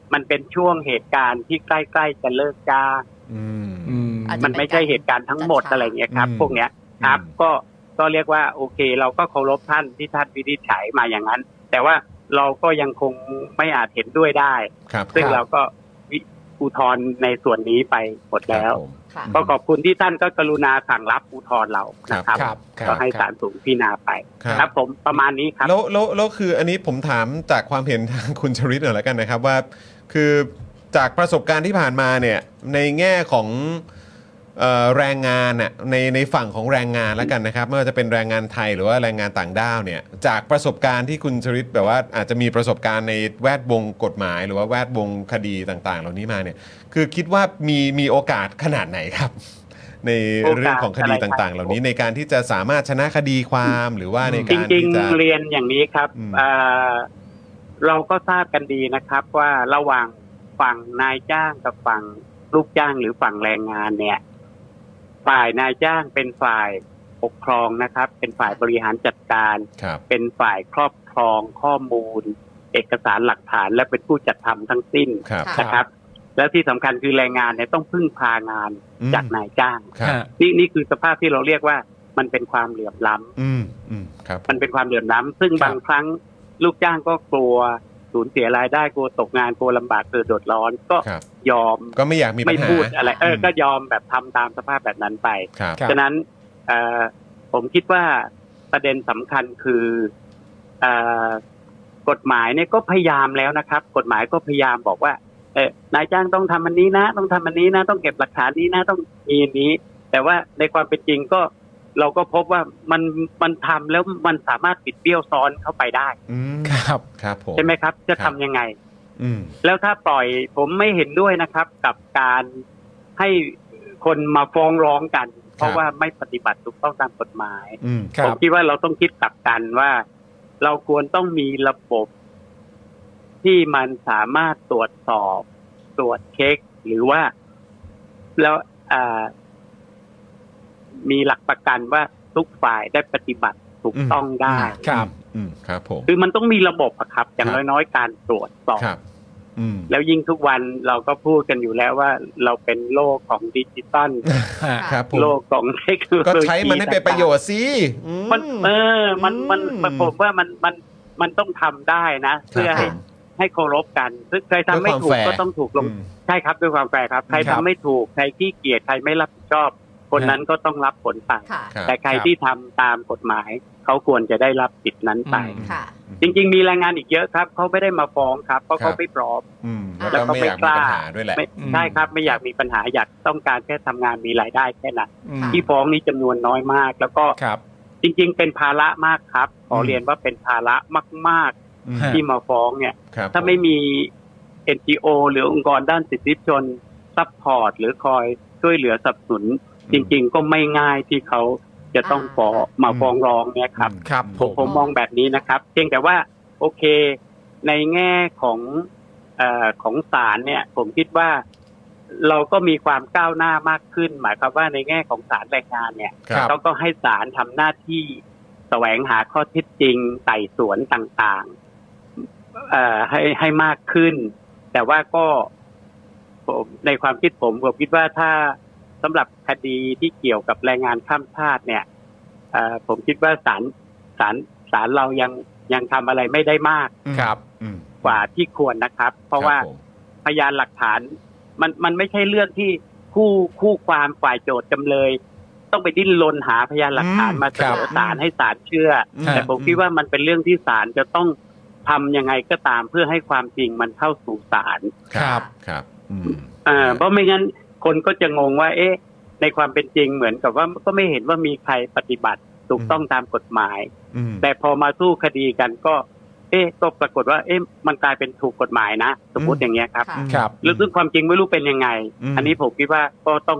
มันเป็นช่วงเหตุการณ์ที่ใกล้ๆจะเลิกจ้างอืมอืมอาจจะมันไม่ใช่เหตุการณ์ทั้งหมดอะไรเงี้ยครับอืมพวกเนี้ยครับอืมก็ก็เรียกว่าโอเค เราก็เคารพท่านที่ท่านวินิจฉัยมาอย่างนั้น แต่ว่าเราก็ยังคงไม่อาจเห็นด้วยได้ครับซึ่งครับเราก็วิอุทธรณ์ในส่วนนี้ไปหมดแล้วครับผมค่ะก็ขอบคุณที่ท่านก็กรุณาสั่งรับอุทธรณ์เรานะครับครับคก็รับให้ศาลสูงพิจารณาไปครับครับผมประมาณนี้ครับแล้วแล้วแล้วคืออันนี้ผมถามจากความเห็นทางคุณชริตหน่อยแล้วกันนะครับว่าคือจากประสบการณ์ที่ผ่านมาเนี่ยในแง่ของเอ่อแรงงานน่ะในในฝั่งของแรงงานแล้วกันนะครับไม่ว่าจะเป็นแรงงานไทยหรือว่าแรงงานต่างด้าวเนี่ยจากประสบการณ์ที่คุณชริตแบบว่าอาจจะมีประสบการณ์ในแวดวงกฎหมาย หรือว่าแวดวงคดีต่างๆ เหล่านี้มาเนี่ยคือคิดว่ามีมีโอกาสขนาดไหนครับ ในเรื่องของคดีต่างๆ เหล่านี้ในการที่จะสามารถชนะคดีความหรือว่าในจการริงที่จะๆเรียนอย่างนี้ครับอืมเอ่อเราก็ทราบกันดีนะครับ ว่าระหว่างฝั่งนายจ้างกับฝั่งลูกจ้างหรือฝั่งแรงงานเนี่ย ฝ่ายนายจ้างเป็นฝ่ายปกครองนะครับ เป็นฝ่ายบริหารจัดการครับเป็นฝ่ายครอบครองข้อมูล เอกสารหลักฐานและเป็นผู้จัดทำทั้งสิ้นครับค่ะนะครับ แล้วที่สำคัญคือแรงงานเนี่ยต้องพึ่งพางานอืมจากนายจ้างครับฮะนี่นี่คือสภาพที่เราเรียกว่ามันเป็นความเหลื่อมล้ำอืมอืมครับมันเป็นความเหลื่อมล้ำซึ่งครับบางครั้งลูกจ้างก็กลัวสูญเสียรายได้กลัวตกงานกลัวลำบากเกิดเดือดร้อน ก็ครับยอมก็ไม่อยากมีปัไม่ญหาพูดอะไรเอออมก็ยอมแบบทำตามสภาพแบบนั้นไปครับครับฉะนั้นเอ่อผมคิดว่าประเด็นสำคัญคือเอ่อกฎหมายเนี่ยก็พยายามแล้วนะครับ กฎหมายก็พยายามบอกว่าเออนายจ้างต้องทำอันนี้นะ ต้องทำอันนี้นะ ต้องเก็บหลักฐานนี้นะ ต้องมีอันนี้ แต่ว่าในความเป็นจริงก็เราก็พบว่ามันมันทำแล้วมันสามารถปิดเบี้ยวซ้อนเข้าไปได้อืมครับครับผมใช่ไหมครับ จะครัทำบยังไงอืมแล้วถ้าปล่อยผมไม่เห็นด้วยนะครับ กับการให้คนมาฟ้องร้องกัน เพราะว่าไม่ปฏิบัติถูกต้องตามกฎหมายอืมครัผมบคิดว่าเราต้องคิดกลับกันว่า เราควรต้องมีระบบที่มันสามารถตรวจสอบตรวจเช็ค หรือว่าแล้วอ่ามีหลักประกันว่าทุกฝ่ายได้ปฏิบัติถูกต้องได้ครับอืมครับผมคือมันต้องมีระบบอะครับ อย่างครับน้อยๆการตรวจสอบครับ อืมแล้วยิ่งทุกวันเราก็พูดกันอยู่แล้วว่าเราเป็นโลกของดิจิตอลฮะครับผมโลกของเทคโนโลยีก็ใช้มันให้เป็นประโยชน์สิอืมันเออมันมันอืมมันผมว่ามันมันมันต้องทำได้นะ เพื่อครัให้บผมให้เคารพกันซึ่งใครทำไม่ถูกด้วยความแฟร์ก็ต้องถูกลงอืมใช่ครับด้วยความแฟร์ครับ ใครครัทำบไม่ถูกใครขี้เกียจใครไม่รับผิดชอบ คนนั้นก็ต้องรับผลไปค่ะครับแต่ใครครับที่ทำตามกฎหมาย เขาควรจะได้รับสิทธินั้นไปอืมค่ะจริง ๆ มีแรงงานอีกเยอะครับเขาไม่ได้มาฟ้องครับเพราะเขาไม่พร้อมอืมอ่าแล้วก็ไม่อยากมีปัญหาด้วยแหละไม่อืมใช่ครับไม่อยากมีปัญหาอยากต้องการแค่ทำงานมีรายได้แค่นั้นอืมที่ฟ้องนี่จำนวนน้อยมาก แล้วก็ครับจริง ๆ เป็นภาระมากครับ ขออืมเรียนว่าเป็นภาระมากอืมฮะๆ ที่มาฟ้องเนี่ยครับถ้าไม่มี เอ็น จี โอ หรือองค์กรด้านสิทธิชนซัพพอร์ตหรือคอยช่วยเหลือสนับสนุน จริง ๆ ก็ไม่ง่ายที่เขาจะต้องฟ้องมาฟ้องร้องเนี่ยครับครับผผม มผมมองแบบนี้นะครับ เพียงแต่ว่าโอเคในแง่ของเอ่อของศาลเนี่ย ผมคิดว่าเราก็มีความก้าวหน้ามากขึ้น หมายความว่าในแง่ของศาลแรงงานเนี่ยครับเขาก็ให้ศาลทำหน้าที่แสวงหาข้อเท็จจริงไต่สวนต่างๆเอ่อให้ให้มากขึ้น แต่ว่าก็ผมในความคิดผมผมคิดว่าถ้าสำหรับคดีที่เกี่ยวกับแรงงานข้ามชาติเนี่ยเอ่อผมคิดว่าศาลศาลศาลเรายังยังทำอะไรไม่ได้มากครับอืมกว่าที่ควรนะครับ เพราะว่าคบผมพยานหลักฐานมันมันไม่ใช่เรื่องที่คู่คู่ความฝ่ายโจทย์จำเลย ต้องไปดิ้นรนหาพยานหลักฐานอืมมาเสนอครับศาลให้ศาลเชื่ออืมแต่ผมคิดว่ามันเป็นเรื่องที่ศาลจะต้องทำยังไงก็ตามเพื่อให้ความจริงมันเข้าสู่ศาลครับครับอืมเอ่อเพราะไม่งั้นคนก็จะงงว่า เอ๊ะ ในความเป็นจริงเหมือนกับว่าก็ไม่เห็นว่ามีใครปฏิบัติถูกต้องตามกฎหมายอืมแต่พอมาสู้คดีกันก็ เอ๊ะก็ปรากฏว่า เอ๊ะมันกลายเป็นถูกกฎหมายนะสมมติอย่างเงี้ยครับค่ะครับแล้วซึ่งความจริงไม่รู้เป็นยังไงอืมอันนี้ผมคิดว่าก็ต้อง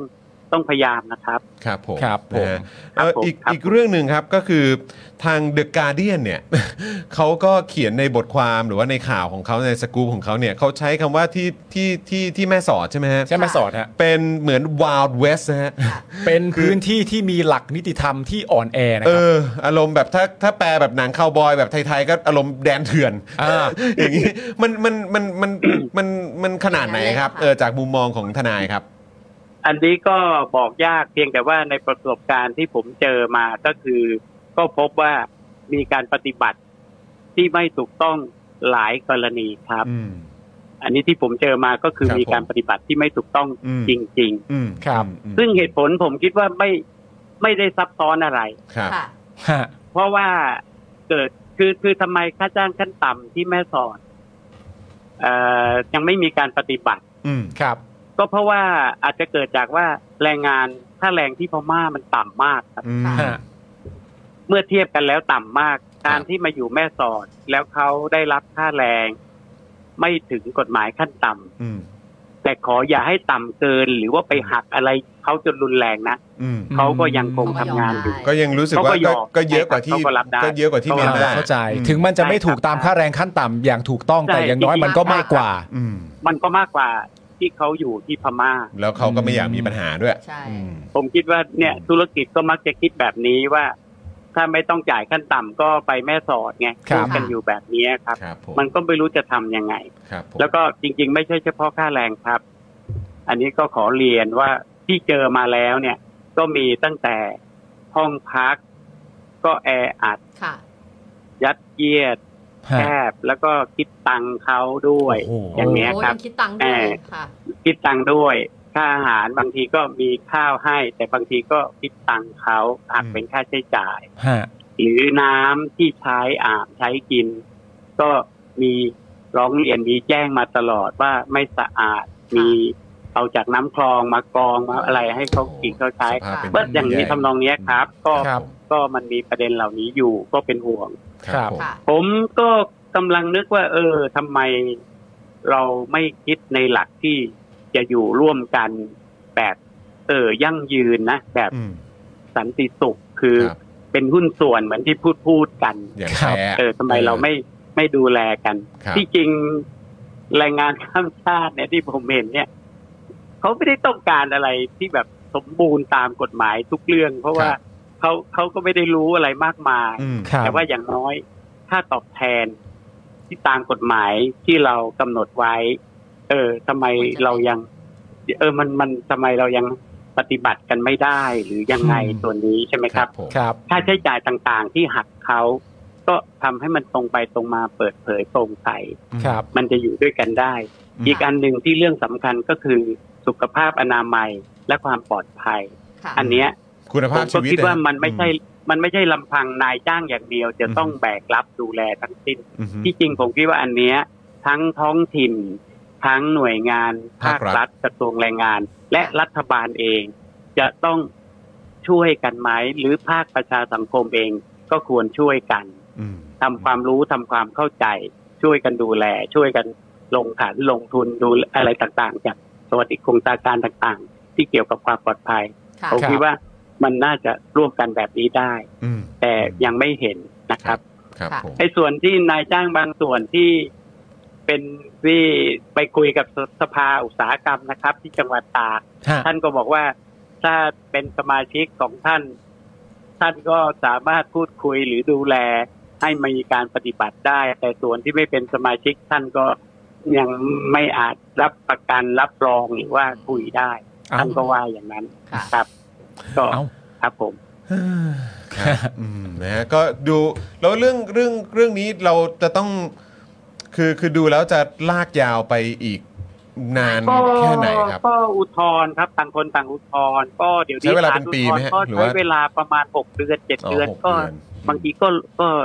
ต้องพยายามนะครับครับผมครับผมนะฮะครับเอ่อผมอีกครับอีกเรื่องหนึ่งครับก็คือทาง The Guardian เนี่ย เขาก็เขียนในบทความหรือว่าในข่าวของเขาในสกู๊ปของเขาเนี่ยเขาใช้คำว่าที่ที่ที่ที่แม่สอดใช่ไหมฮะใช่ไหมสอดฮะเป็นเหมือน Wild West นะฮะเป็นพื้นที่ที่มีหลักนิติธรรมที่อ่อนแอนะเอครับออารมณ์แบบถ้าถ้าแปลแบบหนังคาวบอยแบบไทยๆก็อารมณ์แดนเถื่อนอ่าอย่างนี้มันมันมันมันมันมันขนาดไหนครับเออจากมุมมองของทนายครับอันนี้ก็บอกยากเพียงแต่ว่าในประสบการณ์ที่ผมเจอมาก็คือ ก็พบว่ามีการปฏิบัติที่ไม่ถูกต้องหลายกรณีครับอืมอันนี้ที่ผมเจอมาก็คือครับมีการปฏิบัติที่ไม่ถูกต้องอืมจริงอืมครับอืมๆ ซึ่งเหตุผลผมคิดว่าไม่ไม่ได้ซับซ้อนอะไรครับค่ะฮะเพราะว่าเกิดคือคือทำไมค่าจ้างขั้นต่ำที่แม่สอดเอ่อยังไม่มีการปฏิบัติอืมครับก็เพราะว่าอาจจะเกิดจากว่าแรงงานค่าแรงที่พม่ามันต่ำมากครับอืมฮะเมื่อเทียบกันแล้วต่ำมาก การที่มาอยู่แม่สอด แล้วเขาได้รับค่าแรง ไม่ถึงกฎหมายขั้นต่ำอืมแต่ขออย่าให้ต่ำเกิน หรือว่าไปหักอะไรเขาจนรุนแรงนะอืมเขาก็ยังคงทำงานอยู่ก็ยังรู้สึกว่าเขาก็ยก็อมก็เยอะกว่าที่เขาก็รับได้ก็เยอะกว่าที่เขาเมียนก็มาเข้าใจอืมถึงมันจะไม่ถูกตามค่าแรงขั้นต่ำอย่างถูกต้องใช่แต่อย่างน้อยจริงๆมันก็มากกว่าอืมมันก็มากกว่าที่เขาอยู่ที่พม่าแล้วเขาก็ไม่อยากมีปัญหาด้วยใช่อืมผมคิดว่าเนี่ยธุรกิจก็มักจะคิดแบบนี้ว่า ถ้าไม่ต้องจ่ายขั้นต่ำก็ไปแม่สอดไงครับพูดกันอยู่แบบนี้ครับครับผมมันก็ไม่รู้จะทำยังไงครับผมแล้วก็จริงๆ ไม่ใช่เฉพาะค่าแรงครับ อันนี้ก็ขอเรียนว่าที่เจอมาแล้วเนี่ย ก็มีตั้งแต่ห้องพัก ก็แออัดค่ะยัดเยียดฮะแคบแล้วก็คิดตังค์เขาด้วยโอ้โหอย่างเนี้ยโอ้ครับยังคิดตังค์ด้วยเออค่ะคิดตังค์ด้วย ค่าอาหารบางทีก็มีข้าวให้ แต่บางทีก็คิดตังค์เขาหักเป็นค่าใช้จ่ายฮะหรือน้ำที่ใช้อาบใช้กิน ก็มีร้องเรียนมีแจ้งมาตลอดว่าไม่สะอาด มีเอาจากน้ำคลองมากรองมาอะไรให้เขากินเขาใช้สภาพเป็นเมื่ออย่างนี้ทำนองเนี้ยครับ ก็ครับก็มันมีประเด็นเหล่านี้อยู่ก็เป็นห่วงครับผมค่ะผมก็กำลังนึกว่า เออทำไมเราไม่คิดในหลักที่จะอยู่ร่วมกันแบบ เออยั่งยืนนะแบบอืมสันติสุขคือครับเป็นหุ้นส่วนเหมือนที่พูดพูดกันอย่างครับแท้เออทำไมเราไม่ไม่ดูแลกันครับที่จริงแรงงานข้ามชาติเนี่ยที่ผมเห็นเนี่ยเขาไม่ได้ต้องการอะไรที่แบบสมบูรณ์ตามกฎหมายทุกเรื่อง เพราะว่าเขาเขาก็ไม่ได้รู้อะไรมากมายอืมครับแต่ว่าอย่างน้อยค่าตอบแทนที่ตามกฎหมายที่เรากำหนดไว้ เออทำไมเรายัง เออมันมันทำไมเรายังปฏิบัติกันไม่ได้หรือยังไงอืมตัวนี้ใช่ไหมคครัรับบ ผมครับค่าใช้จ่ายต่างๆ ที่หักเขาก็ทำให้มันตรงไปตรงมาเปิดเผยโปร่งใสครับมันจะอยู่ด้วยกันได้อืมอีกอันหนึ่งที่เรื่องสำคัญก็คือสุขภาพอนามัยและความปลอดภัยค่ะอันเนี้ยคุณผภาพมชีก็วิตคิดว่าะมันไม่ใช่ มันไม่ใช่ลำพังนายจ้างอย่างเดียว จะต้องแบกรับดูแลทั้งสิ้นอืมที่จริงผมคิดว่าอันเนี้ยทั้งท้องถิ่น ทั้งหน่วยงานภาคภาครัรัฐฐกระทรวงแรงงาน และรัฐบาลเอง จะต้องช่วยกันไหมหรือภาคประชาสังคมเองก็ควรช่วยกันอืมทำความรู้ทำความเข้าใจ ช่วยกันดูแล ช่วยกันลงขันลงทุนดูอะไรต่างๆ จากสวัสดิโครงการต่างๆ ที่เกี่ยวกับความปลอดภัยค่ะผมคิดว่ามันน่าจะร่วมกันแบบนี้ได้อืมแต่ยังไม่เห็นนะครับครับผมไอ้ส่วนที่นายจ้างบางส่วนที่เป็นที่ไปคุยกับสภาอุตสาหกรรมนะครับ ที่จังหวัดตากฮะท่านก็บอกว่าถ้าเป็นสมาชิกของท่าน ท่านก็สามารถพูดคุยหรือดูแลให้มีการปฏิบัติได้ แต่ส่วนที่ไม่เป็นสมาชิกท่านก็ยังไม่อาจรับประกันรับรองหรือว่าคุยได้เอ้าท่านก็ว่าอย่างนั้นค่ะครับ ก็เอ้าครับผมครับอืมนะฮะก็ดูแล้วเรื่องเรื่องเรื่องนี้เราจะต้องคือคือดูแล้วจะลากยาวไปอีกนานก็แค่ไหนครับก็อุทธรณ์ครับต่างคนต่างอุทธรณ์ก็เดี๋ยวนี้ใช้เวลาศเป็นปีไหมฮะก็หรือใช้ว่าเวลาประมาณหกเดือนเจ็ดอ๋อเดือนหกก็เดือนบางทีก็ก็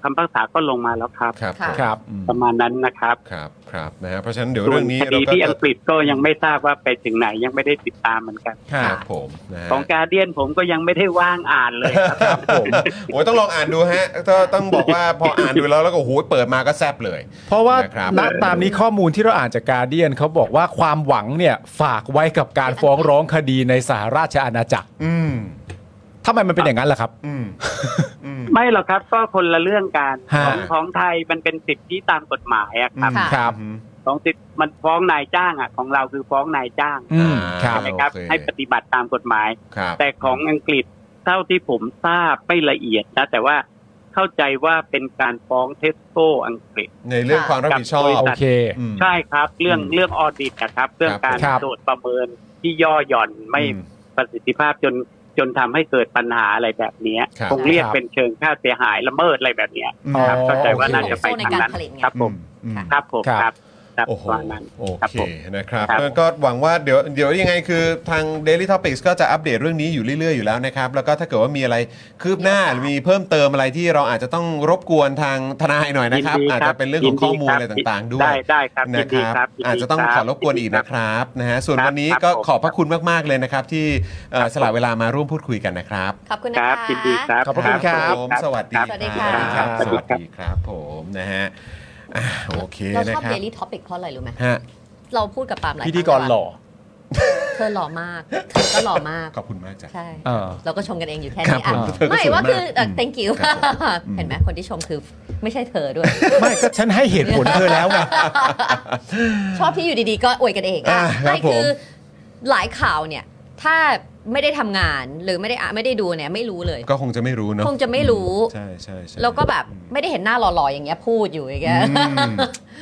คำพิพากษาก็ลงมาแล้วครับครับค่ะครับประมาณนั้นนะครับครับครับนะฮะเพราะฉะนั้นเดี๋ยวส่วเรื่นองนี้คเราดีก็ที่อังกฤษก็ยังไม่ทราบว่าไปถึงไหนยังไม่ได้ติดตามเหมือนกันครับผมนะฮะของการเดียนผมก็ยังไม่ได้ว่างอ่านเลยครับครับผมโอ้ยต้องลองอ่านดูฮะต้องต้องบอกว่าพออ่านดูแล้วแล้วก็โอ้โหเปิดมาก็แซ่บเลยเพราะว่านะครับณตามนี้ข้อมูลที่เราอ่านจากการเดียนเขาบอกว่าความหวังเนี่ยฝากไว้กับการฟ้องร้องคดีในสหราชอาณาจักรอืมทำไมมันเป็นอย่างนั้นล่ะครับอืมอืมไม่หรอกครับก็คนละเรื่องกันฮะของของไทยมันเป็นสิทธิตามกฎหมายอะครับค่ะครับของสิทธิมันฟ้องนายจ้างอะของเราคือฟ้องนายจ้างอืมครับใช่ไหมครับโอเคให้ปฏิบัติตามกฎหมายครับแต่ของอังกฤษเท่าที่ผมทราบไม่ละเอียดนะแต่ว่าเข้าใจว่าเป็นการฟ้องเทสโก้อังกฤษในเรื่องความรับผิดชอบโอเคอืมใช่ครับ เรื่องอืมเรื่องออดิตนะครับ เรื่องการครับตรวจประเมินที่ย่อหย่อนไม่อืมประสิทธิภาพจนจนทำให้เกิดปัญหาอะไรแบบเนี้ยครับคงเรียกครับเป็นเชิงค่าเสียหายละเมิดอะไรแบบเนี้ยอืมครับเข้าใจว่าโอเคน่าจะไปทางนั้นในการผลิตไงครับผมอืมครับผมครับครับครับโอ้โหประมาณนั้นโอครับเคผมนะครับครับก็หวังว่าเดี๋ยวเดี๋ยวยังไงคือทาง Daily Topics ก็จะอัปเดตเรื่องนี้อยู่เรื่อยๆอยู่แล้วนะครับแล้วก็ถ้าเกิดว่ามีอะไรคืบหน้าหรือมีเพิ่มเติมอะไรที่เราอาจจะต้องรบกวนทางทนายหน่อยนะครับยินดีอาจจะเป็นเรื่องของข้อมูลอะไรต่างๆด้วยได้ได้ครับยินะนคดีรับครับยินดีอาจจะต้องคขรัอบ รบกวนอีกนะครับนะฮะส่วนครับวันนี้ครับก็ผมขอบพระคุณมากๆเลยนะครับที่เอ่อสละเวลามาร่วมพูดคุยกันนะครับขอบคุณคนะรับคะยินดีครับขอบพระคุณครับผมสวัสดีสวัสดีค่ะรับสวัสดีสวัสครับดีครับผมนะฮะอ่ะโอเคเรานะชอบครับ Daily Topic เพราะอะไรรู้ไหมฮะเราพูดกับปาล์มหลายพิธีกรคงหล่อเธอหล่อมากเธอก็หล่อมากขอบคุณมากจ้ะใช่เออเราก็ชมกันเองอยู่แค่ครับนี้อ่ะผมเธอก็ไม่สวยว่ามากคือเอ่ออืม thank you ครับผมเห็นไหมคนที่ชมคือไม่ใช่เธอด้วยไม่ก็ฉันให้เหตุผลเธอแล้วไงชอบที่อยู่ดีๆ ก็อวยกันเองอ่าอ่ะครับไม่ผมคือหลายข่าวเนี่ย ถ้าไม่ได้ทำงานหรือไม่ได้อ่ะไม่ได้ดูเนี่ยไม่รู้เลยก็คงจะไม่รู้เนอะคงจะไม่รู้ใช่ใช่ใช่แล้วก็แบบไม่ได้เห็นหน้าหล่อๆอย่างเงี้ยพูดอยู่อย่างเงี้ยอืม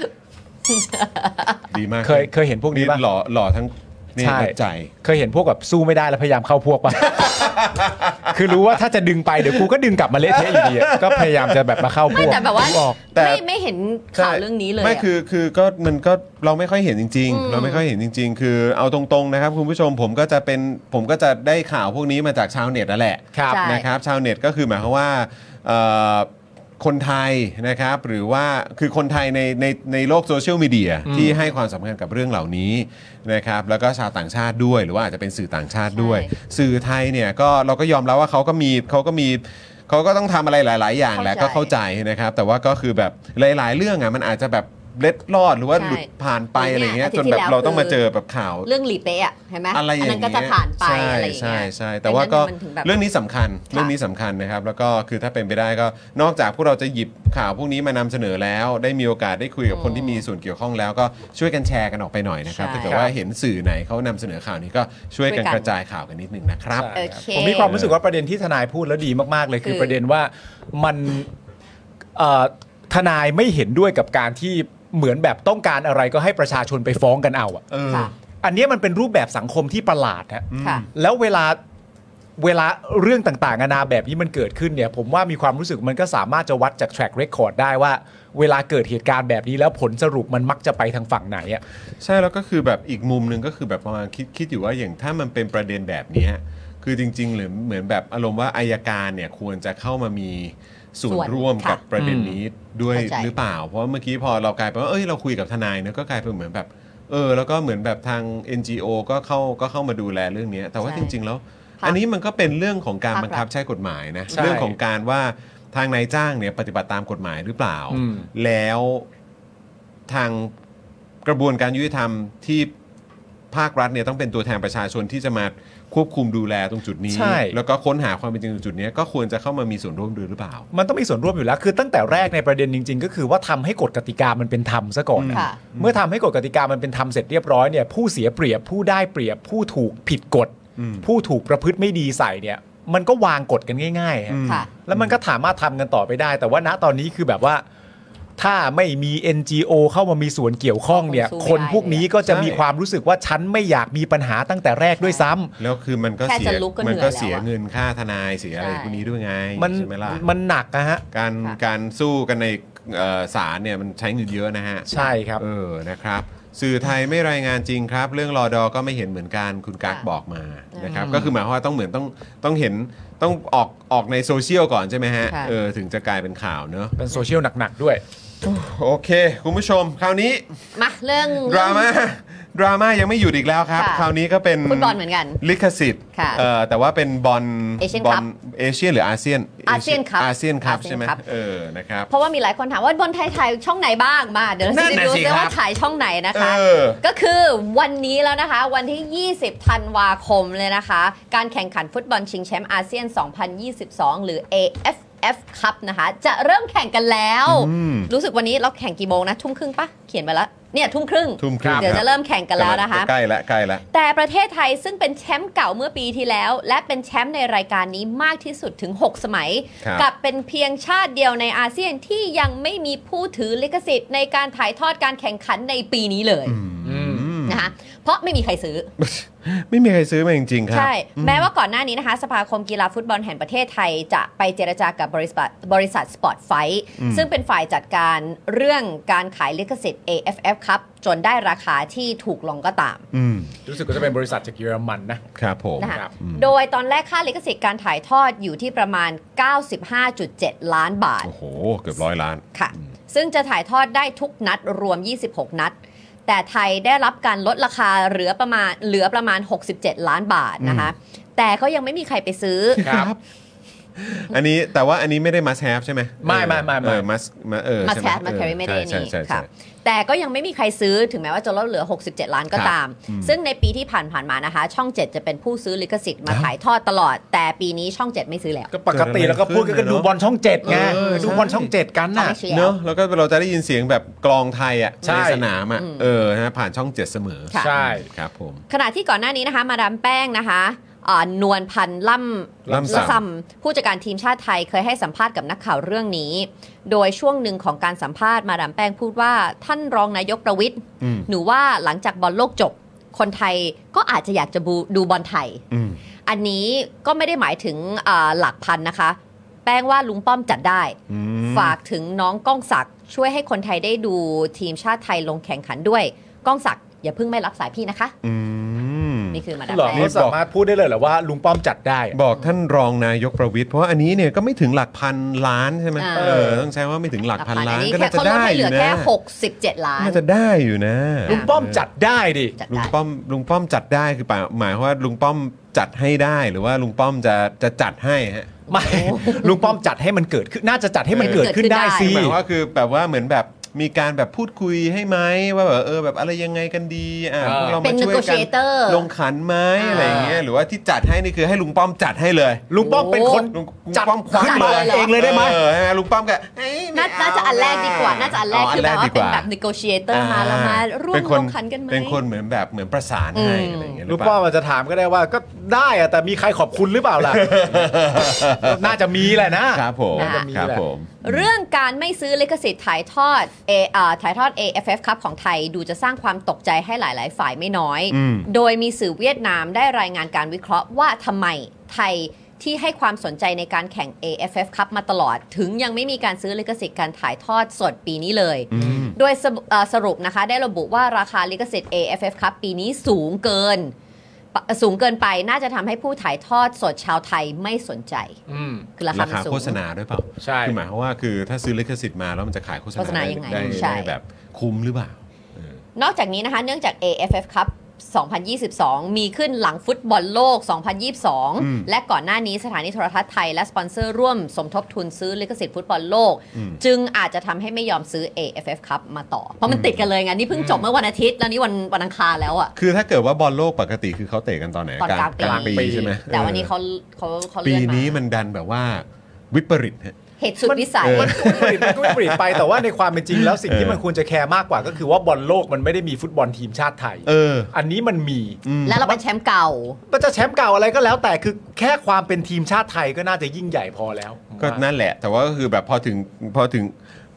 ดีมากเคยเคยเห็นพวกนี้ป่ะหล่อหล่อทั้งนี่ใช่น้ำใจเคยเห็นพวกแบบสู้ไม่ได้แล้วพยายามเข้าพวกป่ะ คือรู้ว่าถ้าจะดึงไปเดี๋ยวกูก็ดึงกลับมาเละเทะอยู่ดีอะก็พยายามจะแบบมาเข้าพไม่วกแต่แบบว่าดูออกแต่ไม่ไม่เห็นข่าวเรื่องนี้เลยไม่อะคือคือก็มันก็เราไม่ค่อยเห็นจริงอืมๆ เราไม่ค่อยเห็นจริง ๆ คือเอาตรงๆนะครับคุณผู้ชมผมก็จะเป็นผมก็จะได้ข่าวพวกนี้มาจากชาวเน็ตนั่นแหละครับใช่นะครับชาวเน็ตก็คือหมายความว่าเอ่อคนไทยนะครับหรือว่าคือคนไทยในในในโลกโซเชียลมีเดียที่ให้ความสำคัญกับเรื่องเหล่านี้นะครับแล้วก็ชาวต่างชาติด้วยหรือว่าอาจจะเป็นสื่อต่างชาติด้วย สื่อไทยเนี่ยก็เราก็ยอมรับว่าเขาก็มีเขาก็มีเขาก็ต้องทำอะไรหลาย ๆ อย่างแหละก็เข้าใจเข้าใจนะครับแต่ว่าก็คือแบบหลาย ๆ เรื่องอ่ะมันอาจจะแบบเล็ดลอดหรือว่าใช่หลุดผ่านไปอะไรเงี้ยอาทิจตย์นที่แบบแล้วเราต้องมาคือเจอแบบข่าวเรื่องหลีเป๊ะอะเห็นไหมอะไรอย่างนั้นเงี้ยก็จะผ่านไปใช่อะไรอย่างใช่เงี้ยใช่แต่ว่าก็มันถึงแบบเรื่องนี้สำคัญเรื่องนี้สำคัญนะครับแล้วก็คือถ้าเป็นไปได้ก็นอกจากพวกเราจะหยิบข่าวพวกนี้มานำเสนอแล้ว ได้มีโอกาสได้คุยกับคนที่มีส่วนเกี่ยวข้องแล้วก็ช่วยกันแชร์กันออกไปหน่อยนะครับใช่ถ้าเกิดว่าเห็นสื่อไหนเขานำเสนอข่าวนี้ก็ช่วยกันช่วยกันกระจายข่าวกันนิดนึงนะครับใช่โอเคผมมีความรู้สึกว่าประเด็นที่ทนายพูดแล้วดีมากๆเลยคือคือประเด็นว่ามันเอ่อทนายไม่เห็นด้วยกับการที่เหมือนแบบต้องการอะไรก็ให้ประชาชนไปฟ้องกันเอาอะเออค่ะอันเนี้ยมันเป็นรูปแบบสังคมที่ประหลาดฮะค่ะแล้วเวลาเวลาเรื่องต่างๆนานาแบบนี้มันเกิดขึ้นเนี่ยผมว่ามีความรู้สึกมันก็สามารถจะวัดจาก track record ได้ว่า เวลาเกิดเหตุการณ์แบบนี้แล้วผลสรุปมันมักจะไปทางฝั่งไหนอ่ะใช่แล้วก็คือแบบอีกมุมหนึ่งก็คือแบบประมาณคิดคิดอยู่ว่าอย่างถ้ามันเป็นประเด็นแบบเนี้ยคือจริงๆหรือเหมือนแบบอารมณ์ว่าอัยการเนี่ยควรจะเข้ามามีส่วนส่วนร่วมกับค่ะประเด็นนี้ด้วยเข้าใจหรือเปล่า เพราะว่าเมื่อกี้พอเรากลายเป็นว่าเอ้ยเราคุยกับทนายเนี่ยก็กลายเป็นเหมือนแบบเออแล้วก็เหมือนแบบทาง เอ็น จี โอ ก็เข้าก็เข้ามาดูแลเรื่องนี้แต่ว่าใช่จริง ๆ แล้วค่ะอันนี้มันก็เป็นเรื่องของการภาครัฐบังคับใช้กฎหมายนะใช่เรื่องของการว่าทางนายจ้างเนี่ยปฏิบัติตามกฎหมายหรือเปล่าอืมแล้วทางกระบวนการยุติธรรมที่ภาครัฐเนี่ยต้องเป็นตัวแทนประชาชนที่จะมาควบคุมดูแลตรงจุดนี้ใช่แล้วก็ค้นหาความเป็นจริงตรงจุดนี้ก็ควรจะเข้ามามีส่วนร่วมด้วยหรือเปล่ามันต้องมีส่วนร่วมอยู่แล้ว คือตั้งแต่แรกในประเด็นจริง ๆ ก็คือว่าทำให้กฎกติกามันเป็นธรรมซะก่อนนะค่ะเมื่อทำให้กฎกติกามันเป็นธรรมเสร็จเรียบร้อยเนี่ยผู้เสียเปรียบผู้ได้เปรียบผู้ถูกผิดกฎอืมผู้ถูกประพฤติไม่ดีใส่เนี่ย มันก็วางกฎกันง่ายๆฮะค่ะแล้วมันก็สามารถทำกันต่อไปได้ แต่ว่าณตอนนี้คือแบบว่า ถ้าไม่มี เอ็น จี โอ เข้ามามีส่วนเกี่ยวข้องเนี่ยก็คงสู้ไม่คนพวกนี้ก็จะใช่มีความรู้สึกว่าฉันไม่อยากมีปัญหาตั้งแต่แรกด้วยซ้ำแล้วคือมันก็แค่เสีจะยลุกก็มันเหนื่อยก็แล้วเสียอะเงินค่าทนายเสียอะไรใช่พวกนี้ด้วยไงมันใช่ไหมล่ะมันหนักนะฮะการค่ะการสู้กันในเอ่อศาลเนี่ยมันใช้เงินเยอะนะฮะใช่ครับเออนะครับสื่อไทยไม่รายงานจริงครับ เรื่องรอดอก็ไม่เห็นเหมือนกันคุณกั๊กค่ะบอกมานะครับอืมก็คือหมายความว่าต้องเหมือนต้องต้องเห็นต้องออกออกในโซเชียลก่อนใช่ไหมฮะค่ะเออถึงจะกลายเป็นข่าวเนอะเป็นโซเชียลหนักๆด้วยโอเค คุณผู้ชมคราวนี้มาเรื่องดราม่าดราม่ายังไม่หยุดอีกแล้วครับค่ะคราวนี้ก็เป็นฟุตบอลเหมือนกันลิขสิทธิ์ค่ะเอ่อแต่ว่าเป็นบอล Asian บอล Cup เอเชียหรืออาเซียนอาเซียน Cup อาเซียนคัพอาเซียนใช่ไหม Cup เออนะครับเพราะว่ามีหลายคนถามว่าบอลไทยถ่ายช่องไหนบ้างมาเดี๋ยวเรานั่จะนน่ะดูสิซิครัว่าบถ่ายช่องไหนนะคะเออก็คือวันนี้แล้วนะคะ วันที่ ยี่สิบ ธันวาคมเลยนะคะ การแข่งขันฟุตบอลชิงแชมป์อาเซียน สองพันยี่สิบสอง หรือ เอ เอฟ เอฟ Cup นะคะ จะเริ่มแข่งกันแล้ว รู้สึกวันนี้เราแข่งกี่โมงนะ ทุ่มครึ่งปะเขียนไปแล้วเนี่ยทุ่มครึ่งทุ่มครึ่งเดี๋ยวครัจะบเริ่มแข่งกันแล้วนะคะใกล้ละใกล้ละแต่ประเทศไทยซึ่งเป็นแชมป์เก่าเมื่อปีที่แล้ว และเป็นแชมป์ในรายการนี้มากที่สุดถึง หก สมัยครับกับเป็นเพียงชาติเดียวในอาเซียนที่ยังไม่มีผู้ถือลิขสิทธิ์ในการถ่ายทอดการแข่งขันในปีนี้เลยนะคะเพราะไม่มีใครซื้อไม่มีใครซื้อมาจริงๆครับใช่ แม้ว่าก่อนหน้านี้นะคะสภาคมกีฬาฟุตบอลแห่งประเทศไทยจะไปเจรจากับบริษัทบริษัทสปอร์ตไฟท์ซึ่งเป็นฝ่ายจัดการเรื่องการขายลิขสิทธิ์ เอ เอฟ เอฟ Cup จนได้ราคาที่ถูกลงก็ตามอืมรู้สึกว่าจะเป็นบริษัทจากเยอรมันนะครับผมนะคะครับโดยตอนแรกค่าลิขสิทธิ์การถ่ายทอดอยู่ที่ประมาณ เก้าสิบห้าจุดเจ็ด ล้านบาทโอ้โห เกือบร้อยล้านค่ะ ซึ่งจะถ่ายทอดได้ทุกนัดรวม ยี่สิบหก นัด แต่ไทยได้รับการลดราคาเหลือประมาณเหลือประมาณ หกสิบเจ็ด ล้านบาทนะคะ แต่ก็ยังไม่มีใครไปซื้อครับอันนี้แต่ว่าอันนี้ไม่ได้ must have ใช่ไหมไม่ไม่ไม่ไม่เออ must เออมาใช่แคไหสมาแครีไม่ได้ใช่นี่ใช่ใช่ค่ะ แต่ก็ยังไม่มีใครซื้อถึงแม้ว่าจะลดเหลือ หกสิบเจ็ด ล้านก็ตาม ซึ่งในปีที่ผ่านๆมานะคะ ช่อง เจ็ด จะเป็นผู้ซื้อลิขสิทธิ์มาถ่ายทอดตลอด แต่ปีนี้ช่อง เจ็ด ไม่ซื้อแล้วก็ปกติแล้วก็พูดกันดูบอลช่องเจ็ดไงดูบอลช่องเจ็ดกันน่ะไม่เชียร์เนอะแล้วก็เราจะได้ยินเสียงแบบกลองไทยอ่ะใช่ในสนามอ่ะเออนะผ่านช่องเจ็ดเสมอค่ะใช่ครับผมขณะที่ก่อนหน้านี้นะคะมาดามแป้งนะคะอ่านวลพันธ์ล่ำล่ำซำซำผู้จัดการทีมชาติไทยเคยให้สัมภาษณ์กับนักข่าวเรื่องนี้ โดยช่วงหนึ่งของการสัมภาษณ์มาดามแป้งพูดว่าท่านรองนายกประวิตรหนูว่าหลังจากบอลโลกจบ คนไทยก็อาจจะอยากจะดูบอลไทยอืมอันนี้ก็ไม่ได้หมายถึงอ่าหลักพันนะคะ แป้งว่าลุงป้อมจัดได้ ฝากถึงน้องก้องศักดิ์ช่วยให้คนไทยได้ดูทีมชาติไทยลงแข่งขันด้วยก้องศักดิ์อย่าเพิ่งไม่รับสายพี่นะคะอืมนี่คือมาดามหรอแป้งเขาสามารถพูดได้เลยเหรอว่าลุงป้อมจัดได้อะบอกท่านรองนายกประวิตรเพราะว่าอันนี้เนี่ยก็ไม่ถึงหลักพันล้านใช่ไหมอ่าเออต้องใช้ว่าไม่ถึงหลักพันล้านอัก็แค่น่าจะเขาลดได้ให้อเหลืยู่อนะแค่หกสิบเจ็ดล้านน่าจะได้อยู่นะลุงป้อมจัดได้ดิจัดลุงได้ป้อมลุงป้อมจัดได้คือหมายความว่าลุงป้อมจัดให้ได้หรือว่าลุงป้อมจะจะจัดให้ฮะไม่ลุงป้อมจัดให้มันเกิดขึ้นน่าจะจัดให้มันเกิดขึ้นได้สิหมายความว่าคือแบบว่าเหมือนแบบมีการแบบพูดคุยให้ไหมว่าแบบเออแบบอะไรยังไงกันดีอ่ะเออพวกเราเป็มาน ช่วยกัน negotiator ลงขันไหมอ่าอะไรอย่างเงี้ยหรือว่าที่จัดให้นี่คือให้ลุงป้อมจัดให้เลยลุงป้อมเป็นคนลุงลุงจัดป้อมควักจัดมาเลยเหรอเองเลยได้ไหมเออใช่ไหมลุงป้อมก็เอ้ยไม่น่าเน่าจะอันแรกดีกว่า น่าจะอันแรกคือแบบว่าเป็นแบบดีก negotiator มาอ่เรามาร่วเป็มนคลนงขันกันไหมเป็นคนเหมือนแบบเหมือนประสานให้อืมอะไรอย่างเงี้ยหรืลุอง เปป้อล่ามอาจจะถามก็ได้ว่าก็ได้อะแต่มีใครขอบคุณหรือเปล่าล่ะ น่าจะมีแหละนะครับผมน่าจะมีครับแหละผมเรื่องการไม่ซื้อลิขสิทธิ์ถ่ายทอดเออ่าถ่ายทอด เอ เอฟ เอฟ Cup ของไทยดูจะสร้างความตกใจให้หลาย ๆ ฝ่ายไม่น้อยอืมโดยมีสื่อเวียดนามได้รายงานการวิเคราะห์ว่าทำไมไทยที่ให้ความสนใจในการแข่ง เอ เอฟ เอฟ Cup มาตลอด ถึงยังไม่มีการซื้อลิขสิทธิ์การถ่ายทอดสดปีนี้เลย โดยสรุปเอ่อสรุปนะคะได้ระบุว่าราคาลิขสิทธิ์ เอ เอฟ เอฟ Cup ปีนี้สูงเกินปะสูงเกินไปน่าจะทำให้ผู้ถ่ายทอดสดชาวไทยไม่สนใจอืมคือราคารามันคาสูงโฆษณาด้วยเปล่าใช่คือหมายความว่าคือถ้าซื้อลิขสิทธิ์มาแล้วมันจะขายโฆษณาโฆษณาได้ยังไงได้ใช่ได้แบบคุ้มหรือเปล่านอกจากนี้นะคะเนื่องจาก เอ เอฟ เอฟ Cup สองพันยี่สิบสอง มีขึ้นหลังฟุตบอลโลก สองพันยี่สิบสองอืมและก่อนหน้านี้สถานีโทรทัศน์ไทยและสปอนเซอร์ร่วมสมทบทุนซื้อลิขสิทธิ์ฟุตบอลโลก จึงอาจจะทำให้ไม่ยอมซื้อ เอ เอฟ เอฟ Cup มาต่อ เพราะมันติดกันเลยไงนี่เพิ่งจบเมื่อวันอาทิตย์ แล้วนี่วันวันอังคารแล้วอ่ะคือถ้าเกิดว่าบอลโลกปกติคือเขาเตะกันตอนไหนตอนกลางปีกลางปีใช่ไหมแต่วันนี้เขาเขาเขาปีเลื่อนมานี้มันดันแบบว่าวิปริตฮะเหตุสุดวิสัยมันก็วิปริตมันก็วิปริตไปแต่ว่าในความเป็นจริงแล้วสิ่งที่มันควรจะแคร์มากกว่าก็คือว่าบอลโลกมันไม่ได้มีฟุตบอลทีมชาติไทยเอออันนี้มันมีและเราเป็นแชมป์เก่าก็จะแชมป์เก่าอะไรก็แล้วแต่คือแค่ความเป็นทีมชาติไทยก็น่าจะยิ่งใหญ่พอแล้วก็นั่นแหละ แต่ว่าก็คือแบบพอถึงพอถึง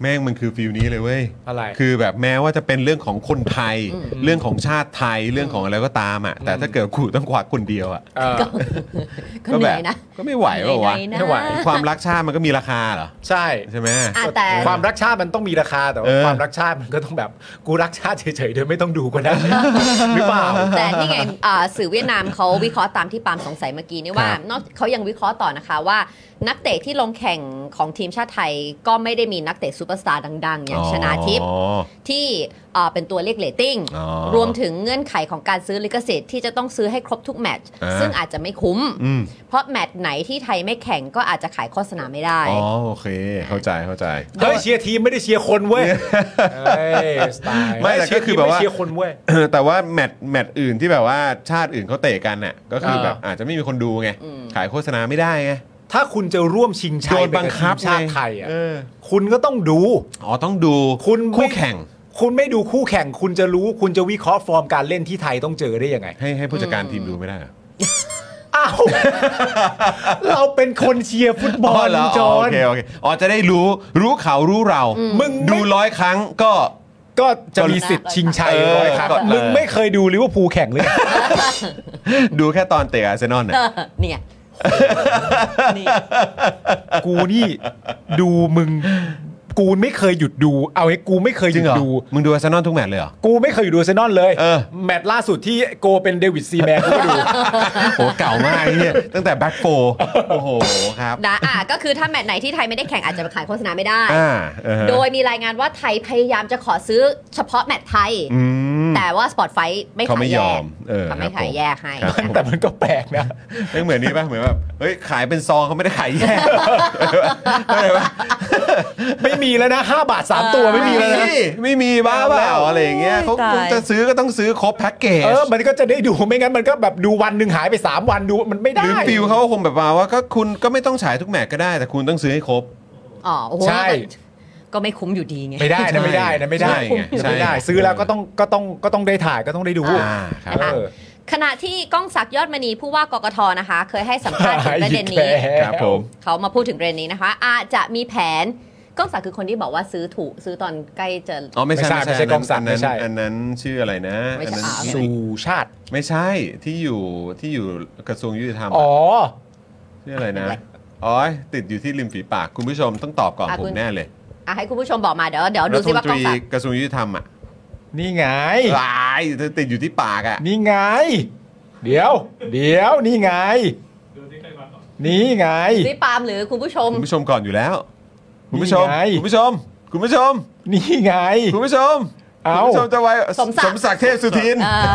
แม่งมันคือฟิลนี้เลยเว้ยอะไรคือแบบแม้ว่าจะเป็นเรื่องของคนไทยอืมเรื่องของชาติไทยเรื่องของอะไรก็ตามอ่ะแต่ถ้าเกิดกูต้องควักคนเดียวอ่ะเออก็ก็เหนื่อยนะก็ไม่ไหวเปล่าวะเหนื่อยนะไม่ไหวความรักชาติมันก็มีราคาเหรอใช่ใช่ไหมอ่ะแต่ความรักชาติมันต้องมีราคาแต่ว่าเออความรักชาติมันก็ต้องแบบกูรักชาติเฉยๆโดยไม่ต้องดูก็ได้ หรือเปล่าแต่นี่ไงอ่าสื่อเวียดนามเขาวิเคราะห์ตามที่ปาล์มสงสัยเมื่อกี้นี่ว่าครับนอกเขายังวิเคราะห์ต่อนะคะว่านักเตะที่ลงแข่งของทีมชาติไทยก็ไม่ได้มีนักเตะซูเปอร์สตาร์ดังๆ อย่างชนาทิพย์อ๋อที่อ่าเป็นตัวเลขเรตติ้งอ๋อรวมถึงเงื่อนไขของการซื้อลิขสิทธิ์ที่จะต้องซื้อให้ครบทุกแมตช์อ่าซึ่งอาจจะไม่คุ้มอืมเพราะแมตช์ไหนที่ไทยไม่แข่งก็อาจจะขายโฆษณาไม่ได้อ๋อโอเคเข้าใจเข้าใจเฮ้ยเชียร์ทีมไม่ได้เชียร์คนเว้ยเฮ้ยสไตล์ไม่แต่ก็คือแบบว่าเชียร์คนเว้ยแต่ว่าแมตช์แมตช์อื่นที่แบบว่าชาติอื่นเขาเตะกันน่ะก็คือเออแบบอาจจะไม่มีคนดูไงอืมขายโฆษณาไม่ได้ไงถ้าคุณจะร่วมชิงชัโดยนบังคับไปกัทีมชาติไทยอ่ะเออคุณก็ต้องดูอ๋อต้องดูคุณไม่คู่แข่งคุณไม่ดูคู่แข่ง คุณจะรู้คุณจะวิเคราะห์ฟอร์มการเล่นที่ไทยต้องเจอได้ยังไงให้ให้ผู้จัดการทีมดูไม่ได้เหรออ้าว เราเป็นคนเชียร์ฟุตบอลเหรอจอ๋ออโอห์นเคโอเคอ๋อจะได้รู้รู้เขารู้เรามึงไม่ดูร้อยครั้งก็ก็จะมีสิทธิ์ชิงชัยเออร้อยครั้งก็มึงไม่เคยดูลิเวอร์พูลแข่งเลยดูแค่ตอนเตะอาร์เซนอลน่ะเนี่ยนี่กูนี่ดูมึง กูไม่เคยหยุดดู เอาไอ้กูไม่เคยหจริยุงดเหรอดูมึงดูอาร์เซนอลทุกแมตช์เลยเหรอกูไม่เคยอยู่ดูอาร์เซนอลเลยเออแมตช์ล่าสุดที่โกเป็นเดวิดซีแมนกูก็ดูโหเก่ามากเนี่ยตั้งแต่แบ็คโฟร์โอ้โหครับนะอ่ะก็คือถ้าแมตช์ไหนที่ไทยไม่ได้แข่งอาจจะขายโฆษณาไม่ได้อ่าเออฮะโดยมีรายงานว่าไทยพยายามจะขอซื้อเฉพาะแมตช์ไทยอืมแต่ว่าสปอร์ตไฟไม่เขาขาไม่ยแยยอก มเออเขาไม่ครับขายผมแยกให้ครับนะคะแต่มันก็แปลกนะไม่เหมือนนี่ป่ะเหมือนแบบเฮ้ยขายเป็นซองเขาไม่ได้ขายแยกเข้าใจป่ะไม่มีแล้วนะห้าบาทสามตัวไม่มีแล้วนะไม่มีบ้าเปล่าอะไรอย่างเงี้ยเขาตายคงจะซื้อก็ต้องซื้อครบแพ็กเกจเออมันก็จะได้ดูไม่งั้นมันก็แบบดูวันหนึ่งหายไปสามวันดูมันไม่ได้หรือฟิลเขาก็คงแบบว่าว่าก็คุณก็ไม่ต้องฉายทุกแมตช์ก็ได้แต่คุณต้องซื้อให้ครบอ๋อโอ้โหใช่ก็ไม่คุ้มอยู่ดีไงไม่ได้นะไม่ได้นะไม่ได้ใช่ไงใช่ไม่ได้ซื้อแล้วก็ต้องก็ต้องก็ต้องได้ถ่ายก็ต้องได้ดูอ่าครับนะคะเออขณะที่ก้องศักดิ์ยอดมณีผู้ว่ากกทนะคะ เคยให้สัมภาษณ์ถึงประเด็นนี้ครับผมเขามาพูดถึงประเด็นนี้นะคะ อาจจะมีแผนก้องศักดิ์คือคนที่บอกว่าซื้อถูกซื้อตอนใกล้จะอ๋อไม่ใช่ไม่ใช่ไม่ใช่กองสันอันไม่นั้นใช่อันนั้นชื่ออะไรนะไม่ใช่อันนั้นอ่าสู่ชาติไม่ใช่ที่อยู่ที่อยู่กระทรวงยุติธรรมอ๋อชื่ออะไรนะอ๋อติดอยู่ที่ริมฝีปากคุณผู้ชมต้องตอบก่อนอ่ะผคุมณแน่เลยอ่ะให้คุณผู้ชมบอกมาเดี๋ยวเดี๋ยวดูรัฐซิมนว่าตก้องรีศักดิ์กระทรวงยุติธรรมอ่ะนี่ไงลายเธอติดอยู่ที่ปากอ่ะนี่ไง เดี๋ยว เดี๋ยวนี่ไงนี่ไงนี่ปาล์มหรือคุณผู้ชมคุณผู้ชมก่อนอยู่แล้ว คุณผู้ชมนี่ไงคุณผู้ชม คุณผู้ชมนี่ไงคุณผู้ชมเอ้าคุณผู้ชมจะไว้สมศักดิ์สมศักดิ์เทพสุทินเออ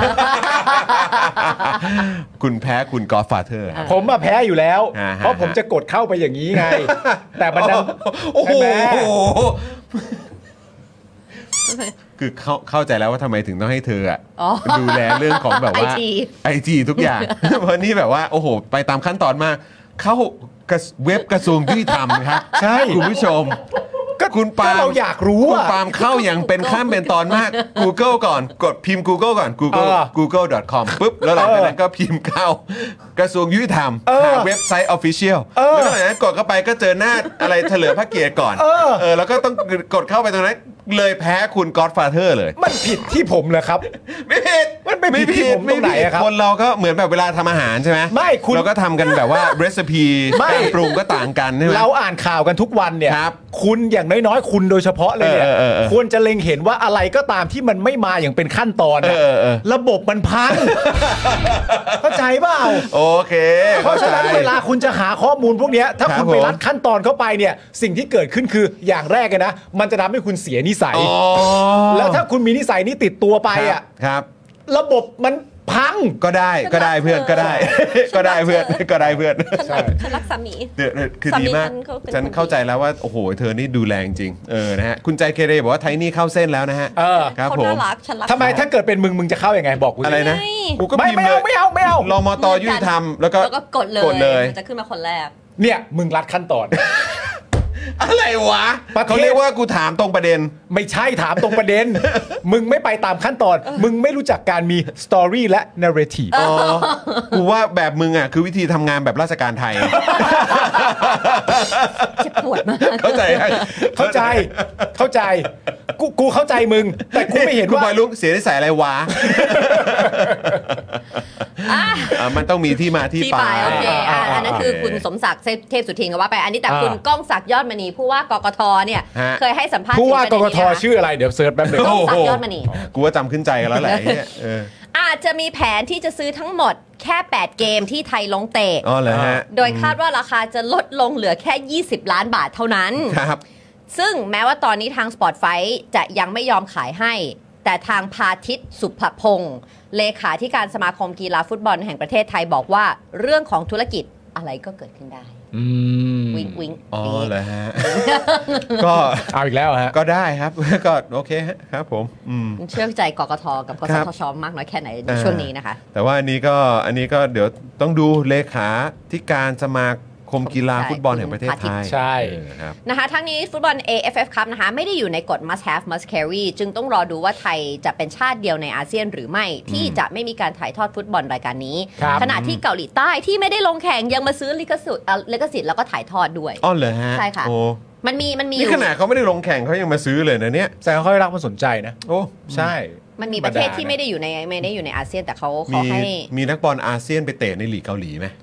คุณแพ้คุณกอล์ฟฟาเธอร์ผมมาแพ้อยู่แล้วอ่าฮะเพราะผมจะกดเข้าไปอย่างนี้ไง แต่มันดันโอ้โหใช่ไหมคือเข้าเข้าใจแล้วว่าทำไมถึงต้องให้เธออะอ๋อดูแลเรื่องของแบบว่าไอทีไอทีทุกอย่าง เพราะนี่แบบว่าโอ้โห ไปตามขั้นตอนมาก เข้ากระเว็บกระทรวงยุติธรรมครับใช่คุณผู้ชมก็คุณปาล์มก็เราอยากรู้คุณอะปาล์มเข้าอย่างเป็นข้ามเป็นตอนมาก Google ก่อนกดพิมพ์ Google ก่อน Google เออ google dot com ปุ๊บแล้วหลังจากนั้นก็พิมพ์เข้ากระทรวงยุติธรรมเออหาเว็บไซต์ Official เออแล้วหลังจากนั้นกดเข้าไปก็เจอหน้าอะไรเฉลิมพระเกียรติก่อนเออเออแล้วก็ต้องกดเข้าไปตรงนั้นเลยแพ้คุณ Godfather เลยมันผิดที่ผมเหรอครับไม่ผิดมันไปผิดที่ผมตรงไหนอะครับคนเราก็เหมือนแบบเวลาทำอาหารใช่ไหมไม่คุณเราก็ทำกันแบบว่า เรซิปีไม่การปรุงก็ต่างกันใช่ไหมเราอ่านข่าวกันทุกวันเนี่ยครับคุณอย่างน้อยๆ คุณโดยเฉพาะเลยเนี่ยเออเออเออควรจะเล็งเห็นว่าอะไรก็ตามที่มันไม่มาอย่างเป็นขั้นตอนอะเออเออเออระบบมันพัง เข้าใจเปล่าโอเคเพราะฉะนั้นข้ใจเวลาคุณจะหาข้อมูลพวกเนี้ยถ้าครับคุณไปผมรัดขั้นตอนเข้าไปเนี่ย สิ่งที่เกิดขึ้นคืออย่างแรกเลยนะ มันจะทำให้คุณเสียนิสัยอ๋อแล้วถ้าคุณมีนิสัยนี้ติดตัวไปอ่ะครับระบบมันพังก็ได้ก็ได้เพื่อนก็ได้ ก็ได้เพื่อนก็ได้เพื่อนฉันรักฉันรักสามีเดี๋ยวคือสามีดีมากฉันเขาเป็นฉันคนดีเข้าใจแล้วว่าโอ้โหเธอนี่ดูแลจริงๆเออนะฮะคุณใจเคเรบอกว่าไทนี่เข้าเส้นแล้วนะฮะเออครับเขาผมน่ารักฉันรักทำไมถ้าเกิดเป็นมึงมึงจะเข้ายัางไงบอกกูสิอะไรนะไม่กูก็ไม่พิมพ์ไม่เลเอายไม่เอาไม่เอารมตยุติธรรมแล้วก็แล้วก็กดเลยกดเลยมันจะขึ้นมาคนแรกเนี่ยมึงรัดขั้นตอนอะไรวะประเทศเขาเรียกว่ากูถามตรงประเด็นไม่ใช่ถามตรงประเด็น มึงไม่ไปตามขั้นตอน มึงไม่รู้จักการมีสตอรี่และนาร์เรทีฟอ๋อ กูว่าแบบมึงอ่ะคือวิธีทำงานแบบราชการไทยเจ็บปวดมากเข้าใจไหมเข้าใจเข้าใจกูกูเข้าใจมึง แต่กูไม่เห็นคุณว่าบอยลุงเสียนิสัยอะไรวะอ่ะมันต้องมีที่มาที่ที่ไปไปโอเคอ่ะอ่าอันนั้นคือโอเคคุณสมศักดิ์เทพสุทินก็ว่าไป อันนี้แต่อ่าคุณก้องศักดิ์ยอดมณีผู้ว่ากกทเนี่ยฮะเคยให้สัมภาษณ์ผู้ว่ากถึงกประทเด็นนี้นะคะชื่ออะไรเดี๋ยวเซิร์ชแป๊บหนึงก้องศักดิ์ยอดมณีกูว่าจำขึ้นใจกันแล้วแหละเนี่ยเอออาจจะมีแผนที่จะซื้อทั้งหมดแค่แปดเกมที่ไทยลงเตะอ๋อเหรอฮะโดยคาดว่าราคาจะลดลงเหลือแค่ยี่สิบล้านบาทเท่านั้นครับซึ่งแม้ว่าตอนนี้ทาง Sport Fight จะยังไม่ยอมขายให้ แต่ทางพาทิตสุภพงศ์เลขาธิการสมาคมกีฬาฟุตบอลแห่งประเทศไทยบอกว่าเรื่องของธุรกิจอะไรก็เกิดขึ้นได้อืมวิงวิงอ๋อเหรอฮะ ก็เอาอีกแล้วฮะก็ได้ครับ ก็โอเคฮะครับผมอืมเชื่อใจกกทกับกคสรับทชมากน้อยแค่ไหนในช่วงนี้นะคะแต่ว่าอันนี้ก็อันนี้ก็เดี๋ยวต้องดูเลขาธิการสมาคมกีฬาฟุตบอลแห่งประเทศไทยใช่เออครับนะคะทั้งนี้ฟุตบอล เอ เอฟ เอฟ Cup นะคะไม่ได้อยู่ในกฎ must have must carry จึงต้องรอดูว่าไทยจะเป็นชาติเดียวในอาเซียนหรือไม่ที่จะไม่มีการถ่ายทอดฟุตบอลรายการนี้ครับขณะที่เกาหลีใต้ที่ไม่ได้ลงแข่งยังมาซื้อลิขสิทธิ์เอ่อลิขสิทธิ์แล้วก็ถ่ายทอดด้วยอ้อเหรอฮะใช่ค่ะโอ้มันมีมันมีอนี่ยู่ขนาดเขาไม่ได้ลงแข่งเขายังมาซื้อเลยนะเนี่ยแสดงว่าเขาได้รับความสนใจนะโอ้ใช่มันมีประเทศที่ไม่ได้อยู่ในไม่ได้อยู่ในอาเซียนแต่เขาเขามีให้มีนักบอลอาเซียนไปเตะในลีกเกาหลีไหม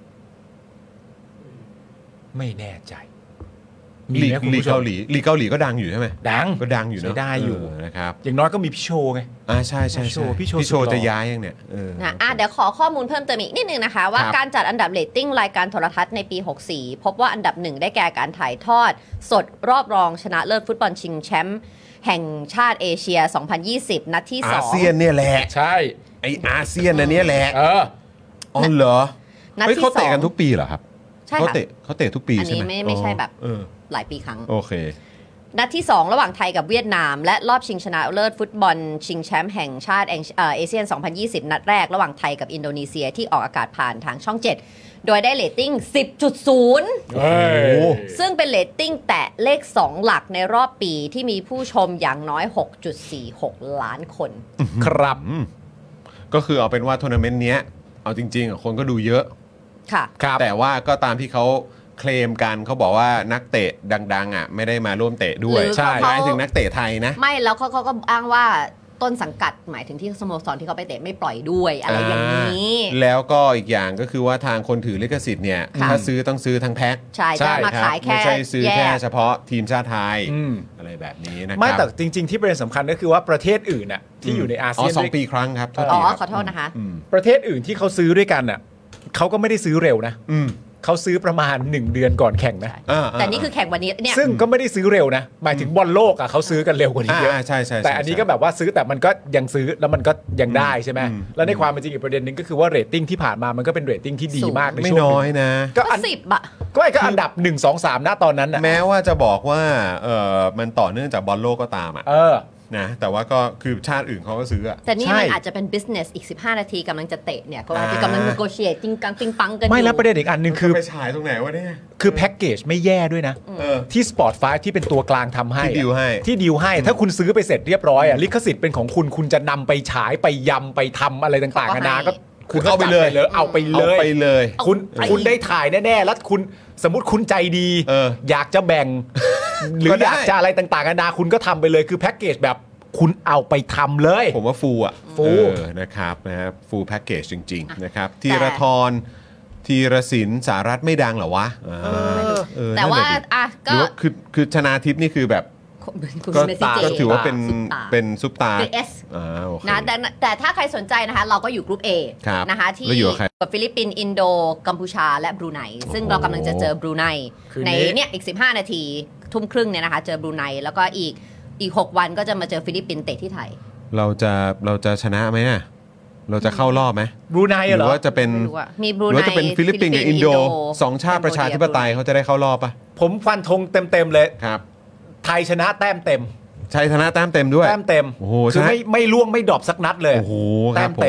ไม่แน่ใจลีกไหมคุณลีกผู้ชมเกาหลีลีกเกาหลีก็ดังอยู่ใช่ไหมดังก็ดังอยู่เนอะใช้ได้อยู่เนะครับอย่างน้อยก็มีพี่โชไงอ่าใช่ใช่พี่โชใช่พี่โชพี่โชสุดหล่อจะย้ายยังเนี่ยเออนะอ่ะเดี๋ยวขอข้อมูลเพิ่มเติมอีกนิดนึงนะคะ ว่าครับการจัดอันดับเรตติ้งรายการโทรทัศน์ในปี หกสี่ พบว่าอันดับหนึ่งได้แก่การถ่ายทอด สดรอบรองชนะเลิศฟุตบอลชิงแชมป์แห่งชาติเอเชีย สองพันยี่สิบ นัดที่สอาองเซียนเนี่ยแหละใช่ไออาเซียนอันเนี้ยแหละเอออ๋อเหรอนัดเฮ้ยที่เขาสอเตะงกันทุกปีเหรอครับใช่เขาค่ะเตะเขาเตะทุกปีอันนี้ใช่ไหมไม่ไม่ใช่แบบเออหลายปีครั้งโอเคนัดที่ สอง ระหว่างไทยกับเวียดนาม และรอบชิงชนะเลิศฟุตบอลชิงแชมป์แห่งชาติเอ่อเอเชียน สองพันยี่สิบ นัดแรกระหว่างไทยกับอินโดนีเซียที่ออกอากาศผ่านทางช่อง เจ็ด โดยได้เรตติ้ง สิบจุดศูนย์เฮ้ยซึ่งเป็นเรตติ้งแตะเลข สอง หลักในรอบปีที่มีผู้ชมอย่างน้อย หกจุดสี่หก ล้านคนครับก็คือเอาเป็นว่าทัวร์นาเมนต์เนี้ยเอาจริงๆอ่ะคนก็ดูเยอะค่ะครับแต่ว่าก็ตามที่เขาเคลมกันเขาบอกว่านักเตะดังๆอ่ะไม่ได้มาร่วมเตะด้วยหรือใช่เขาหมายถึงนักเตะไทยนะไม่แล้วเขาเขาก็อ้างว่าต้นสังกัดหมายถึงที่สโมสรที่เขาไปเตะไม่ปล่อยด้วยอะไรอย่างนี้แล้วก็อีกอย่างก็คือว่าทางคนถือลิขสิทธิ์เนี่ยค่ะถ้าซื้อต้องซื้อทั้งแพ็คใช่ใช่จะมาครับขายแค่ไม่ใช่ซื้อแยแค่กเฉพาะทีมชาติไทยอืมอะไรแบบนี้นะครับไม่แต่จริง ๆ ที่ประเด็นสำคัญก็คือว่าประเทศอื่นน่ะที่อยู่ในอาอ๋เซีอยนสองด้วยปีครั้งครับโทษอ๋ทีอครับขอโทษนะคะอืมประเทศอื่นที่เขาซื้อด้วยกันน่ะเขาก็ไม่ได้ซื้อเร็วนะอืมเขาซื้อประมาณหนึ่งเดือนก่อนแข่งนะอ่าแต่นี่คือแข่งวันนี้เนี่ยซึ่งก็ไม่ได้ซื้อเร็วนะ หมายถึงบอลโลกอ่ะเขาซื้อกันเร็วกว่านี้เยอะอ่าใช่ใช่ใช่แต่อันนี้ก็แบบว่าซื้อแต่มันก็ยังซื้อแล้วมันก็ยังได้ใช่ไหมอืมแล้วในความเป็นจริงอีกประเด็นหนึ่งก็คือว่าเรตติ้งที่ผ่านมามันก็เป็นเรตติ้งที่ดีมากในไม่ช่วงน้อยหงนะก็ก็อันสิบอะก็ไอ้ก็อันดับหนึ่ง สอง สามณตอนนั้นน่ะแม้ว่าจะบอกว่าเออมันต่อเนื่องจากบอลโลกก็ตามอ่ะเออนะแต่ว่าก็คือชาติอื่นเขาก็ซื้ออ่ะแต่นี่ใช่มันอาจจะเป็น business อีก สิบห้า นาทีกำลังจะเตะเนี่ยก็อาจจะอ่ากำลัง negotiate จริงกังติงปังกันอยู่ไม่แล้วประเด็นอีกอันหนึ่งคือไปฉายตรงไหนวะเนี่ยคือแพ็กเกจไม่แย่ด้วยนะเออที่ Sport ไฟว์ที่เป็นตัวกลางทำให้ที่ดีลให้ที่ดีลให้ ถ้าคุณซื้อไปเสร็จเรียบร้อยอ่ะลิขสิทธิ์เป็นของคุณคุณจะนำไปฉายไปยำไปทำอะไรต่างๆนานาก็คุณเอาไปเลยจัดเอาไปเลเอายไปเลยคุณเอาไปคุณได้ถ่ายแน่ๆแล้วคุณสมมติคุณใจดีเอออยากจะแบ่ง หรือก็ได้อยากจะอะไรต่างๆนานาคุณก็ทำไปเลยคือแพ็กเกจแบบคุณเอาไปทำเลยผมว่าฟูอ่ะฟูเออนะครับนะครับฟูแพ็กเกจจริง ๆ นะครับทีแต่รทรทีรศิลป์สารัฐไม่ดังเหรอวะเออเออแต่ว่านั่นน่ะดิอ่ะหก็รือว่าคือคือชนาทิพย์นี่คือแบบคุณก็เมสซี่เจก็ถือว่าเป็นซุปตาเป็นซุปตาเป็น S อ่าโอเคนะแต่แต่ถ้าใครสนใจนะคะ เราก็อยู่กรุ๊ป A ครับนะคะที่แล้วอยู่กับใครฟิลิปปินส์อินโดกัมพูชาและบรูไนซึ่งเรากำลังจะเจอบรูไนคืนในนี้เนี่ยอีก สิบห้า นาทีทุ่มครึ่งเนี่ยนะคะ เจอบรูไนแล้วก็อีกอีก หก วันก็จะมาเจอฟิลิปปินส์เตะที่ไทยเราจะเราจะชนะไหมอะเราจะเข้า รอบไหมบรูไนหรืเหรออว่าจะเป็นไม่รู้อะมีบรูหรือไนว่าจะเป็นฟิลิปปินส์กับอินโดสองชาติประชาธิปไตยเขาจะได้เข้ารอบปะผมฟันธงเต็มๆเลยครับไทยชนะแต้มเต็มชัยชนะแต้มเต็มด้วยแต้มเต็มโอ้โหคือชนะไม่ไม่ล่วงไม่ดรอปสักนัดเลยโอ้โหคแต้รับมเต็มผ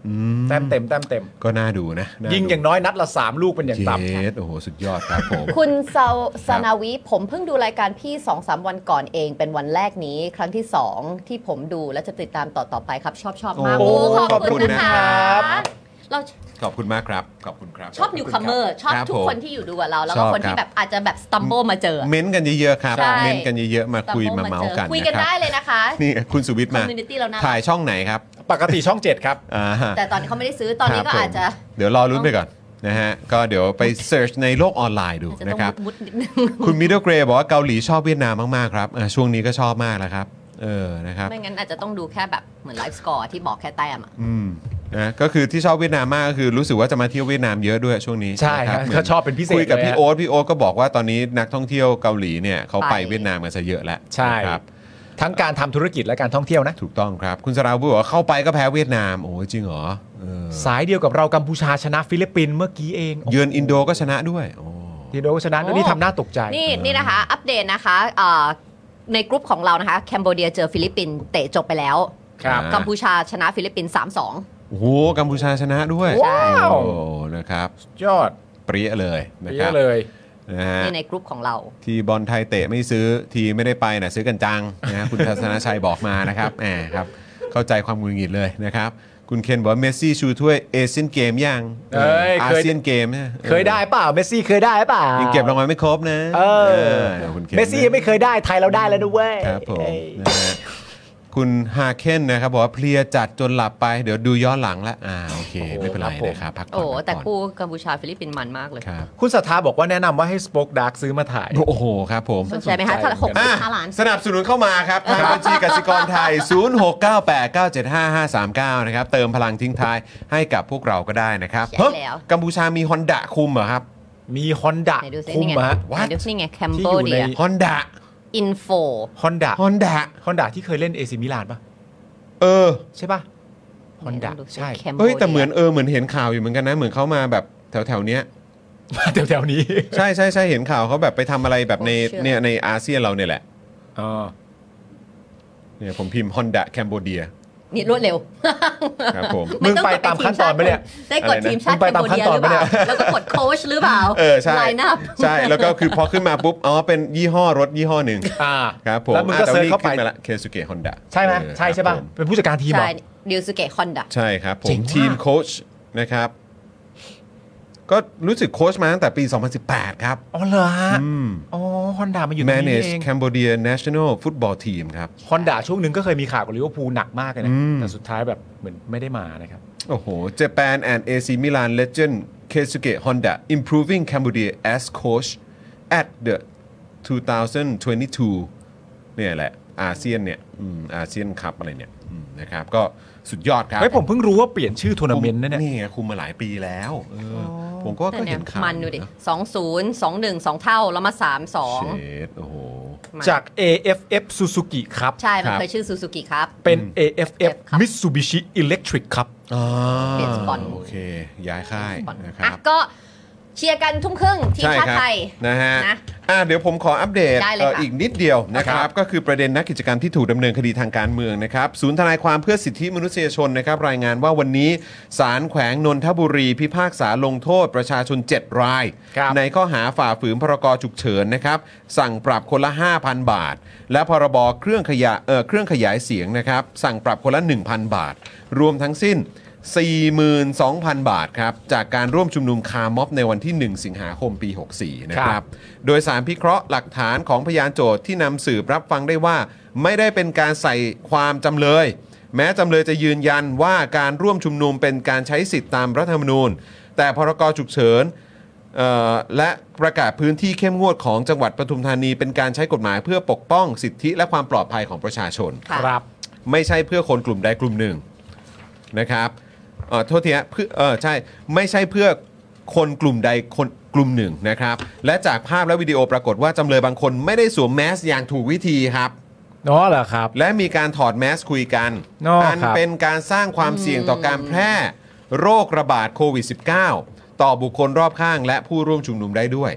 อืมแต้มเต็มแต้มเต็มก็น่าดูนะน่ายิงดูอย่างน้อยนัดละสามลูกเป็นอย่างต่ำเยสโอ้โหสุดยอดครับผมคุณเซาซานาวิผมเพิ่งดูรายการพี่ สองสาม วันก่อนเองเป็นวันแรกนี้ครั้งที่สองที่ผมดูและจะติดตามต่อต่อไปครับชอบชอบมากโอ้โอ้ขอบคุณนะนะคะครับเราขอบคุณมากครับขอบคุณครับชอบนิวคัมเมอร์ชอบครับทุกผมคนที่อยู่ดูกับเรา แล้วชก็อบคนครัที่บแบบอาจจะแบบสตัมโบมาเจอเม้นต์กันเยอะๆครับใช่เม้นต์กันเยอะๆมาคุยมาเมาส์กันคุยกันนะคได้รับเลยนะคะนี่คุณสุวิทย์มา community เราน่ารักถ่ายช่องไหนครับปกติช่องเจ็ดครับอ่าฮะแต่ตอนนี้เขาไม่ได้ซื้อตอนนี้คก็รับผมอาจจะเดี๋ยวรอรุ้นไปก่อนนะฮะก็เดี๋ยวไปเสิร์ชในโลกออนไลน์ดูอาจจะนะต้องครับมุดๆนิดนึงคุณมิดเดิลเกรย์บอกว่าเกาหลีชอบเวียดนามมากๆครับอ่าช่วงนี้ก็ชอบมากแล้วครับเออนะครับไม่งั้นอาจจะต้องดูแค่แบบเหมือนไลฟ์สกอร์ที่บอกแค่แต้มอะอืมนะก็คือที่ชอบเวียดนามมากก็คือรู้สึกว่าจะมาเที่ยวเวียดนามเยอะด้วยช่วงนี้ใช่นะครับหมืนเขาชอบเป็นพิเศษคุยกับเลยพี่ฮะโอ๊ตพี่โอ๊ตก็บอกว่าตอนนี้นักท่องเที่ยวเกาหลีเนี่ยเขาไปไปเวียดนามกันซะเยอะแล้วใช่นะครับทั้งการทำธุรกิจและการท่องเที่ยวนะถูกต้องครับคุณสราวุฒิบอกว่าเข้าไปก็แพ้เวียดนามโอ้ยจริงเหรอเออสายเดียวกับเรากัมพูชาชนะฟิลิปปินส์เมื่อกี้เองเยือนอินโดก็ชนะด้วยโอ้อินโดก็ชนะด้วยนี่ทำหน้าตกใจนี่นี่นะคะ อัปเดตนะคะเอ่อในกลุ่มของเรานะคะแคนเบเดียเจอฟิลิปปินส์เตะจบไปแล้วครับกัมพูชาชนะฟิลิปปินส์ สามสองโอ้โหกัมพูชาชนะด้วยว้าวโอ้นะครับยอดเปรี้ยเลยนะเยครัอะบเลยนะฮะนี่ในกลุ่มของเราทีบอลไทยเตะไม่ซื้อทีไม่ได้ไปนะซื้อกันจังนะฮะคุณทัศนชัยบอกมานะครับแหมครับเข้าใจความหงุดหงิดเลยนะครับคุณเคนบอกว่าเมสซี่ชูถ้วยเอเชียนเกมยังเอ้ยอาเคยเซียนเกมนี่เคยได้เปล่าเมสซี่เคยได้เปล่ายังเก็บรางวัลไม่ครบนะเออคุณคนเมสซี่ยังไม่เคยได้ไทยเราได้แล้วด้วยครับผมเอ้ยนะฮะคุณฮาเคนนะครับบอกว่าเพลียจัดจนหลับไปเดี๋ยวดูย้อนหลังแล้วอ่าโอเคไม่เป็นไรนะครับพักผ่อนโอ้พักแต่ผ่อนคู่กัมพูชาฟิลิปปินส์มันมากเลยครับคุณศรัทธาบอกว่าแนะนำว่าให้สป็อคดาร์กซื้อมาถ่ายโอ้โหครับผมสนใจไหมคะถ้าหกอ่ะสิบห้าล้านสนับสนุนเข้ามาครับทางบัญชีกสิกรไทย ศูนย์ หก เก้า แปด เก้า เจ็ด ห้า ห้า สาม เก้า นะครับ เติมพลังทิ้งท้ายให้กับพวกเราก็ได้นะครับใช่เฮ้ยแล้วกัมพูชามีฮอนดะคุมเหรอครับมีฮอนดะไหนดูซิคุมนี่ไงอะฮะไหนดูซินี่ไงแคมที่โบอยู่เดีในยฮอนดะอินโฟฮอนดะฮอนดะฮอนดะที่เคยเล่นเอซิมิลานปะเออใช่ปะฮอนดะใช่เฮ้ยแต่เหมือนเออเหมือนเห็นข่าวอยู่เหมือนกันนะเหมือนเขามาแบบแถวแถวๆเนี้ยมาแถวๆนี้ใช่ใช่ใช่เห็นข่าวเขาแบบไปทำอะไรแบบในเนี่ยในอาเซียนเราเนี่ยแหละอ๋อเนี่ยผมพิมพ์ฮอนดะแคนเบเดียนี่รวดเร็วครับผมมึงไปตามขั้นตอนไหมเนี่ยได้กดทีมชาติมึงไปตามขั้นตอนแคมโบเดียหรือเปล่าปะเนี่ยแล้วก็กดโค้ชหรือเปล่าเออใช่ไลน์อัพใช่แล้วก็คือพอขึ้นมาปุ๊บอ๋อเป็นยี่ห้อรถยี่ห้อหนึ่งอ่าครับผมแล้วมึงก็อ่ะเซิร์ชเข้าไปแต่วันนี้ขึ้นมาละเคสุเกะฮอนดะใช่ไหมใช่ใช่ปะเป็นผู้จัดการทีมเหรใช่อดิวสุเกะฮอนดะใช่ครับผเจ๋มงมากทีมโค้ชนะครับ ก็รู้สึกโค้ชมาตั้งแต่ปี สองพันสิบแปด ครับอ๋อเหรอฮะอืมอ๋อฮอนดามาอยู่ตรงนี้ Manage เอง Cambodia National Football Team ครับฮอนดาช่วงหนึ่งก็เคยมีข่าวกับลิเวอร์พูลหนักมากเลยนะอืมแต่สุดท้ายแบบเหมือนไม่ได้มานะครับโอ้โห Japan and เอ ซี Milan legend Keisuke Honda improving Cambodia as coach at the สองพันยี่สิบสองเนี่ยแหละอาเซียนเนี่ยอืมอาเซียนคัพอะไรเนี่ยอืมนะครับก็สุดยอดครับเฮ้ยผมเพิ่งรู้ว่าเปลี่ยนชื่อทัวร์นาเมนต์นะเนี่ยนี่ไงคุมมาหลายปีแล้วเออผมก็แต่ก็เนี่เห็ยนข่าวมันดูดิสองศูนย์สองหนึ่งสองเท่า แล้วมาสามสองเชดโอ้โหจาก เอ เอฟ เอฟ Suzuki ครับใช่ มันครับเคยชื่อซูซูกิครับเป็น เอ เอฟ เอฟครับ Mitsubishi Electric ครับอ๋อเปลี่ยนสปอนโอเค ย้ายค่ายนะคอ่ะรับก็เชียร์กันทุ่มครึ่งทีมใช่ชาติครับไทยนะฮะนะอ่ะเดี๋ยวผมขออัปเดตได้เลยเอ่อค่ะอีกนิดเดียวนะคครัรับบ ก็คือประเด็นนักกิจกรรมที่ถูกดำเนินคดีทางการเมืองนะครับศูนย์ทนายความเพื่อสิทธิมนุษยชนนะครับรายงานว่าวันนี้ศาลแขวงนนทบุรีพิพากษาลงโทษประชาชน เจ็ด รายครับในข้อหาฝ่าฝืนพรกฉุกเฉินนะครับสั่งปรับคนละ ห้าพัน บาท และพรบเครื่องขยะเอ่อเครื่องขยายเสียงนะครับสั่งปรับคนละ หนึ่งพัน บาท รวมทั้งสิ้น สี่หมื่นสองพัน บาทครับจากการร่วมชุมนุมคาร์ม็อบในวันที่ หนึ่ง สิงหาคมปี หกสี่ นะคครัรับบโดยสารพิเคราะห์หลักฐานของพยานโจทย์ที่นำสืบรับฟังได้ว่า ไม่ได้เป็นการใส่ความจำเลย แม้จำเลยจะยืนยันว่าการร่วมชุมนุมเป็นการใช้สิทธิตามรัฐธรรมนูญ แต่พรกฉุกเฉินเอ่อและประกาศพื้นที่เข้มงวดของจังหวัดปทุมธานีเป็นการใช้กฎหมายเพื่อปกป้องสิทธิและความปลอดภัยของประชาชนค่ะครับไม่ใช่เพื่อคนกลุ่มใดกลุ่มหนึ่งนะครับเอ่อโทษทีฮะเพื่อเออใช่ไม่ใช่เพื่อคนกลุ่มใดคนกลุ่มหนึ่งนะครับและจากภาพและวิดีโอปรากฏว่าจำเลยบางคนไม่ได้สวมแมสอย่างถูกวิธีครับอ๋อเหรอครับและมีการถอดแมสคุยกันอ๋ออัอันเป็นการสร้างความเสี่ยงต่อการแพร่โรคระบาดโควิด สิบเก้า ต่อบุคคลรอบข้างและผู้ร่วมชุมนุมได้ด้วย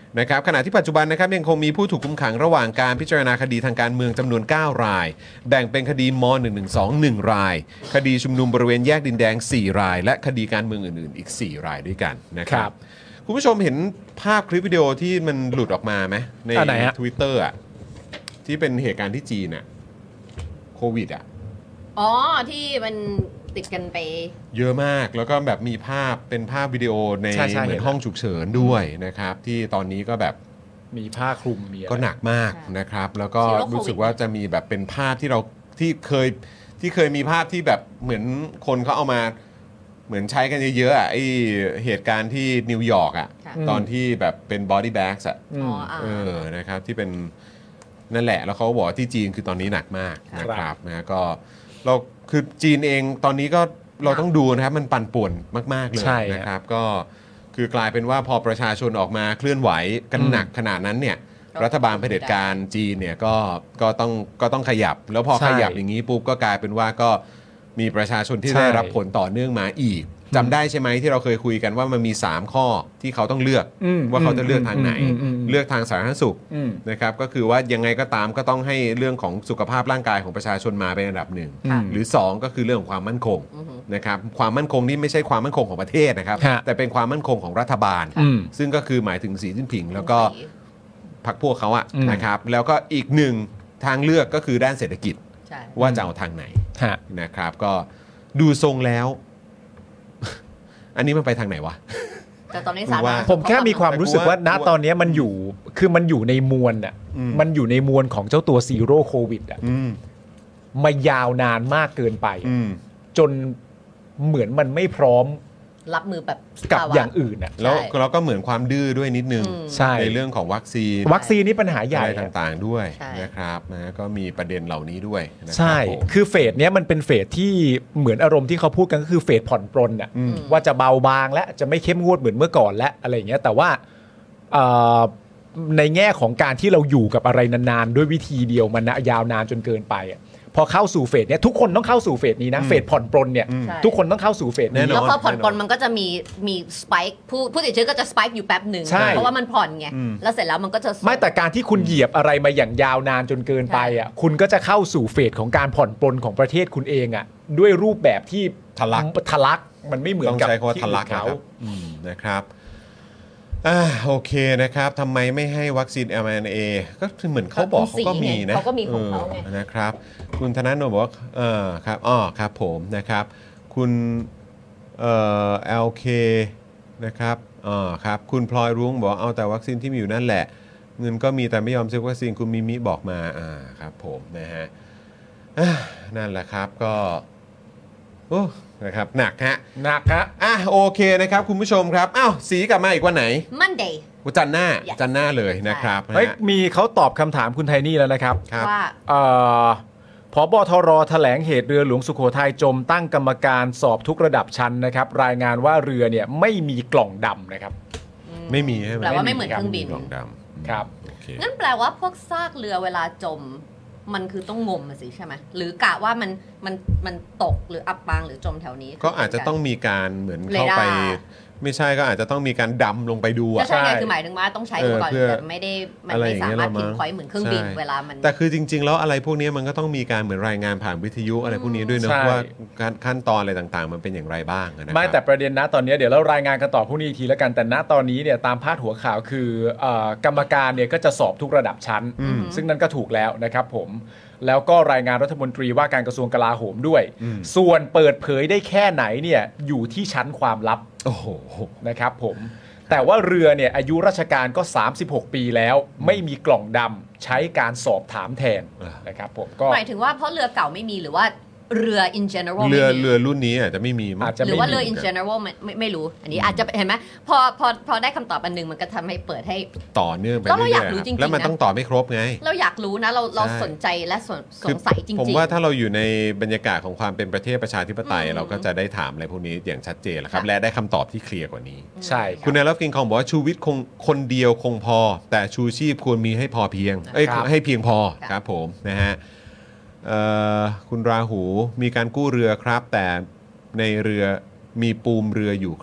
นะครับขณะที่ปัจจุบันนะครับยังคงมีผู้ถูกคุมขังระหว่างการพิจารณาคดีทางการเมืองจำนวนเก้ารายแบ่งเป็นคดีม หนึ่งหนึ่งสอง หนึ่งรายคดีชุมนุมบริเวณแยกดินแดงสี่รายและคดีการเมืองอื่นๆอีกสี่รายด้วยกันนะครับคุณผู้ชมเห็นภาพคลิปวิดีโอที่มันหลุดออกมาไหมใน Twitter อ่ะที่เป็นเหตุการณ์ที่จีนอ่ะโควิดอ่ะอ๋อที่มันติดกันไปเยอะมากแล้วก็แบบมีภาพเป็นภาพวิดีโอในเหมือนห้องฉุกเฉินด้วยนะครับที่ตอนนี้ก็แบบมีผ้าคลุมมีก็หนักมากนะครับแล้วก็รู้สึกว่าจะมีแบบเป็นภาพที่เราที่เคยที่เคยมีภาพที่แบบเหมือนคนเขาเอามาเหมือนใช้กันเยอะๆอ่ะไอเหตุการณ์ที่นิวยอร์กอ่ะตอนที่แบบเป็นบอดี้แบ็กส์อ่ะเออนะครับที่เป็นนั่นแหละแล้วเขาบอกว่าที่จีนคือตอนนี้หนักมากนะครับนะก็เราคือจีนเองตอนนี้ก็เราต้องดูนะครับมันปั่นป่วนมากๆเลยนะครับก็คือกลายเป็นว่าพอประชาชนออกมาเคลื่อนไหวกันหนักขนาดนั้นเนี่ยรัฐบาลเผด็จการจีนเนี่ยก็ก็ต้องก็ต้องขยับแล้วพอขยับอย่างนี้ปุ๊บก็กลายเป็นว่าก็มีประชาชนที่ได้รับผลต่อเนื่องมาอีกจำได้ใช่ไหมที่เราเคยคุยกันว่ามันมีสามข้อที่เขาต้องเลือกว่าเขาจะเลือกทางไหนเลือกทางสาธารณสุขนะครับก็คือว่ายังไงก็ตามก็ต้องให้เรื่องของสุขภาพร่างกายของประชาชนมาเป็นอันดับหนึ่งหรือสองก็คือเรื่องของความมั่นคงนะครับความมั่นคงนี่ไม่ใช่ความมั่นคงของประเทศนะครับแต่เป็นความมั่นคงของรัฐบาลซึ่งก็คือหมายถึงสีจิ้นผิงแล้วก็พรรคพวกเขาอะนะครับแล้วก็อีกหนึ่งทางเลือกก็คือด้านเศรษฐกิจว่าจะเอาทางไหนนะครับก็ดูทรงแล้วอันนี้มันไปทางไหนวะแต่ตอนนี้สารผมแค่มีความรู้สึกว่าณตอนนี้มันอยู่คือมันอยู่ในมวลอ่ะมันอยู่ในมวลของเจ้าตัวซีโร่โควิดอ่ะมายาวนานมากเกินไปจนเหมือนมันไม่พร้อมรับมือแบบกับอย่างอื่นอ่ะแล้วเราก็เหมือนความดื้อด้วยนิดนึงในเรื่องของวัคซีนวัคซีนนี่ปัญหาใหญ่อะไรต่างๆด้วยนะครับนะก็มีประเด็นเหล่านี้ด้วยใช่คือเฟสเนี้ยมันเป็นเฟสที่เหมือนอารมณ์ที่เขาพูดกันก็คือเฟสผ่อนปรนอ่ะว่าจะเบาบางและจะไม่เข้มงวดเหมือนเมื่อก่อนและอะไรอย่างเงี้ยแต่ว่าในแง่ของการที่เราอยู่กับอะไรนานๆด้วยวิธีเดียวมันยาวนานจนเกินไปอ่ะพอเข้าสู่เฟสเนี้ยทุกคนต้องเข้าสู่เฟสนี้นะเฟสผ่อนปรนเนี่ยทุกคนต้องเข้าสู่เฟสนี้แล้วพอผ่อนปรนมันก็จะมีมีสปายผู้ผู้ติดเชื้อก็จะสปายอยู่แป๊บหนึ่งเพราะว่ามันผ่อนไงแล้วเสร็จแล้วมันก็จะไม่แต่การที่คุณเหยียบอะไรมาอย่างยาวนานจนเกินไปอ่ะคุณก็จะเข้าสู่เฟสของการผ่อนปรนของประเทศคุณเองอ่ะด้วยรูปแบบที่ทะลักทะลักมันไม่เหมือนกับที่เขานะครับอ่าโอเคนะครับทำไมไม่ให้วัคซีน เอ็ม อาร์ เอ็น เอ ก็เหมือนเขาบอกเขาก็มีนะเขาก็มีของเขาไงนะครับคุณธนาโนบอกว่าเออครับอ๋อครับผมนะครับคุณเอ่อ แอล เค นะครับอ๋อครับคุณพลอยรุ้งบอกเอาแต่วัคซีนที่มีอยู่นั่นแหละเงินก็มีแต่ไม่ยอมซื้อวัคซีนคุณมิมิบอกมาอ่าครับผมนะฮะนั่นแหละครับก็โอ้นะครับหนักฮะหนักฮะอ่ะโอเคนะครับคุณผู้ชมครับอ้าวสีกลับมาอีกวันไหน Monday วันจันทร์หน้า yes. จันทร์หน้าเลยนะครับเฮ้ยมีเขาตอบคำถามคุณไทนี่แล้วนะครับว่าเอ่อผบทรแถลงเหตุเรือหลวงสุโขทัยจมตั้งกรรมการสอบทุกระดับชั้นนะครับรายงานว่าเรือเนี่ยไม่มีกล่องดำนะครับไม่มีใช่ไหมแปลว่าไม่เหมือนเครื่องบินกล่องดำครับงั้นแปลว่าพวกซากเรือเวลาจมมันคือต้องงมสิใช่ไหมหรือกะว่ามันมันมันตกหรืออับปางหรือจมแถวนี้ก็อาจจะต้องมีการเหมือนเข้าไปไม่ใช่ก็อาจจะต้องมีการดำลงไปดูอ่ะใช่ไงคือหมายถึงว่าต้องใช้อุปกรณ์แต่ไม่ได้มันไม่สามารถพิมพ์พอยต์เหมือนเครื่องบินเวลามันแต่คือจริงๆแล้วอะไรพวกนี้มันก็ต้องมีการเหมือนรายงานผ่านวิทยุอะไรพวกนี้ด้วยเนอะว่าขั้นตอนอะไรต่างๆมันเป็นอย่างไรบ้างนะครับไม่แต่ประเด็นนะตอนนี้เดี๋ยวเรารายงานกันต่อพวกนี้อีกทีแล้วกันแต่ณตอนนี้เนี่ยตามพาดหัวข่าวคือกรรมการเนี่ยก็จะสอบทุกระดับชั้นซึ่งนั่นก็ถูกแล้วนะครับผมแล้วก็รายงานรัฐมนตรีว่าการกระทรวงกลาโหมด้วยส่วนเปิดเผยได้แค่ไหนเนี่ยอยู่ที่ชั้นความลับโอ้โหนะครับผมแต่ว่าเรือเนี่ยอายุราชการก็สามสิบหกปีแล้วไม่มีกล่องดำใช้การสอบถามแทนนะครับผมก็หมายถึงว่าเพราะเรือเก่าไม่มีหรือว่าเรือ in general เรือเรือรุ่นนี้อาจจะไม่มีหรือว่าเรือ in general ไม่ไม่ไม่รู้อันนี้อาจจะเห็นไหมพอพอพอได้คำตอบอันนึงมันก็ทำให้เปิดให้ต่อเนื่องไปเรื่อยๆแล้วเราอยากรู้จริงๆแล้วมันต้องต่อไม่ครบไงเราอยากรู้นะเราเราสนใจและสงสัยจริงๆผมว่าถ้าเราอยู่ในบรรยากาศของความเป็นประเทศประชาธิปไตยเราก็จะได้ถามอะไรพวกนี้อย่างชัดเจนแล้วครับและได้คำตอบที่เคลียร์กว่านี้ใช่คุณนายรับกินคองบอกว่าชูวิทย์คงคนเดียวคงพอแต่ชูชีพควรมีให้พอเพียงเอ้ยให้เพียงพอครับผมนะฮะคุณราหูมีการกู้เรือครับแต่ในเรือมีปูมเรืออยู่ครับ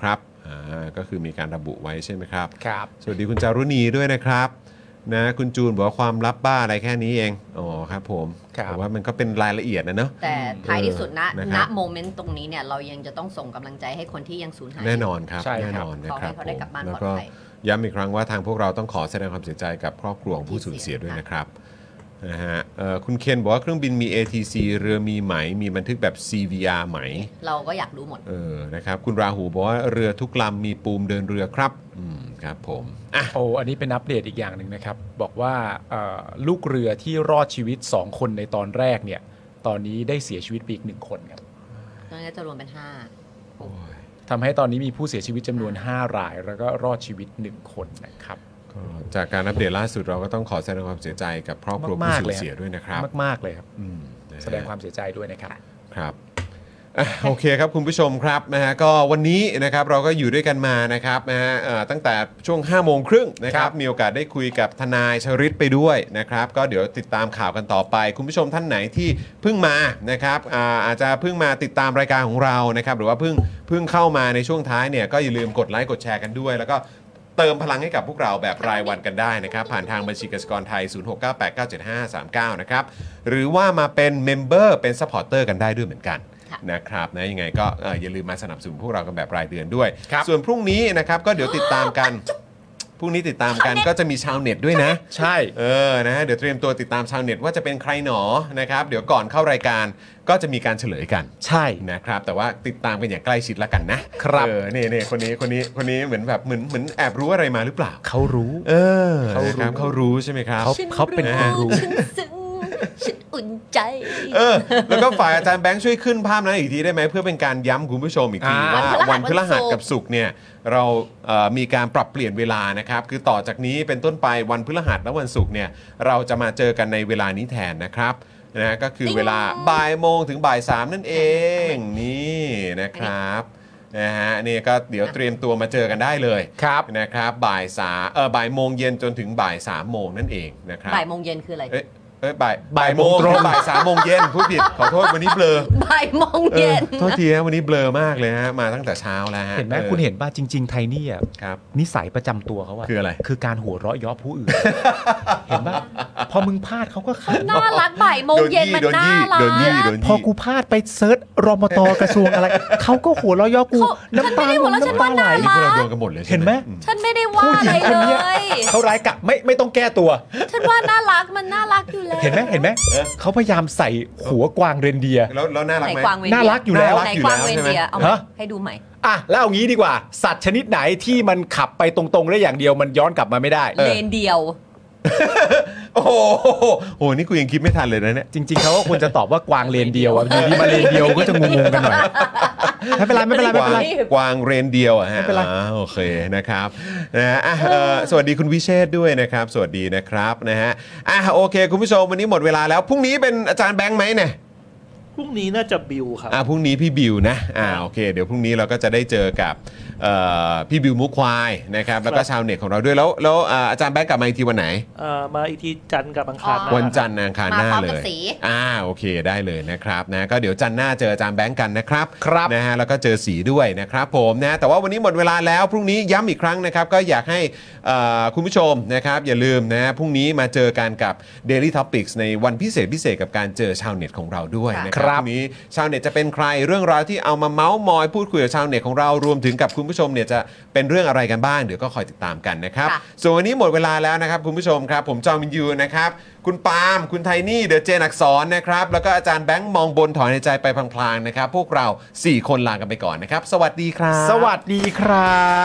อ่าก็คือมีการระบุไว้ใช่ไหมครับครับสวัสดีคุณจารุณีด้วยนะครับนะคุณจูนบอกว่าความลับบ้าอะไรแค่นี้เองอ๋อครับผมครับแต่ว่ามันก็เป็นรายละเอียดนะเนาะแต่ท้ายที่สุดณเออณนะครับโมเมนต์ตรงนี้เนี่ยเรายังจะต้องส่งกำลังใจให้คนที่ยังสูญหายแน่นอนครับใช่แน่ครับนอนนะขอครัให้บเขาได้กลับบ้านแล้ปวลอดก็ภัยย้ำอีกครั้งว่าทางพวกเราต้องขอแสดงความเสียใจกับครอบครัวของผู้สูญเสียด้วยนะครับนะฮะเอ่อคุณเคนบอกว่าเครื่องบินมี เอ ที ซี เรือมีไหมมีบันทึกแบบ ซี วี อาร์ ไหมเราก็อยากรู้หมดเออนะครับคุณราหูบอกว่าเรือทุกลำมีปูมเดินเรือครับอืมครับผมอ่ะโอ้อันนี้เป็นอัปเดตอีกอย่างหนึ่งนะครับ บอกว่าเอ่อลูกเรือที่รอดชีวิตสองคนในตอนแรกเนี่ยตอนนี้ได้เสียชีวิตไปอีกหนึ่งคนครับนั่นก็จะรวมเป็นห้าทำให้ตอนนี้มีผู้เสียชีวิตจำนวนห้าราย แล้วก็รอดชีวิตหนึ่งคนนะครับก็จากการอัปเดตล่าสุดเราก็ต้องขอแสดงความเสียใจกับครอบครัวผู้มากๆสูญเลยเสียด้วยนะครับมากๆเลยครับอืมนะฮะแสดงความเสียใจด้วยนะครับครับอ่ะโอเคครับคุณผู้ชมครับนะฮะก็วันนี้นะครับเราก็อยู่ด้วยกันมานะครับนะฮะเอ่อตั้งแต่ช่วงห้าโมงครึ่งนะครับครับมีโอกาสได้คุยกับทนายชริตไปด้วยนะครับก็เดี๋ยวติดตามข่าวกันต่อไป คุณผู้ชมท่านไหนที่เพิ่งมานะครับอ่าอาจจะเพิ่งมาติดตามรายการของเรานะครับหรือว่าเพิ่งเพิ่งเข้ามาในช่วงท้ายเนี่ยก็อย่าลืมกดไลค์กดแชร์กันด้วย แล้วก็เติมพลังให้กับพวกเราแบบรายวันกันได้นะครับผ่านทางบัญชีกสิกรไทย ศูนย์ หก เก้า แปด เก้า เจ็ด ห้า สาม เก้า นะครับหรือว่ามาเป็นเมมเบอร์เป็นซัพพอร์เตอร์กันได้ด้วยเหมือนกันค่ะนะครับนะยังไงก็เอ่ออย่าลืมมาสนับสนุนพวกเรากันแบบรายเดือนด้วยครับส่วนพรุ่งนี้นะครับก็เดี๋ยวติดตามกัน พรุ่งนี้ติดตามกันก็จะมีชาวเน็ตด้วยนะใช่เออนะฮะเดี๋ยวเตรียมตัวติดตามชาวเน็ตว่าจะเป็นใครหนอนะครับเดี๋ยวก่อนเข้ารายการก็จะมีการเฉลยกันใช่นะครับแต่ว่าติดตามกันอย่างใกล้ชิดแล้วกันนะครับ เออนี่นี่คนนี้คนนี้คนนี้เหมือนแบบเหมือนเหมือนแอบรู้อะไรมาหรือเปล่าเขารู้เออเขารู้นะครับเขารู้ใช่ไหมครับเขาเขาเป็นคนรู้ฉันซึ้งฉันอุ่นใจเออแล้วก็ฝ่ายอาจารย์แบงค์ช่วยขึ้นภาพนั้นอีกทีได้ไหมเพื่อเป็นการย้ำคุณผู้ชมอีกทีอ่าว่าวัวันนพพฤฤหัหัสสกับศุกร์เนี่ยเราเอ่อมีการปรับเปลี่ยนเวลานะครับคือต่อจากนี้เป็นต้นไปวันพฤหัสและวันศุกร์เนี่ยเราจะมาเจอกันในเวลานี้แทนนะครับนะก็คือเวลาบ่ายโมงถึงบ่ายสามนั่นเองนี่นะครับนะฮะนี่ก็เดี๋ยวเตรียมตัวมาเจอกันได้เลยครับนะครับบ่ายสามเออบ่ายโมงเย็นจนถึงบ่ายสามโมงนั่นเองนะครับบ่ายโมงเย็นคืออะไรเอ้ยเอ้ยบ่ายบ่ายโมงตรงบ่ายสามโมงเย็นพูดผิดขอโทษวันนี้เบลอบ่ายโมงเอเย็อน โทษทีนะวันนี้เบลอมากเลยฮะมาตั้งแต่เช้าแล้วฮะเห็นไหมออคุณเห็นป่ะจริง ๆ ไทนี่อ่ะครับนิสัยประจำตัวเขาอะคืออะไรคือการหัวเราะเย่อผู้อื่น เห็นป่ะพอมึงพลาดเขาก็ขำน่ารักบ่ายโมงเย็นมันโดนน่ายี่รักโดนยี่โดนพอยี่กูพลาดไปเซิร์ชรมตกระทรวงอะไร เขาก็หัวเราะเย่อกูเขาฉันไม่ได้หัวเราะฉันว่าน่านี่พวกเรารัโดกนกันหมดเลยใช่เห็นไหมอืฉันไม่ได้ว่าอะไรผู้หญิงคนเลเนี้ยยเขาร้ายกะไม่ไม่ต้องแก้ตัวฉันว่าน่ารักมันน่ารักอยู่แล้วเห็นไหมเห็นไหมเขาพยายามใส่หัวกวางเรนเดียร์แล้วแล้วน่ารักไหนไหมกวางเวนเดียน่ารักอยู่แล้วไหนกวางเวนเดียเอามาฮะให้ดูใหม่อ่ะแล้วเอางี้ดีกว่า สัตว์ชนิดไหนที่มันขับไปตรงๆได้อย่างเดียวมันย้อนกลับมาไม่ได้เลนเดียวโอ้โหโอ้โหนี่กูยังคิดไม่ทันเลยนะเนี่ยจริง ๆเขาก็ควรจะตอบว่ากวางเลนเดียวอ่ะอยู่ดีมาเลนเดียวก็จะงงๆกันหน่อยไม่เป็นไรไม่เป็นไรไม่เป็นไรกวางเรนเดียวอะฮะไม่เป็นไรอ่าโอเคนะครับนะฮะอ่ะเอ่อสวัสดีคุณวิเชษฐ์ด้วยนะครับ สวัสดีนะครับนะฮะอ่ะโอเค คุณผู้ชมวันนี้หมดเวลาแล้วพรุ่งนี้เป็นอาจารย์แบงค์ไหมเนี่ยพรุ่งนี้น่าจะบิวครับอ่าพรุ่งนี้พี่บิวนะอ่าโอเค เดี๋ยวพรุ่งนี้เราก็จะได้เจอกับเอ่อพี่บิวมุกควายนะครับแล้วก็ชาวเน็ตของเราด้วยแล้วแล้วอ่าอาจารย์แบงค์กลับมาอีกทีวันไหนเอ่อมาอีกทีจันทร์กับอังคารอ๋อหาวันจันทร์อังคารหน้ามาพร้อมเลกับยสีอ่าโอเคได้เลยนะครับนะก็เดี๋ยวจันทร์หน้าเจออาจารย์แบงค์กันนะครับครับนะฮะแล้วก็เจอสีด้วยนะครับผมนะแต่ว่าวันนี้หมดเวลาแล้วพรุ่งนี้ย้ำอีกครั้งนะครับก็อยากให้เอ่อคุณผู้ชมนะครับอย่าลืมนะพรุ่งนี้มาเจอกันกับ Daily Topics ในวันพิเศษพิเศษกับการเจอชาวเน็ตของเราด้วยนะคครัรับบ พรุ่งนี้ชาวเน็ตจะเป็นใครเรื่องราวที่เอามาเมาส์มอยพูดคุยกับชาวเน็ตของเรารวมถึงกับคุณผู้ชมเนี่ยจะเป็นเรื่องอะไรกันบ้างเดี๋ยวก็คอยติดตามกันนะครับค่ะส่วนวันนี้หมดเวลาแล้วนะครับคุณผู้ชมครับผมจอมินยูนะครับคุณปาล์มคุณไทนี่เดอะเจนอักษรนะครับแล้วก็อาจารย์แบงค์มองบนถอนในใจไปพลางๆนะครับพวกเราสี่คนลากันไปก่อนนะครับสวัสดีครับสวัสดีครับ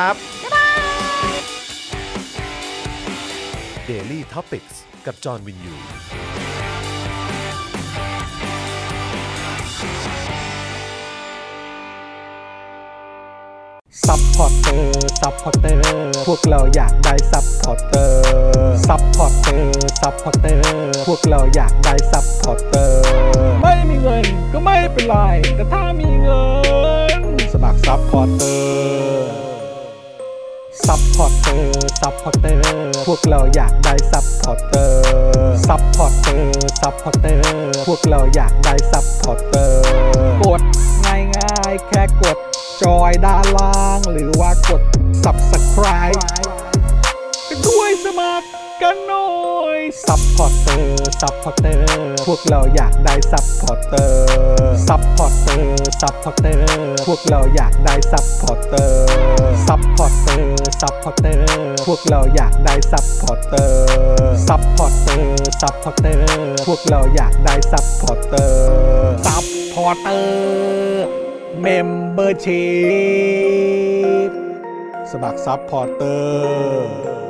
Daily Topics กับจอห์นวินยูซัพพอร์เตอร์ ซัพพอร์เตอร์ พวกเราอยากได้ซัพพอร์เตอร์ ซัพพอร์เตอร์ ซัพพอร์เตอร์ พวกเราอยากได้ซัพพอร์เตอร์ ไม่มีเงินก็ไม่เป็นไร แต่ถ้ามีเงิน สมัครซัพพอร์เตอร์ ซัพพอร์เตอร์ ซัพพอร์เตอร์ พวกเราอยากได้ซัพพอร์เตอร์ ซัพพอร์เตอร์ ซัพพอร์เตอร์ พวกเราอยากได้ซัพพอร์เตอร์ กดง่ายๆแค่กดจอยด้านล่างหรือว่ากด ซับสไครบ์ ไปด้วยสมัครกันหน่อยซัพพอร์เตอร์ซัพพอร์เตอร์พวกเราอยากได้ซัพพอร์เตอร์ซัพพอร์เตอร์ซัพพอร์เตอร์พวกเราอยากได้ซัพพอร์เตอร์ซัพพอร์เตอร์ซัพพอร์เตอร์พวกเราอยากได้ซัพพอร์เตอร์ซัพพอร์เตอร์ซัพพอร์เตอร์พวกเราอยากได้ซัพพอร์เตอร์ซัพพอร์เตอร์เมมเบอร์ชีพสมัครซัพพอร์เตอร์